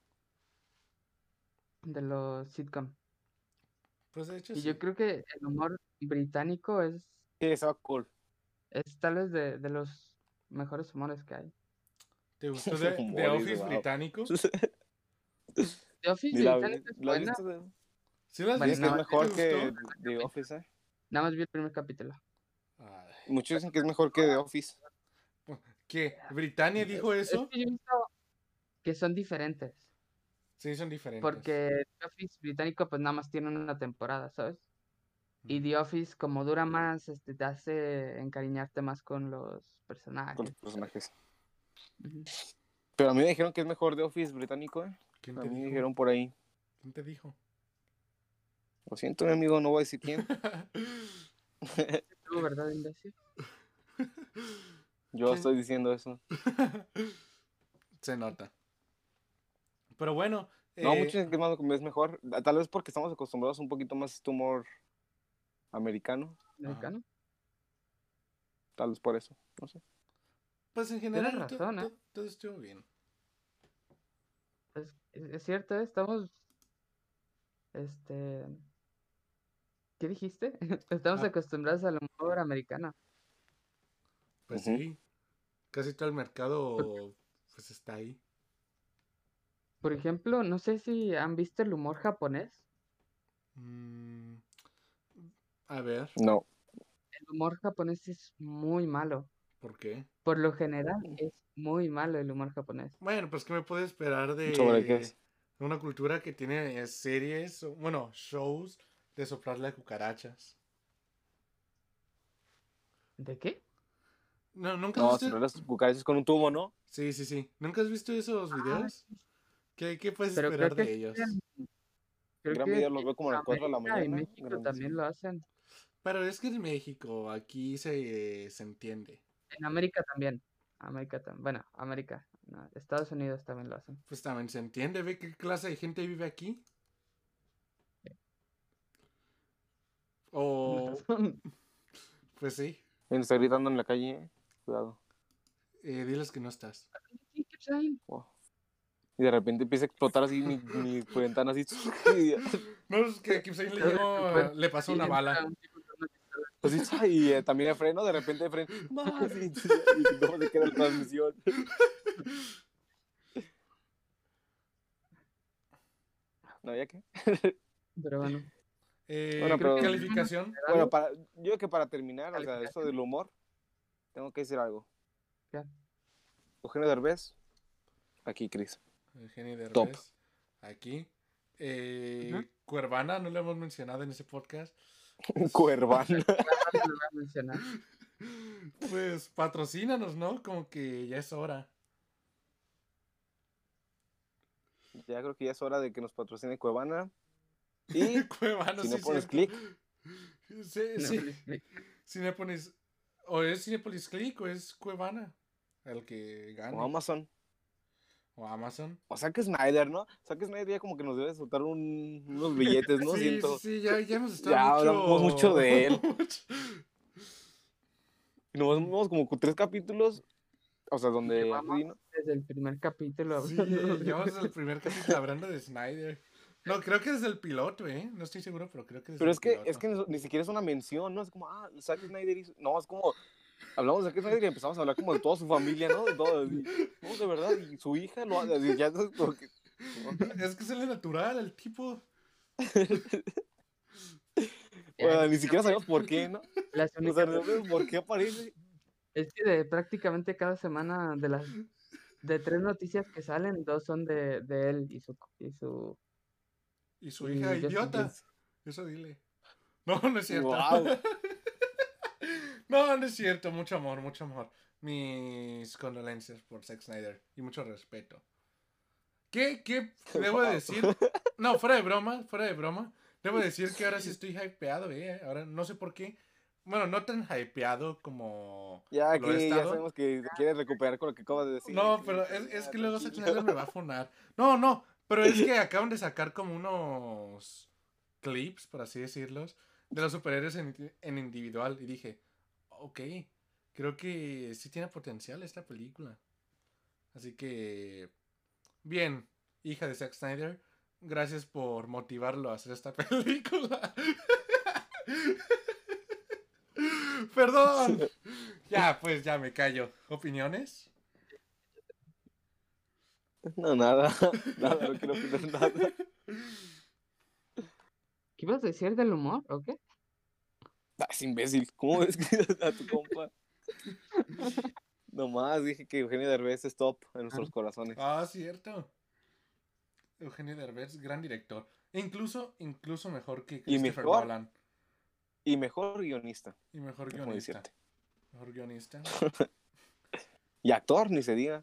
de los sitcom. Pues de hecho Y yo sí. creo que el humor británico es, Sí, estaba cool. es tal vez de, de los mejores humores que hay. ¿Te gustó de, The Humores, Office wow. británico? The Office Ni la británico vi- es ¿Lo has buena. visto? De- ¿Sí lo has Bueno, Dicen que nada es visto? más, ¿Y te mejor que gustó? The Office, ¿eh? nada más vi el primer capítulo. Ay, Muchos dicen que es mejor que The Office. ¿qué? ¿Britannia dijo Es eso? que yo he visto que son diferentes. Sí, son diferentes. Porque The Office británico pues nada más tiene una temporada, ¿sabes? Y Mm. The Office como dura más, este, te hace encariñarte más con los Con los personajes. personajes. Ujú. Pero a mí me dijeron que es mejor The Office británico, ¿eh? ¿Quién A te mí me dijo? dijeron por ahí. ¿Quién te dijo? Lo siento, mi amigo, no voy a decir quién. Tú, ¿verdad, imbécil? Yo ¿Quién? estoy diciendo eso. Se nota. Pero bueno, No, muchos eh, dicen que es, más, es mejor. Tal vez porque estamos acostumbrados un poquito más a este humor americano. ajá. Americano. Tal vez por eso. No sé. Pues en Tienes general to- razón, ¿eh? to- todo estuvo bien. Es, es- es cierto, ¿eh? Estamos, este, ¿qué dijiste? Estamos Ah, acostumbrados al humor americano. pues Ujú. sí, casi todo el Por, mercado pues está ahí. por ejemplo, no sé si han visto el humor japonés. Mm, a ver, No. El humor japonés es muy malo. ¿por qué? Por lo general es muy malo el humor japonés. Bueno, pues ¿qué me puedo esperar ¿Sobre qué de es? una cultura que tiene eh, series, o- bueno, shows de soplarle a cucarachas? ¿De qué? No, ¿nunca has No, visto? sobre las cucarachas con un tubo, ¿no? Sí, sí, sí. ¿Nunca has visto esos Ah, videos? ¿Qué, qué puedes pero creo esperar que de aquí ellos? en, creo Gran que video aquí los veo como a en las cuatro de la América y mañana. México también Grandísimo. lo hacen. Pero es que en México, aquí se, se entiende. En América también. América también. Bueno, América. No, Estados Unidos también lo hacen. Pues también se entiende, ¿ve qué clase de gente vive aquí? Tienes O, razón. pues sí, Me está gritando en la calle. eh. Cuidado. eh, diles que no estás. Sí, ¿qué traen? Wow. Y de repente empieza a explotar así mi, mi ventana así. y No, es que a Kipsain le Abre tu puerta llegó, le pasó y una entra bala. un tipo con una pistola. así, y eh, también de freno, de repente de freno. Más. Y, y no se queda la transmisión. No, ¿ya qué? Pero bueno. Eh, Bueno, pero- calificación. Bueno, para, yo creo que para terminar, o sea, Calificación. eso del humor, tengo que decir algo. ¿Qué? Eugenio Derbez, aquí, Chris. Eugenio Top. Derbez. Aquí. Eh, Ujú. Cuervana, no lo hemos mencionado en ese podcast. Cuervana. No lo voy a mencionar. Pues patrocínanos, ¿no? Como que ya es hora. Ya creo que ya es hora de que nos patrocine Cuevana. Y Cuevana, si sí, no pones cierto. clic, Sí, No, sí. please, please. Cinépolis. O es Cinépolis Click o es Cuevana. El que gane. o Amazon. O Amazon. O Zack Snyder, ¿no? Zack Snyder ya como que nos debe soltar un- unos billetes, ¿no? Sí, Siento. sí, sí, ya, ya hemos estado Ya mucho... hablamos mucho de él. Nos vemos como con tres capítulos. O sea, donde Llevamos así, ¿no? desde el primer capítulo Sí, hablando de- llevamos desde el primer capítulo hablando de Snyder. No, creo que desde el piloto, ¿eh? No estoy seguro, pero creo que desde Pero el es que, piloto. es que ni, ni siquiera es una mención, ¿no? Es como, ah, Zack Snyder hizo... No, es como, hablamos de Zack Snyder y empezamos a hablar como de toda su familia, ¿no? De todo, y, no, de verdad, y su hija lo hace, así, ya es como que... Es que sale natural, el tipo. O sea, ni siquiera sabemos por qué, ¿no? Las O sea, únicas- no sabemos por qué aparece. Es que de prácticamente cada semana de las de tres noticias que salen, dos son de, de él y su y su Y su y hija Justin idiota. Bieber. Eso dile. No, no es cierto. Wow. No, no es cierto. Mucho amor, mucho amor. Mis condolencias por Zack Snyder. Y mucho respeto. ¿Qué, qué debo Wow. decir? No, fuera de broma, fuera de broma. Debo decir que ahora sí estoy hypeado, eh. Ahora no sé por qué. Bueno, no tan hypeado como Ya lo he aquí, ya estado. sabemos que te quieres recuperar con lo que acabas de decir. No, Chris, pero ya, es, es que luego Zack tranquilo. Snyder me va a funar. No, no, pero es que acaban de sacar como unos clips, por así decirlos, de los superhéroes en, en individual. Y dije, ok, creo que sí tiene potencial esta película. Así que, bien, hija de Zack Snyder, gracias por motivarlo a hacer esta película. Perdón. Ya, pues ya me callo. ¿Opiniones? No, nada, nada, no quiero opinar nada. ¿Qué ibas a decir del humor o qué? Ah, es imbécil, ¿cómo ves que a tu compa? Nomás dije que Eugenio Derbez es top en nuestros corazones. Ah, cierto. Eugenio Derbez, gran director. E incluso, incluso mejor que Y Christopher mejor. Nolan. Y mejor guionista, Y mejor déjame guionista. decirte. Mejor guionista. Y actor, ni se diga.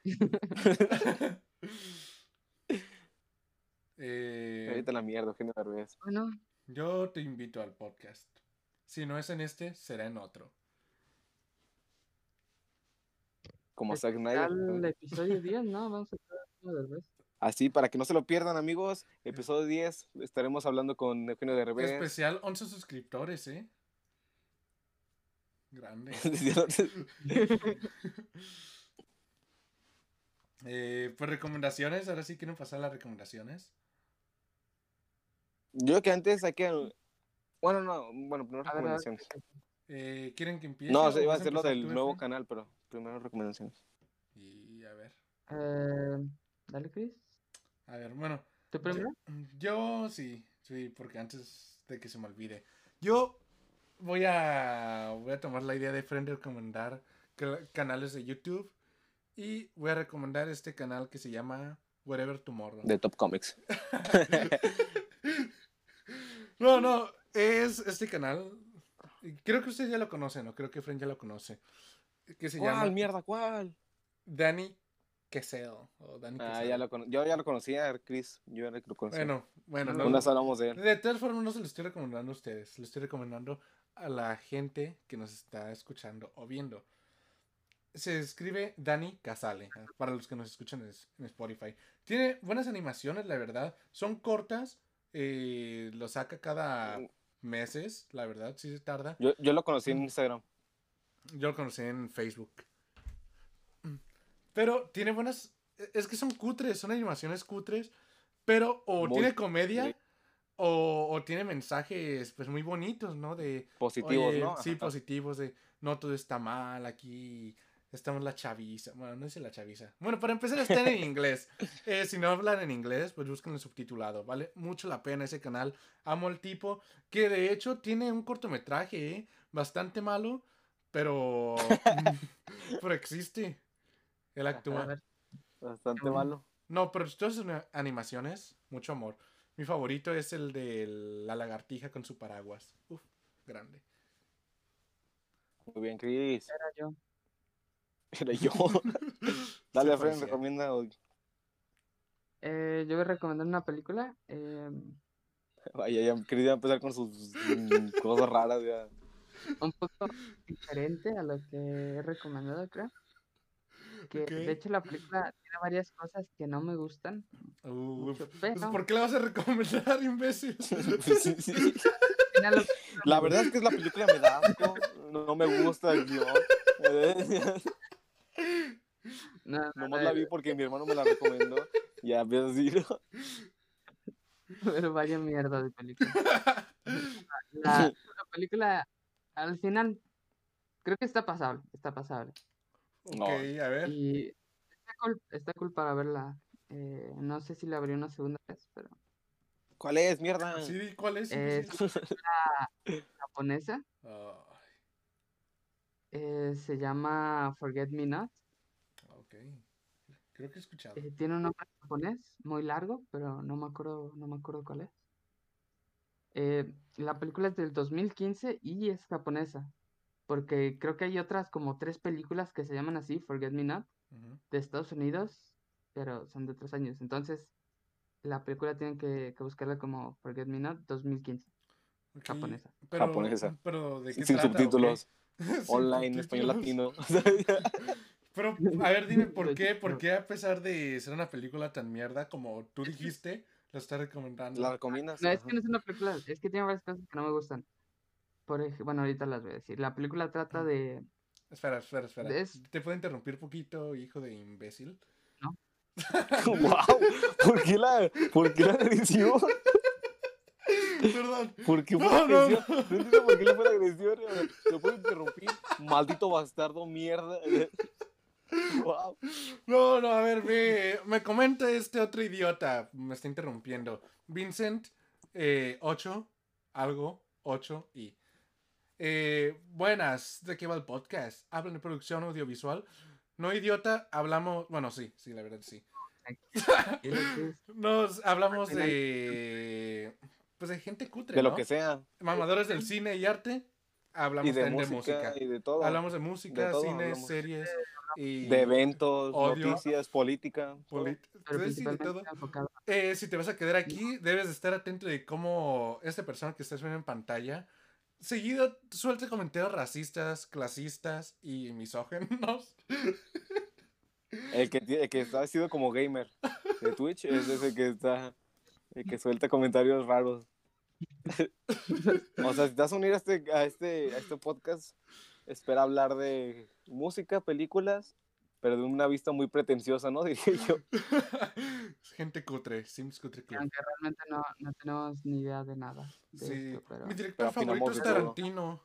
Eh, Ahorita la mierda, Eugenio Derbez. Bueno, yo te invito al podcast. Si no es en este, será en otro. Como Zack especial Snyder. episodio diez, ¿no? Vamos a estar hablando del resto. Así, para que no se lo pierdan, amigos, episodio diez, estaremos hablando con Eugenio Derbez. Especial once suscriptores, ¿eh? Grande. eh, pues recomendaciones. Ahora sí quieren pasar las recomendaciones. Yo creo que antes hay que... Bueno, no, bueno, primero A ver, a ver, recomendaciones. Eh, ¿Quieren que empiece? No, o se iba a vas hacer lo empezar del tú, nuevo Efraín? canal, pero primero recomendaciones. Y a ver. eh, dale, Chris. A ver, bueno. ¿Tú primero? Yo, yo sí, sí, porque antes de que se me olvide. Yo voy a voy a tomar la idea de Friend de recomendar ca- canales de YouTube y voy a recomendar este canal que se llama Wherever Tomorrow. De Top Comics. No, no, es este canal. Creo que ustedes ya lo conocen, o creo que Friend ya lo conoce. Que se ¿Cuál, llama mierda, cuál? Danny Kessel. O Danny Ah, Kessel. ya lo cono- yo ya lo conocía, Chris. Yo ya lo conocía. Bueno, bueno, No no, lo Una vez hablamos de él. de todas formas no se lo estoy recomendando a ustedes, lo estoy recomendando a la gente que nos está escuchando o viendo. Se escribe Danny Casale, ¿eh? Para los que nos escuchan en, en Spotify. Tiene buenas animaciones, la verdad. Son cortas, eh, lo saca cada meses, la verdad, sí se tarda. Yo, yo lo conocí en Instagram. Yo lo conocí en Facebook. Pero tiene buenas... Es que son cutres, son animaciones cutres. Pero o Muy tiene comedia sí. o, o tiene mensajes pues muy bonitos, ¿no? De... Positivos, oye, ¿no? Sí, Ajá. positivos de no todo está mal aquí. estamos la chaviza. Bueno, no dice la chaviza. Bueno, para empezar están en inglés. Eh, si no hablan en inglés, pues busquen el subtitulado. Vale mucho la pena ese canal. Amo al tipo, que de hecho tiene un cortometraje, ¿eh? Bastante malo, pero... pero existe. Él A actúa. ver, Bastante Mm. malo. No, pero todas sus animaciones, mucho amor. Mi favorito es el de la lagartija con su paraguas. Uf, grande. Muy bien, Chris. era yo. Era yo. Se Dale, Fren, parecía. recomienda. Eh, yo voy a recomendar una película. eh, Vaya, ya Chris va a empezar con sus mm, cosas raras. Ya. un poco diferente a lo que he recomendado, creo. Que Ok. de hecho la película tiene varias cosas que no me gustan Uf, mucho, pues, pero ¿por qué le vas a recomendar, imbécil? Pues sí, sí. al final lo- La verdad es que la película me da asco. No me gusta el guión. no, no, Nomás no, la vi porque mi hermano me la recomendó. Ya ves así, ¿no? pero vaya mierda de película. La, la película al final creo que está pasable, está pasable. Ok, No. a ver. Y está cool, está cool para verla. Eh, no sé si la abrí una segunda vez, pero ¿Cuál es, mierda? Sí, ¿cuál es, es imbécil? japonesa. Ay, eh, se llama Forget Me Not. ok. Creo que he escuchado. Eh, tiene un nombre japonés muy largo, pero no me acuerdo, no me acuerdo cuál es. Eh, la película es del dos mil quince y es japonesa, porque creo que hay otras como tres películas que se llaman así, Forget Me Not, Ujú. de Estados Unidos, pero son de otros años. Entonces, la película tienen que, que buscarla como Forget Me Not dos mil quince, Ok, japonesa. pero, Japonesa. pero ¿de qué Sin trata o qué? subtítulos. Sin Online, español subtítulos. latino. Pero, a ver, dime, ¿por qué? ¿Por qué a pesar de ser una película tan mierda como tú dijiste, la estás recomendando? ¿La recomiendas? No, es Ajá. que no es una película, es que tiene varias cosas que no me gustan. Por ejemplo, bueno, ahorita las voy a decir. La película trata de, Espera, espera, espera. de es, ¿Te puedo interrumpir poquito, hijo de imbécil? ¿no? ¡Wow! ¿Por qué la, por qué la agresión? Perdón. ¿Por qué fue No, la no, agresión? no. No entiendo por qué le fue la agresión. ¿Lo puedo interrumpir? Maldito bastardo, mierda. ¡Wow! No, no, a ver, me, me comenta este otro idiota. Me está interrumpiendo. Vincent, eh, ocho, algo, ocho y. Eh, buenas, ¿de qué va el podcast? ¿Hablan de producción audiovisual? No, idiota, hablamos. Bueno, sí, sí, la verdad sí. Y lo que es, Nos hablamos al final, de. Pues de gente cutre, De lo que ¿no? sea. Mamadores del cine y arte. Y Hablamos de también de música, música. y de todo. Hablamos de De música, todo cine, hablamos. series De y eventos, odio, noticias, política. Todo. polit- pero pues sí, de principalmente todo. enfocado. Eh, si te vas a quedar aquí, debes de estar atento de cómo esta persona que estás viendo en pantalla seguido suelta comentarios racistas, clasistas y misógenos. El que, tie- el que está vestido como gamer de Twitch es ese que está. El que suelta comentarios raros. O sea, si te vas a unir a este, a este, a este podcast, espera hablar de música, películas, pero de una vista muy pretenciosa, ¿no? Diría yo. Gente cutre, Sims Cutre Club. Aunque realmente no, no tenemos ni idea de nada de Sí, esto, mi pero director Pero favorito opinamos es de todo. Tarantino.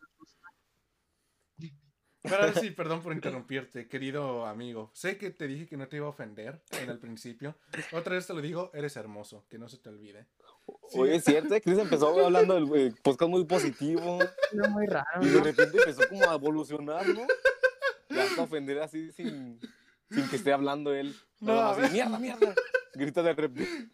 Pero ahora sí, perdón por interrumpirte, querido amigo. Sé que te dije que no te iba a ofender en el principio. Otra vez te lo digo, eres hermoso, que no se te olvide. Sí. Oye, es cierto, eh, Chris empezó hablando del eh, podcast muy positivo no muy raro, y de ¿no? repente empezó como a evolucionar, ¿no? Y hasta ofender así sin, sin que esté hablando él. No, Nada a más así, ver. mierda, mierda. Grita de repente.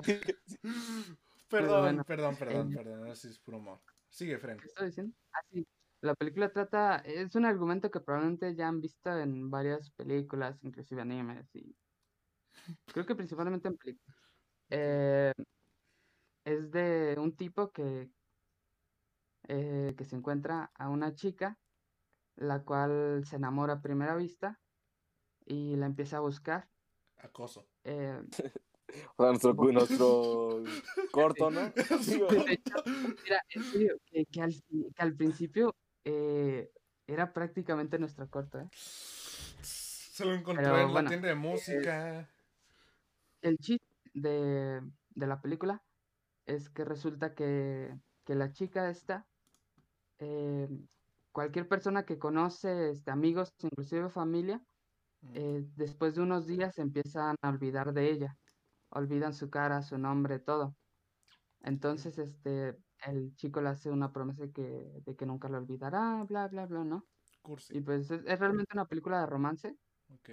Pues Perdón, bueno, perdón, eh, perdón, perdón. Así es puro humor. Sigue, Fren. ¿qué estoy diciendo? Ah, sí. La película trata, es un argumento que probablemente ya han visto en varias películas, inclusive animes, y creo que principalmente en películas. Eh, es de un tipo que, eh, que se encuentra a una chica, la cual se enamora a primera vista y la empieza a buscar. Acoso. eh, O sea, nuestro, bu- nuestro corto, sí. ¿no? Su De corto. hecho, mira, en serio, que, que al, que al principio eh, era prácticamente nuestro corto, ¿eh? Se lo encontró Pero en la bueno, tienda de eh, música. el chiste de, de la película es que resulta que, que la chica esta eh, cualquier persona que conoce, este, amigos, inclusive familia, Mm, eh, después de unos días empiezan a olvidar de ella, olvidan su cara, su nombre, todo. ok. Entonces, este, el chico le hace una promesa de que, de que nunca lo olvidará, bla, bla, bla, ¿no? Cursi. Y pues es, es realmente una película de romance Ok.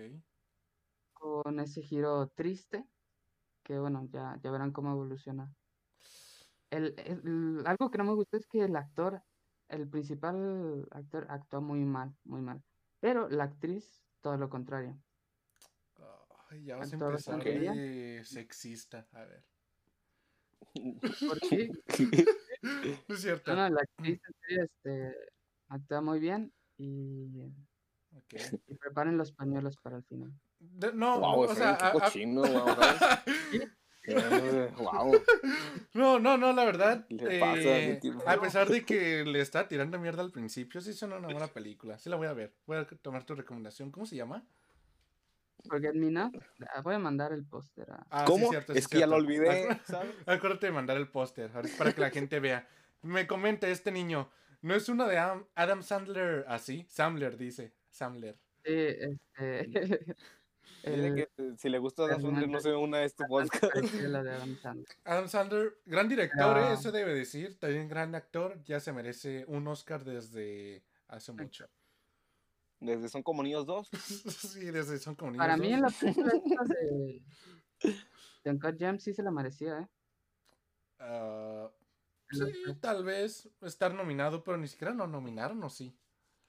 con ese giro triste, que bueno, ya, ya verán cómo evoluciona. El, el- algo que no me gustó es que el actor, el principal actor, actuó muy mal, muy mal. Pero la actriz, todo lo contrario, Ay, ya vas a actuó Ok. empezar bastante bien. de sexista. A ver. ¿Por qué? No es No, cierto. no, la actriz en serio, este, actúa muy bien y, Ok. y preparen los pañuelos para el final. De- no, Wow, o sea, Efraín, qué a- a- cochino, wow, ¿sabes? Sí, Wow, no, no, no, la verdad, ¿qué le pasa? ¿Qué eh, tipo? a pesar de que le está tirando mierda al principio, sí son una buena película. Sí la voy a ver. Voy a tomar tu recomendación. ¿Cómo se llama? Forget Me Not. Ah, voy a mandar el póster a... Ah, sí, ¿Cómo? cierto, sí, Es que ya lo cierto. Acu- olvidé, ¿sabes? Acuérdate de mandar el póster ahora para que la gente vea. Me comenta este niño, ¿no es uno de Am- Adam Sandler así? Sandler dice, Sandler. Sí, este, Dile el, que eh, si le gusta Adam Sandler no realmente se una este bastante podcast. parecida a la de Adam Sandler. Adam Sandler, gran director, ¿eh? Pero, Eso debe decir. También gran actor. Ya se merece un Oscar desde hace mucho. Desde Son como niños dos. Sí, desde Son como niños para mí en dos. la película esta de, de Uncut Gems sí se la merecía, ¿eh? Ah, El sí, Oscar. tal vez estar nominado, pero ni siquiera lo nominaron, ¿o sí?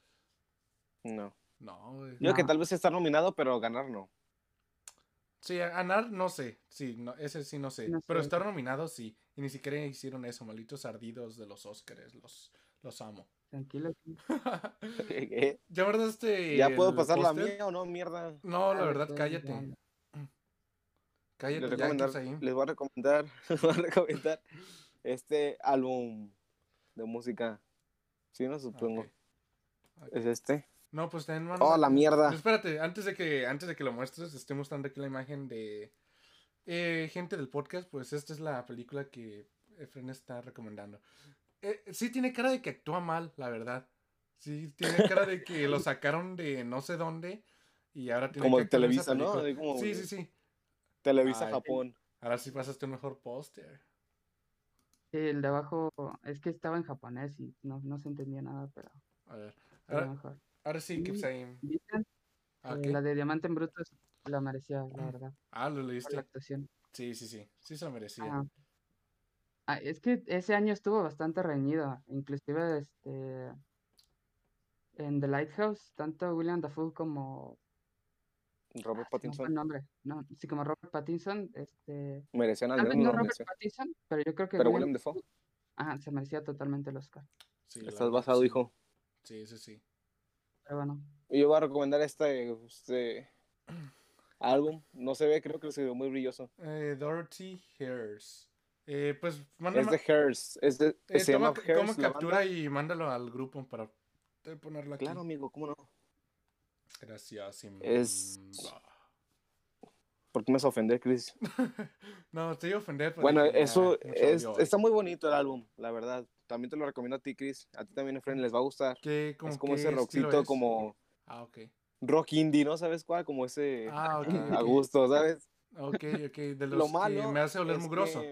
No. No, güey. Yo que No, tal vez estar nominado, pero ganar no. Sí, a ganar no sé. Sí, no, ese sí no sé. no Pero sé. estar nominado sí. Y ni siquiera hicieron eso, malditos ardidos de los Oscars. Los, los amo. Tranquilo. Sí. ¿Qué? ¿Ya ¿Ya guardaste puedo el pasar la póster? mía o no? Mierda. No, la Dale, verdad, pues, cállate. dale. Les Cállate ya, recomendar, ahí. les voy a recomendar, les voy a recomendar este álbum de música. Sí, no Ok, supongo. ok. Es este. No, pues ten Oh, manda. la No, mierda. espérate, antes de que, antes de que lo muestres, estoy mostrando aquí la imagen de eh, gente del podcast. Pues esta es la película que Efren está recomendando. Eh, sí tiene cara de que actúa mal, la verdad. Sí tiene cara de que lo sacaron de no sé dónde y ahora tiene que Como de actuar en esa Televisa, ¿no? película. Así como Sí, de sí, sí. Televisa Ay, Sí, Japón. ahora sí pasaste un mejor póster. sí, el de abajo es que estaba en japonés y no, no se entendía nada, pero A ver. se ve Ahora, mejor. ahora sí, Keep Y saying. dicen Ah, que ¿qué? la de Diamante en Bruto sí la merecía, la verdad, Ah, lo por la leíste. actuación. Sí, sí, sí. Sí se lo merecía. Ah, ah, es que ese año estuvo bastante reñido, inclusive este, en The Lighthouse, tanto William Dafoe como, Robert ah, se me fue Pattinson. el nombre, no, sí, como Robert Pattinson, este, Merecían al tal vez menos no una Robert nominación. Pattinson, pero yo creo que Pero William Willem Dafoe. Dafoe, ajá, se merecía totalmente el Oscar. Sí, la Estás verdad, basado, sí. hijo. Sí, sí, sí. Pero bueno, Y yo voy a recomendar este, este álbum. No se ve, creo que se ve muy brilloso. Eh, Dorothy Hairs. Eh, pues Es mándame. de Hairs. Es de, Eh, se toma, llama ca- toma Hairs, la captura banda. y mándalo al grupo para eh, ponerlo Claro, aquí. amigo, ¿cómo no? Gracias, Es. Simba. ¿Por qué me vas a ofender, Chris? No, te iba a ofender, pero Bueno, dije, ya, eso mucho es, odio hoy. está muy bonito el álbum, la verdad. También te lo recomiendo a ti, Chris. A ti también, friend, les va a gustar. ¿Qué, Es como como ese qué estilo rockcito, es? como Ah, ok. rock indie, ¿no? ¿Sabes cuál? Como ese Ah, ok, a, a ok. gusto, ¿sabes? Ok, ok. De Lo los que me malo hace oler es mugroso. que,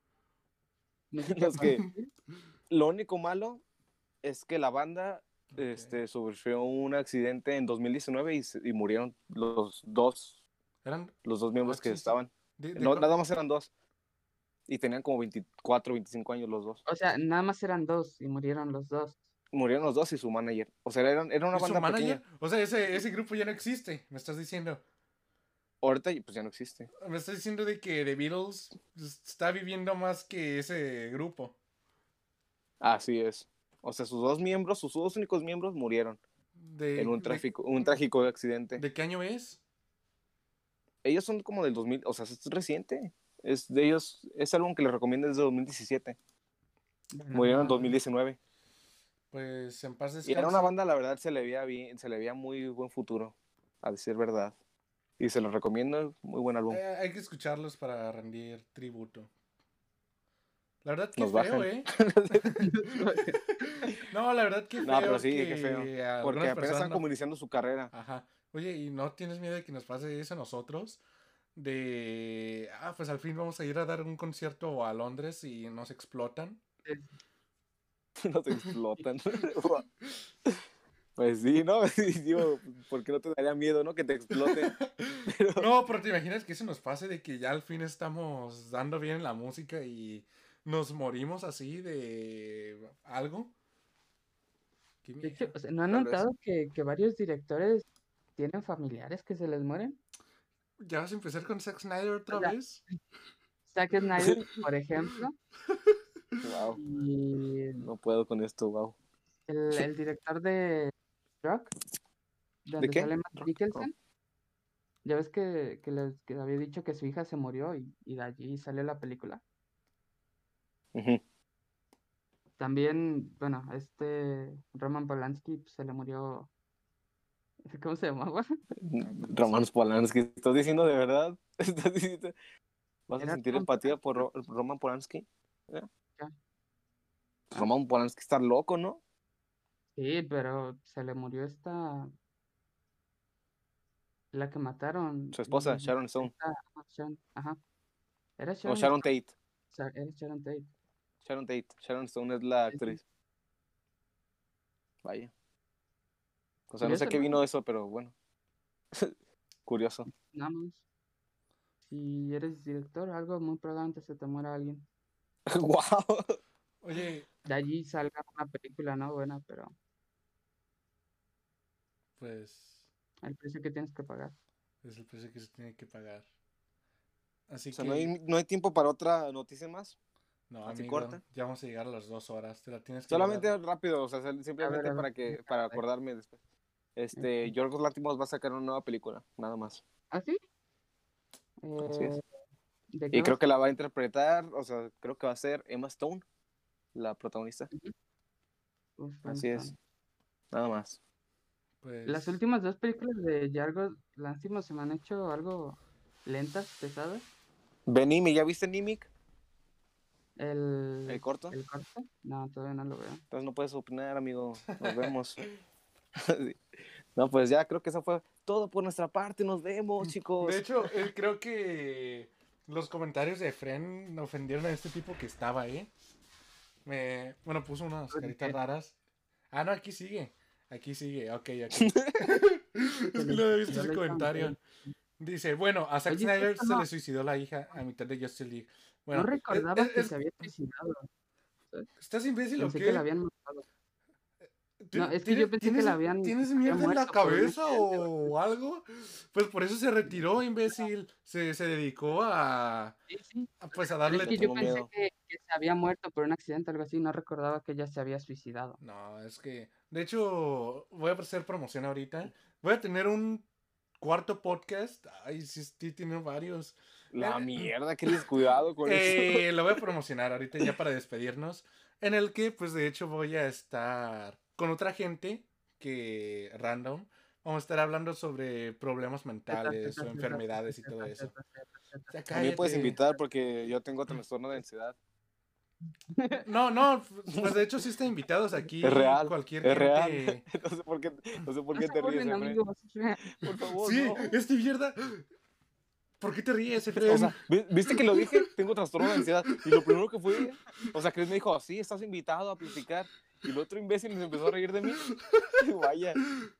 música los para que, sentir, lo único malo es que la banda Ok. este, sufrió un accidente en dos mil diecinueve y, se- y murieron los dos, Eran. los dos Ah, miembros que sí, sí. estaban. De, de, No, cu- nada más eran dos. Y tenían como veinticuatro, veinticinco años los dos. o sea, nada más eran dos y murieron los dos. Murieron los dos y su manager. O sea, eran, era una ¿Y su banda manager? pequeña. O sea, ese, ese grupo ya no existe, me estás diciendo. Ahorita pues ya no existe. Me estás diciendo de que The Beatles está viviendo más que ese grupo. Así es. O sea, sus dos miembros, sus dos únicos miembros murieron en ¿De, un de, tráfico, un trágico accidente. de qué año es? Ellos son como del dos mil, o sea, es reciente. Es de ellos, es álbum que les recomiendo desde dos mil diecisiete. Bueno, Murieron en Ah, dos mil diecinueve. pues en paz Y era una descanse. banda, la verdad, se le veía bien, se le veía muy buen futuro, a decir verdad. Y se los recomiendo, muy buen álbum. Eh, hay que escucharlos para rendir tributo. La verdad, qué Nos feo, bajan. ¿eh? No, la verdad, qué feo. No, pero sí, que qué feo. algunas Porque apenas personas están no- como iniciando su carrera. Ajá. Oye, ¿y no tienes miedo de que nos pase eso a nosotros? De, ah, pues al fin vamos a ir a dar un concierto a Londres y nos explotan. Nos explotan. Pues sí, ¿no? Y digo, ¿por qué no te daría miedo, no? Que te exploten. Pero No, pero te imaginas que eso nos pase de que ya al fin estamos dando bien en la música y nos morimos así de algo. Qué De hecho, miedo. o sea, ¿no han Tal vez. notado que, que varios directores tienen familiares que se les mueren? ¿Ya vas a empezar con Zack Snyder otra O sea, vez? Zack Snyder, por ejemplo, Wow, y no puedo con esto, wow. el, el director de Rock, ¿De donde qué? sale Matt Rock, Mikkelsen. Ya ves que, que les que había dicho que su hija se murió y, y de allí salió la película. oh. Ujú. También, bueno, este Roman Polanski pues, se le murió. ¿Cómo se llamaba? Roman Polanski, ¿estás diciendo de verdad? ¿Estás diciendo... ¿Vas a Era sentir Roman empatía Polanski, por Ro- Roman Polanski? ¿Eh? ya. Roman Polanski está loco, ¿no? Sí, pero se le murió esta, la que mataron Su esposa, y Sharon Stone. esta, ajá, Sharon, ajá, era O Sharon, Sharon Tate. Sha- era Sharon Tate. Sharon Tate. Sharon Stone es la Sí, sí. actriz. Vaya. O sea, no sé Curioso, a qué ¿no? vino eso, pero bueno. Curioso. Nada más. Si eres director, algo muy probablemente se te muera alguien. ¡Wow! Oye, De allí salga una película, ¿no? Buena, pero pues el precio que tienes que pagar. es el precio que se tiene que pagar. Así O sea, que, ¿no hay, no hay tiempo para otra noticia más? no, Así amigo, corta. ya vamos a llegar a las dos horas. Te la tienes que Solamente llevar. rápido, o sea, A ver, simplemente a ver. para que para acordarme después. Este, Ok. Yorgos Lanthimos va a sacar una nueva película, nada más. ¿Ah, sí? Así Eh, es. ¿de qué Y va a creo que ser? la va a interpretar, o sea, creo que va a ser Emma Stone, la protagonista. Ujú. Uf, Emma Así es, Stone. nada más. Las Pues, últimas dos películas de Yargos Lanthimos se me han hecho algo lentas, pesadas. Benimi, ¿ya viste Nimic? El, ¿El corto? el corto, no, todavía no lo veo. Entonces no puedes opinar, amigo. Nos vemos. No, pues ya creo que eso fue todo por nuestra parte. Nos vemos, de chicos. hecho, eh, creo que los comentarios de Fren ofendieron a este tipo que estaba, ¿eh? Me, bueno, puso unas ¿Por caritas qué? raras. Ah, no, aquí sigue. Aquí sigue, ok, ok. Es que no había visto Yo ese lo hice comentario. antes. Dice, bueno, a Zack Oye, Snyder esto se no, le suicidó la hija a mitad de Justice League. no Bueno, es, recordaba es- que es- se había suicidado, ¿sabes? ¿estás imbécil o Pensé que la qué? habían matado. No, ¿Ti- es que yo ¿Tienes, pensé que tienes, la habían, tienes había mierda en la muerto por un cabeza accidente. ¿O o algo? Pues por eso se retiró, imbécil. Se, se dedicó a, sí, sí. a, pues a Pero es darle... Le que yo tengo pensé miedo. que, que se había muerto por un accidente o algo así. No recordaba que ella se había suicidado. No, es que... De hecho, voy a hacer promoción ahorita. Voy a tener un cuarto podcast. Ay, sí, sí, tiene varios. La Eh, mierda, qué descuidado con eso. eh, lo voy a promocionar ahorita ya para despedirnos. En el que, pues de hecho, voy a estar con otra gente que random. Vamos a estar hablando sobre problemas Zeta, mentales zeta, o zeta, enfermedades y zeta, todo zeta, eso. zeta, zeta, zeta. Ya A mí puedes cállate. invitar porque yo tengo trastorno de ansiedad. No, no, pues de hecho sí están invitados Es aquí real, cualquier es real. gente. No sé por qué, no sé por No qué se te ríes, burlen, Efren. amigos. Por favor, Sí, no. esta mierda. ¿Por qué te ríes, O Efren? sea, ¿vi- ¿viste que lo dije? Tengo trastorno de ansiedad. Y lo primero que fue, o sea, Chris me dijo, sí, estás invitado a platicar. Y el otro imbécil se empezó a reír de mí. Vaya.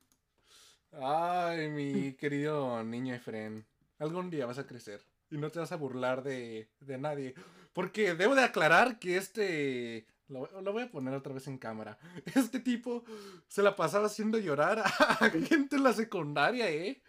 Ay, mi querido niño Efren. Algún día vas a crecer. Y no te vas a burlar de, de nadie. Porque debo de aclarar que este... Lo, lo voy a poner otra vez en cámara. Este tipo se la pasaba haciendo llorar a gente en la secundaria, ¿eh?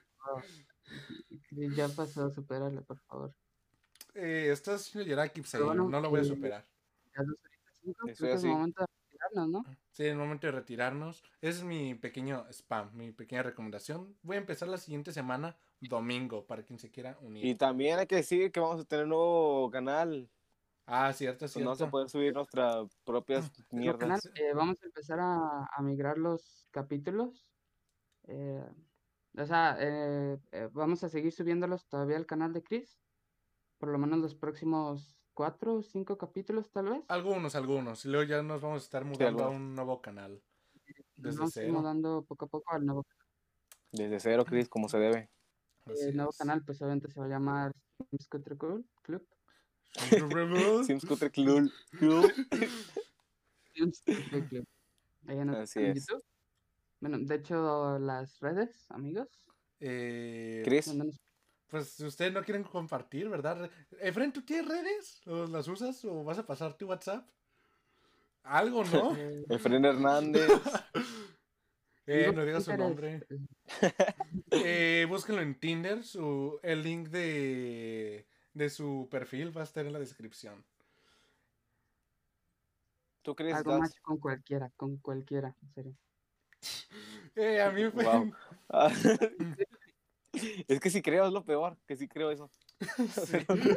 Ya pasó, supérale, por favor. Eh, estás haciendo llorar a Pero Kipsey. bueno, No lo voy a eh, superar. ya dos horitas cinco, Estoy creo que es así. momento de retirarnos, ¿no? Sí, es el momento de retirarnos. Es mi pequeño spam, mi pequeña recomendación. Voy a empezar la siguiente semana, domingo, para quien se quiera unir. Y también hay que decir que vamos a tener un nuevo canal. Ah, cierto, Pues no vamos a cierto. poder subir nuestras propias Nuestro canal, mierdas. eh, vamos a empezar a, a migrar los capítulos. eh, o sea, eh, eh, vamos a seguir subiéndolos todavía al canal de Chris. Por lo menos los próximos cuatro o cinco capítulos, tal vez. Algunos, algunos. Y luego ya nos vamos a estar mudando a algunos. un nuevo canal. Nos Desde vamos a ir cero. mudando poco a poco al nuevo, Desde cero, Chris, como se debe. Así el nuevo es. canal, pues obviamente se va a llamar Sims Country Club. Club. Sims Country Club. Club. Sims Country Club. Ahí en, Así en es. YouTube. Bueno, de hecho, las redes, amigos. Eh, Chris, ¿dónde nos- pues si ustedes no quieren compartir, ¿verdad? Efren, ¿tú tienes redes? ¿O las usas? ¿O vas a pasar tu WhatsApp? Algo, ¿no? eh, Efren Hernández. Eh, digo, no digas su Twitter es- nombre. Eh, búsquenlo en Tinder. Su, el link de, de su perfil va a estar en la descripción. ¿Tú crees? Hago match con cualquiera, con cualquiera, en serio. Eh, a mí me Wow. pueden... Ah, es que sí creo, es lo peor, que sí creo eso. Sí.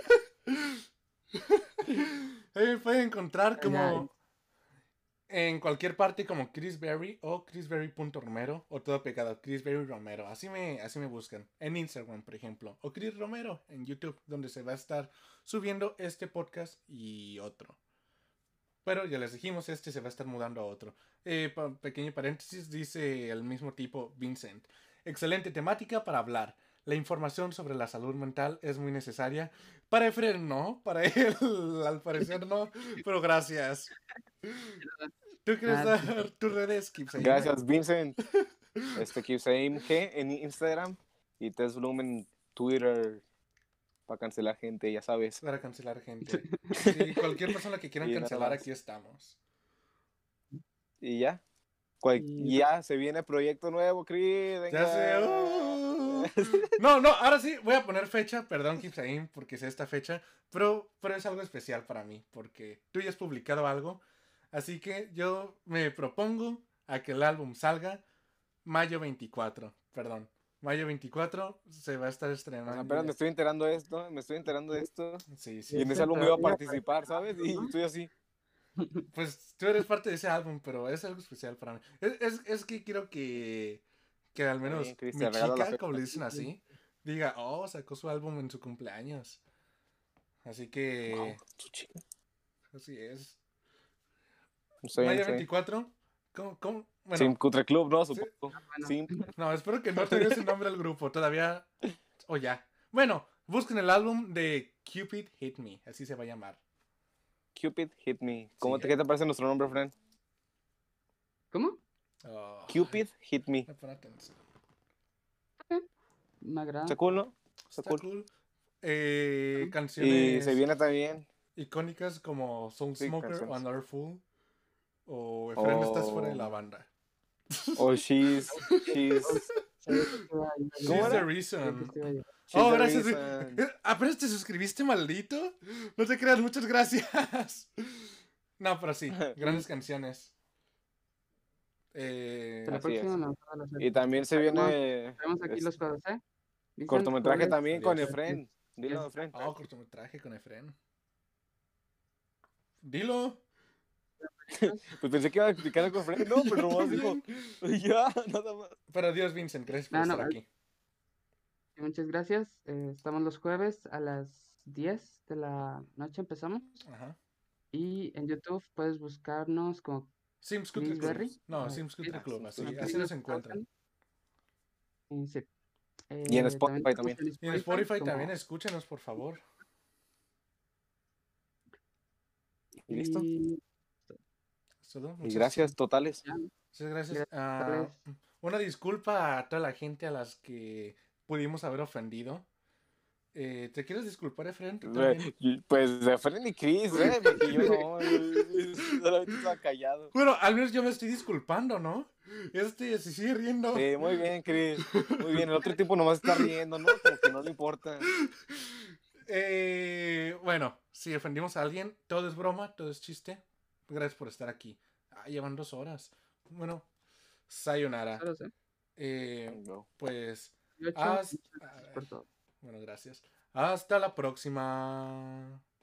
Eh, me pueden encontrar Pero ya, como en cualquier parte como Chris Berry o chrisberry.romero o todo pegado, Chris Berry Romero. Así me, así me buscan. En Instagram, por ejemplo. O Chris Romero en YouTube, donde se va a estar subiendo este podcast y otro. Pero ya les dijimos, este se va a estar mudando a otro. Eh, pa- pequeño paréntesis, dice el mismo tipo Vincent. Excelente temática para hablar. La información sobre la salud mental es muy necesaria. Para Efren no, para él al parecer no, pero gracias. ¿Tú quieres Ah, dar tus redes, Kipsay? Gracias, Vincent. Este Kipsaim G en Instagram y Tess Bloom en Twitter para cancelar gente, ya sabes. Para cancelar gente. Sí, cualquier persona que quieran Y nada cancelar, más. aquí estamos. Y ya. Cual- Y- ya se viene proyecto nuevo, Chris. Ya Venga. sé. uh. No, no, ahora sí voy a poner fecha. Perdón, Kipsaim, porque sé esta fecha. Pero, pero es algo especial para mí. Porque tú ya has publicado algo. Así que yo me propongo a que el álbum salga mayo veinticuatro. Perdón. Mayo veinticuatro se va a estar O estrenando. sea, apenas me estoy enterando de esto, me estoy enterando de esto. Sí, Y sí. en ese Sí, álbum iba a todavía, participar, ¿sabes? Y estoy así. Pues tú eres parte de ese álbum, pero es algo especial para mí. Es, es, es que quiero que, que al Está menos bien, Chris, mi te regalo la chica, fecha. como le dicen así, diga, oh, sacó su álbum en su cumpleaños. Así que, Wow, su chica. así es. Está bien, Mayo está bien. veinticuatro, ¿cómo? cómo? Bueno, Sim Country Club, ¿no? sí. Supongo. bueno, Sim. No, espero que no tenga ese nombre al grupo, todavía, o ya. Bueno, busquen el álbum de Cupid Hit Me, así se va a llamar. Cupid Hit Me. ¿Cómo Sí. te, ¿Qué te parece nuestro nombre, friend? ¿Cómo? Oh, Cupid Hit Me. me pone atención. Me agrada. Está cool, ¿no? Está Está cool. cool. Eh, Y canciones se viene también. icónicas como Soul Sí, Smoker o canciones. Another Fool. O Efren, estás fuera de la O banda. o She's. She's. Sabía que te iba a ayudar. She's ¿Cómo the era? Sabía que reason. te iba a ayudar. She's Oh, the gracias. reason. Eh, ¿Apenas te suscribiste, maldito? No te creas, muchas gracias. No, pero sí, grandes canciones. Eh, Hasta la Así es. próxima, nos vemos a las Y también se Traemos- viene traemos aquí es- los juegos, ¿eh? Vicent, cortometraje ¿cuáles? también con Adiós. Efren. Dilo, Yes. Efren. oh, cortometraje con Efren. Dilo. Pues pensé que iba a explicar algo con Efren. No, pero nomás dijo. Ya, nada más. Pero adiós, Vincent, gracias por No, no, estar aquí. Y muchas gracias. Eh, estamos los jueves a las diez de la noche, empezamos. Ajá. Y en YouTube puedes buscarnos como Sims Country Chris Club. Berry. No, Ah, Sims Country ah, Club, Sims así, Country así Club. nos encuentran. Eh, sí. Y en Eh, Spotify estamos también. Y en Spotify como- también, escúchenos, por favor. Y listo. Y Es todo. Y Muchas- gracias totales. ya, Muchas gracias. Gracias, Ah, totales. una disculpa a toda la gente a las que pudimos haber ofendido. Eh, ¿Te quieres disculpar, Efren? ¿Tú también? Eh, Pues de Efren y Chris, ¿eh? Porque yo no. eh, Solamente estaba callado. Bueno, al menos yo me estoy disculpando, ¿no? Este se sigue riendo. Sí, muy bien, Chris. Muy bien. El otro tipo nomás está riendo, ¿no? Como que no le importa. Eh, bueno, si ofendimos a alguien, todo es broma, todo es chiste. Gracias por estar aquí. Ah, llevan dos horas. Bueno, sayonara. solo sé. Eh, No. pues, Y ocho, haz- muchas gracias por todo. bueno, gracias. Hasta la próxima.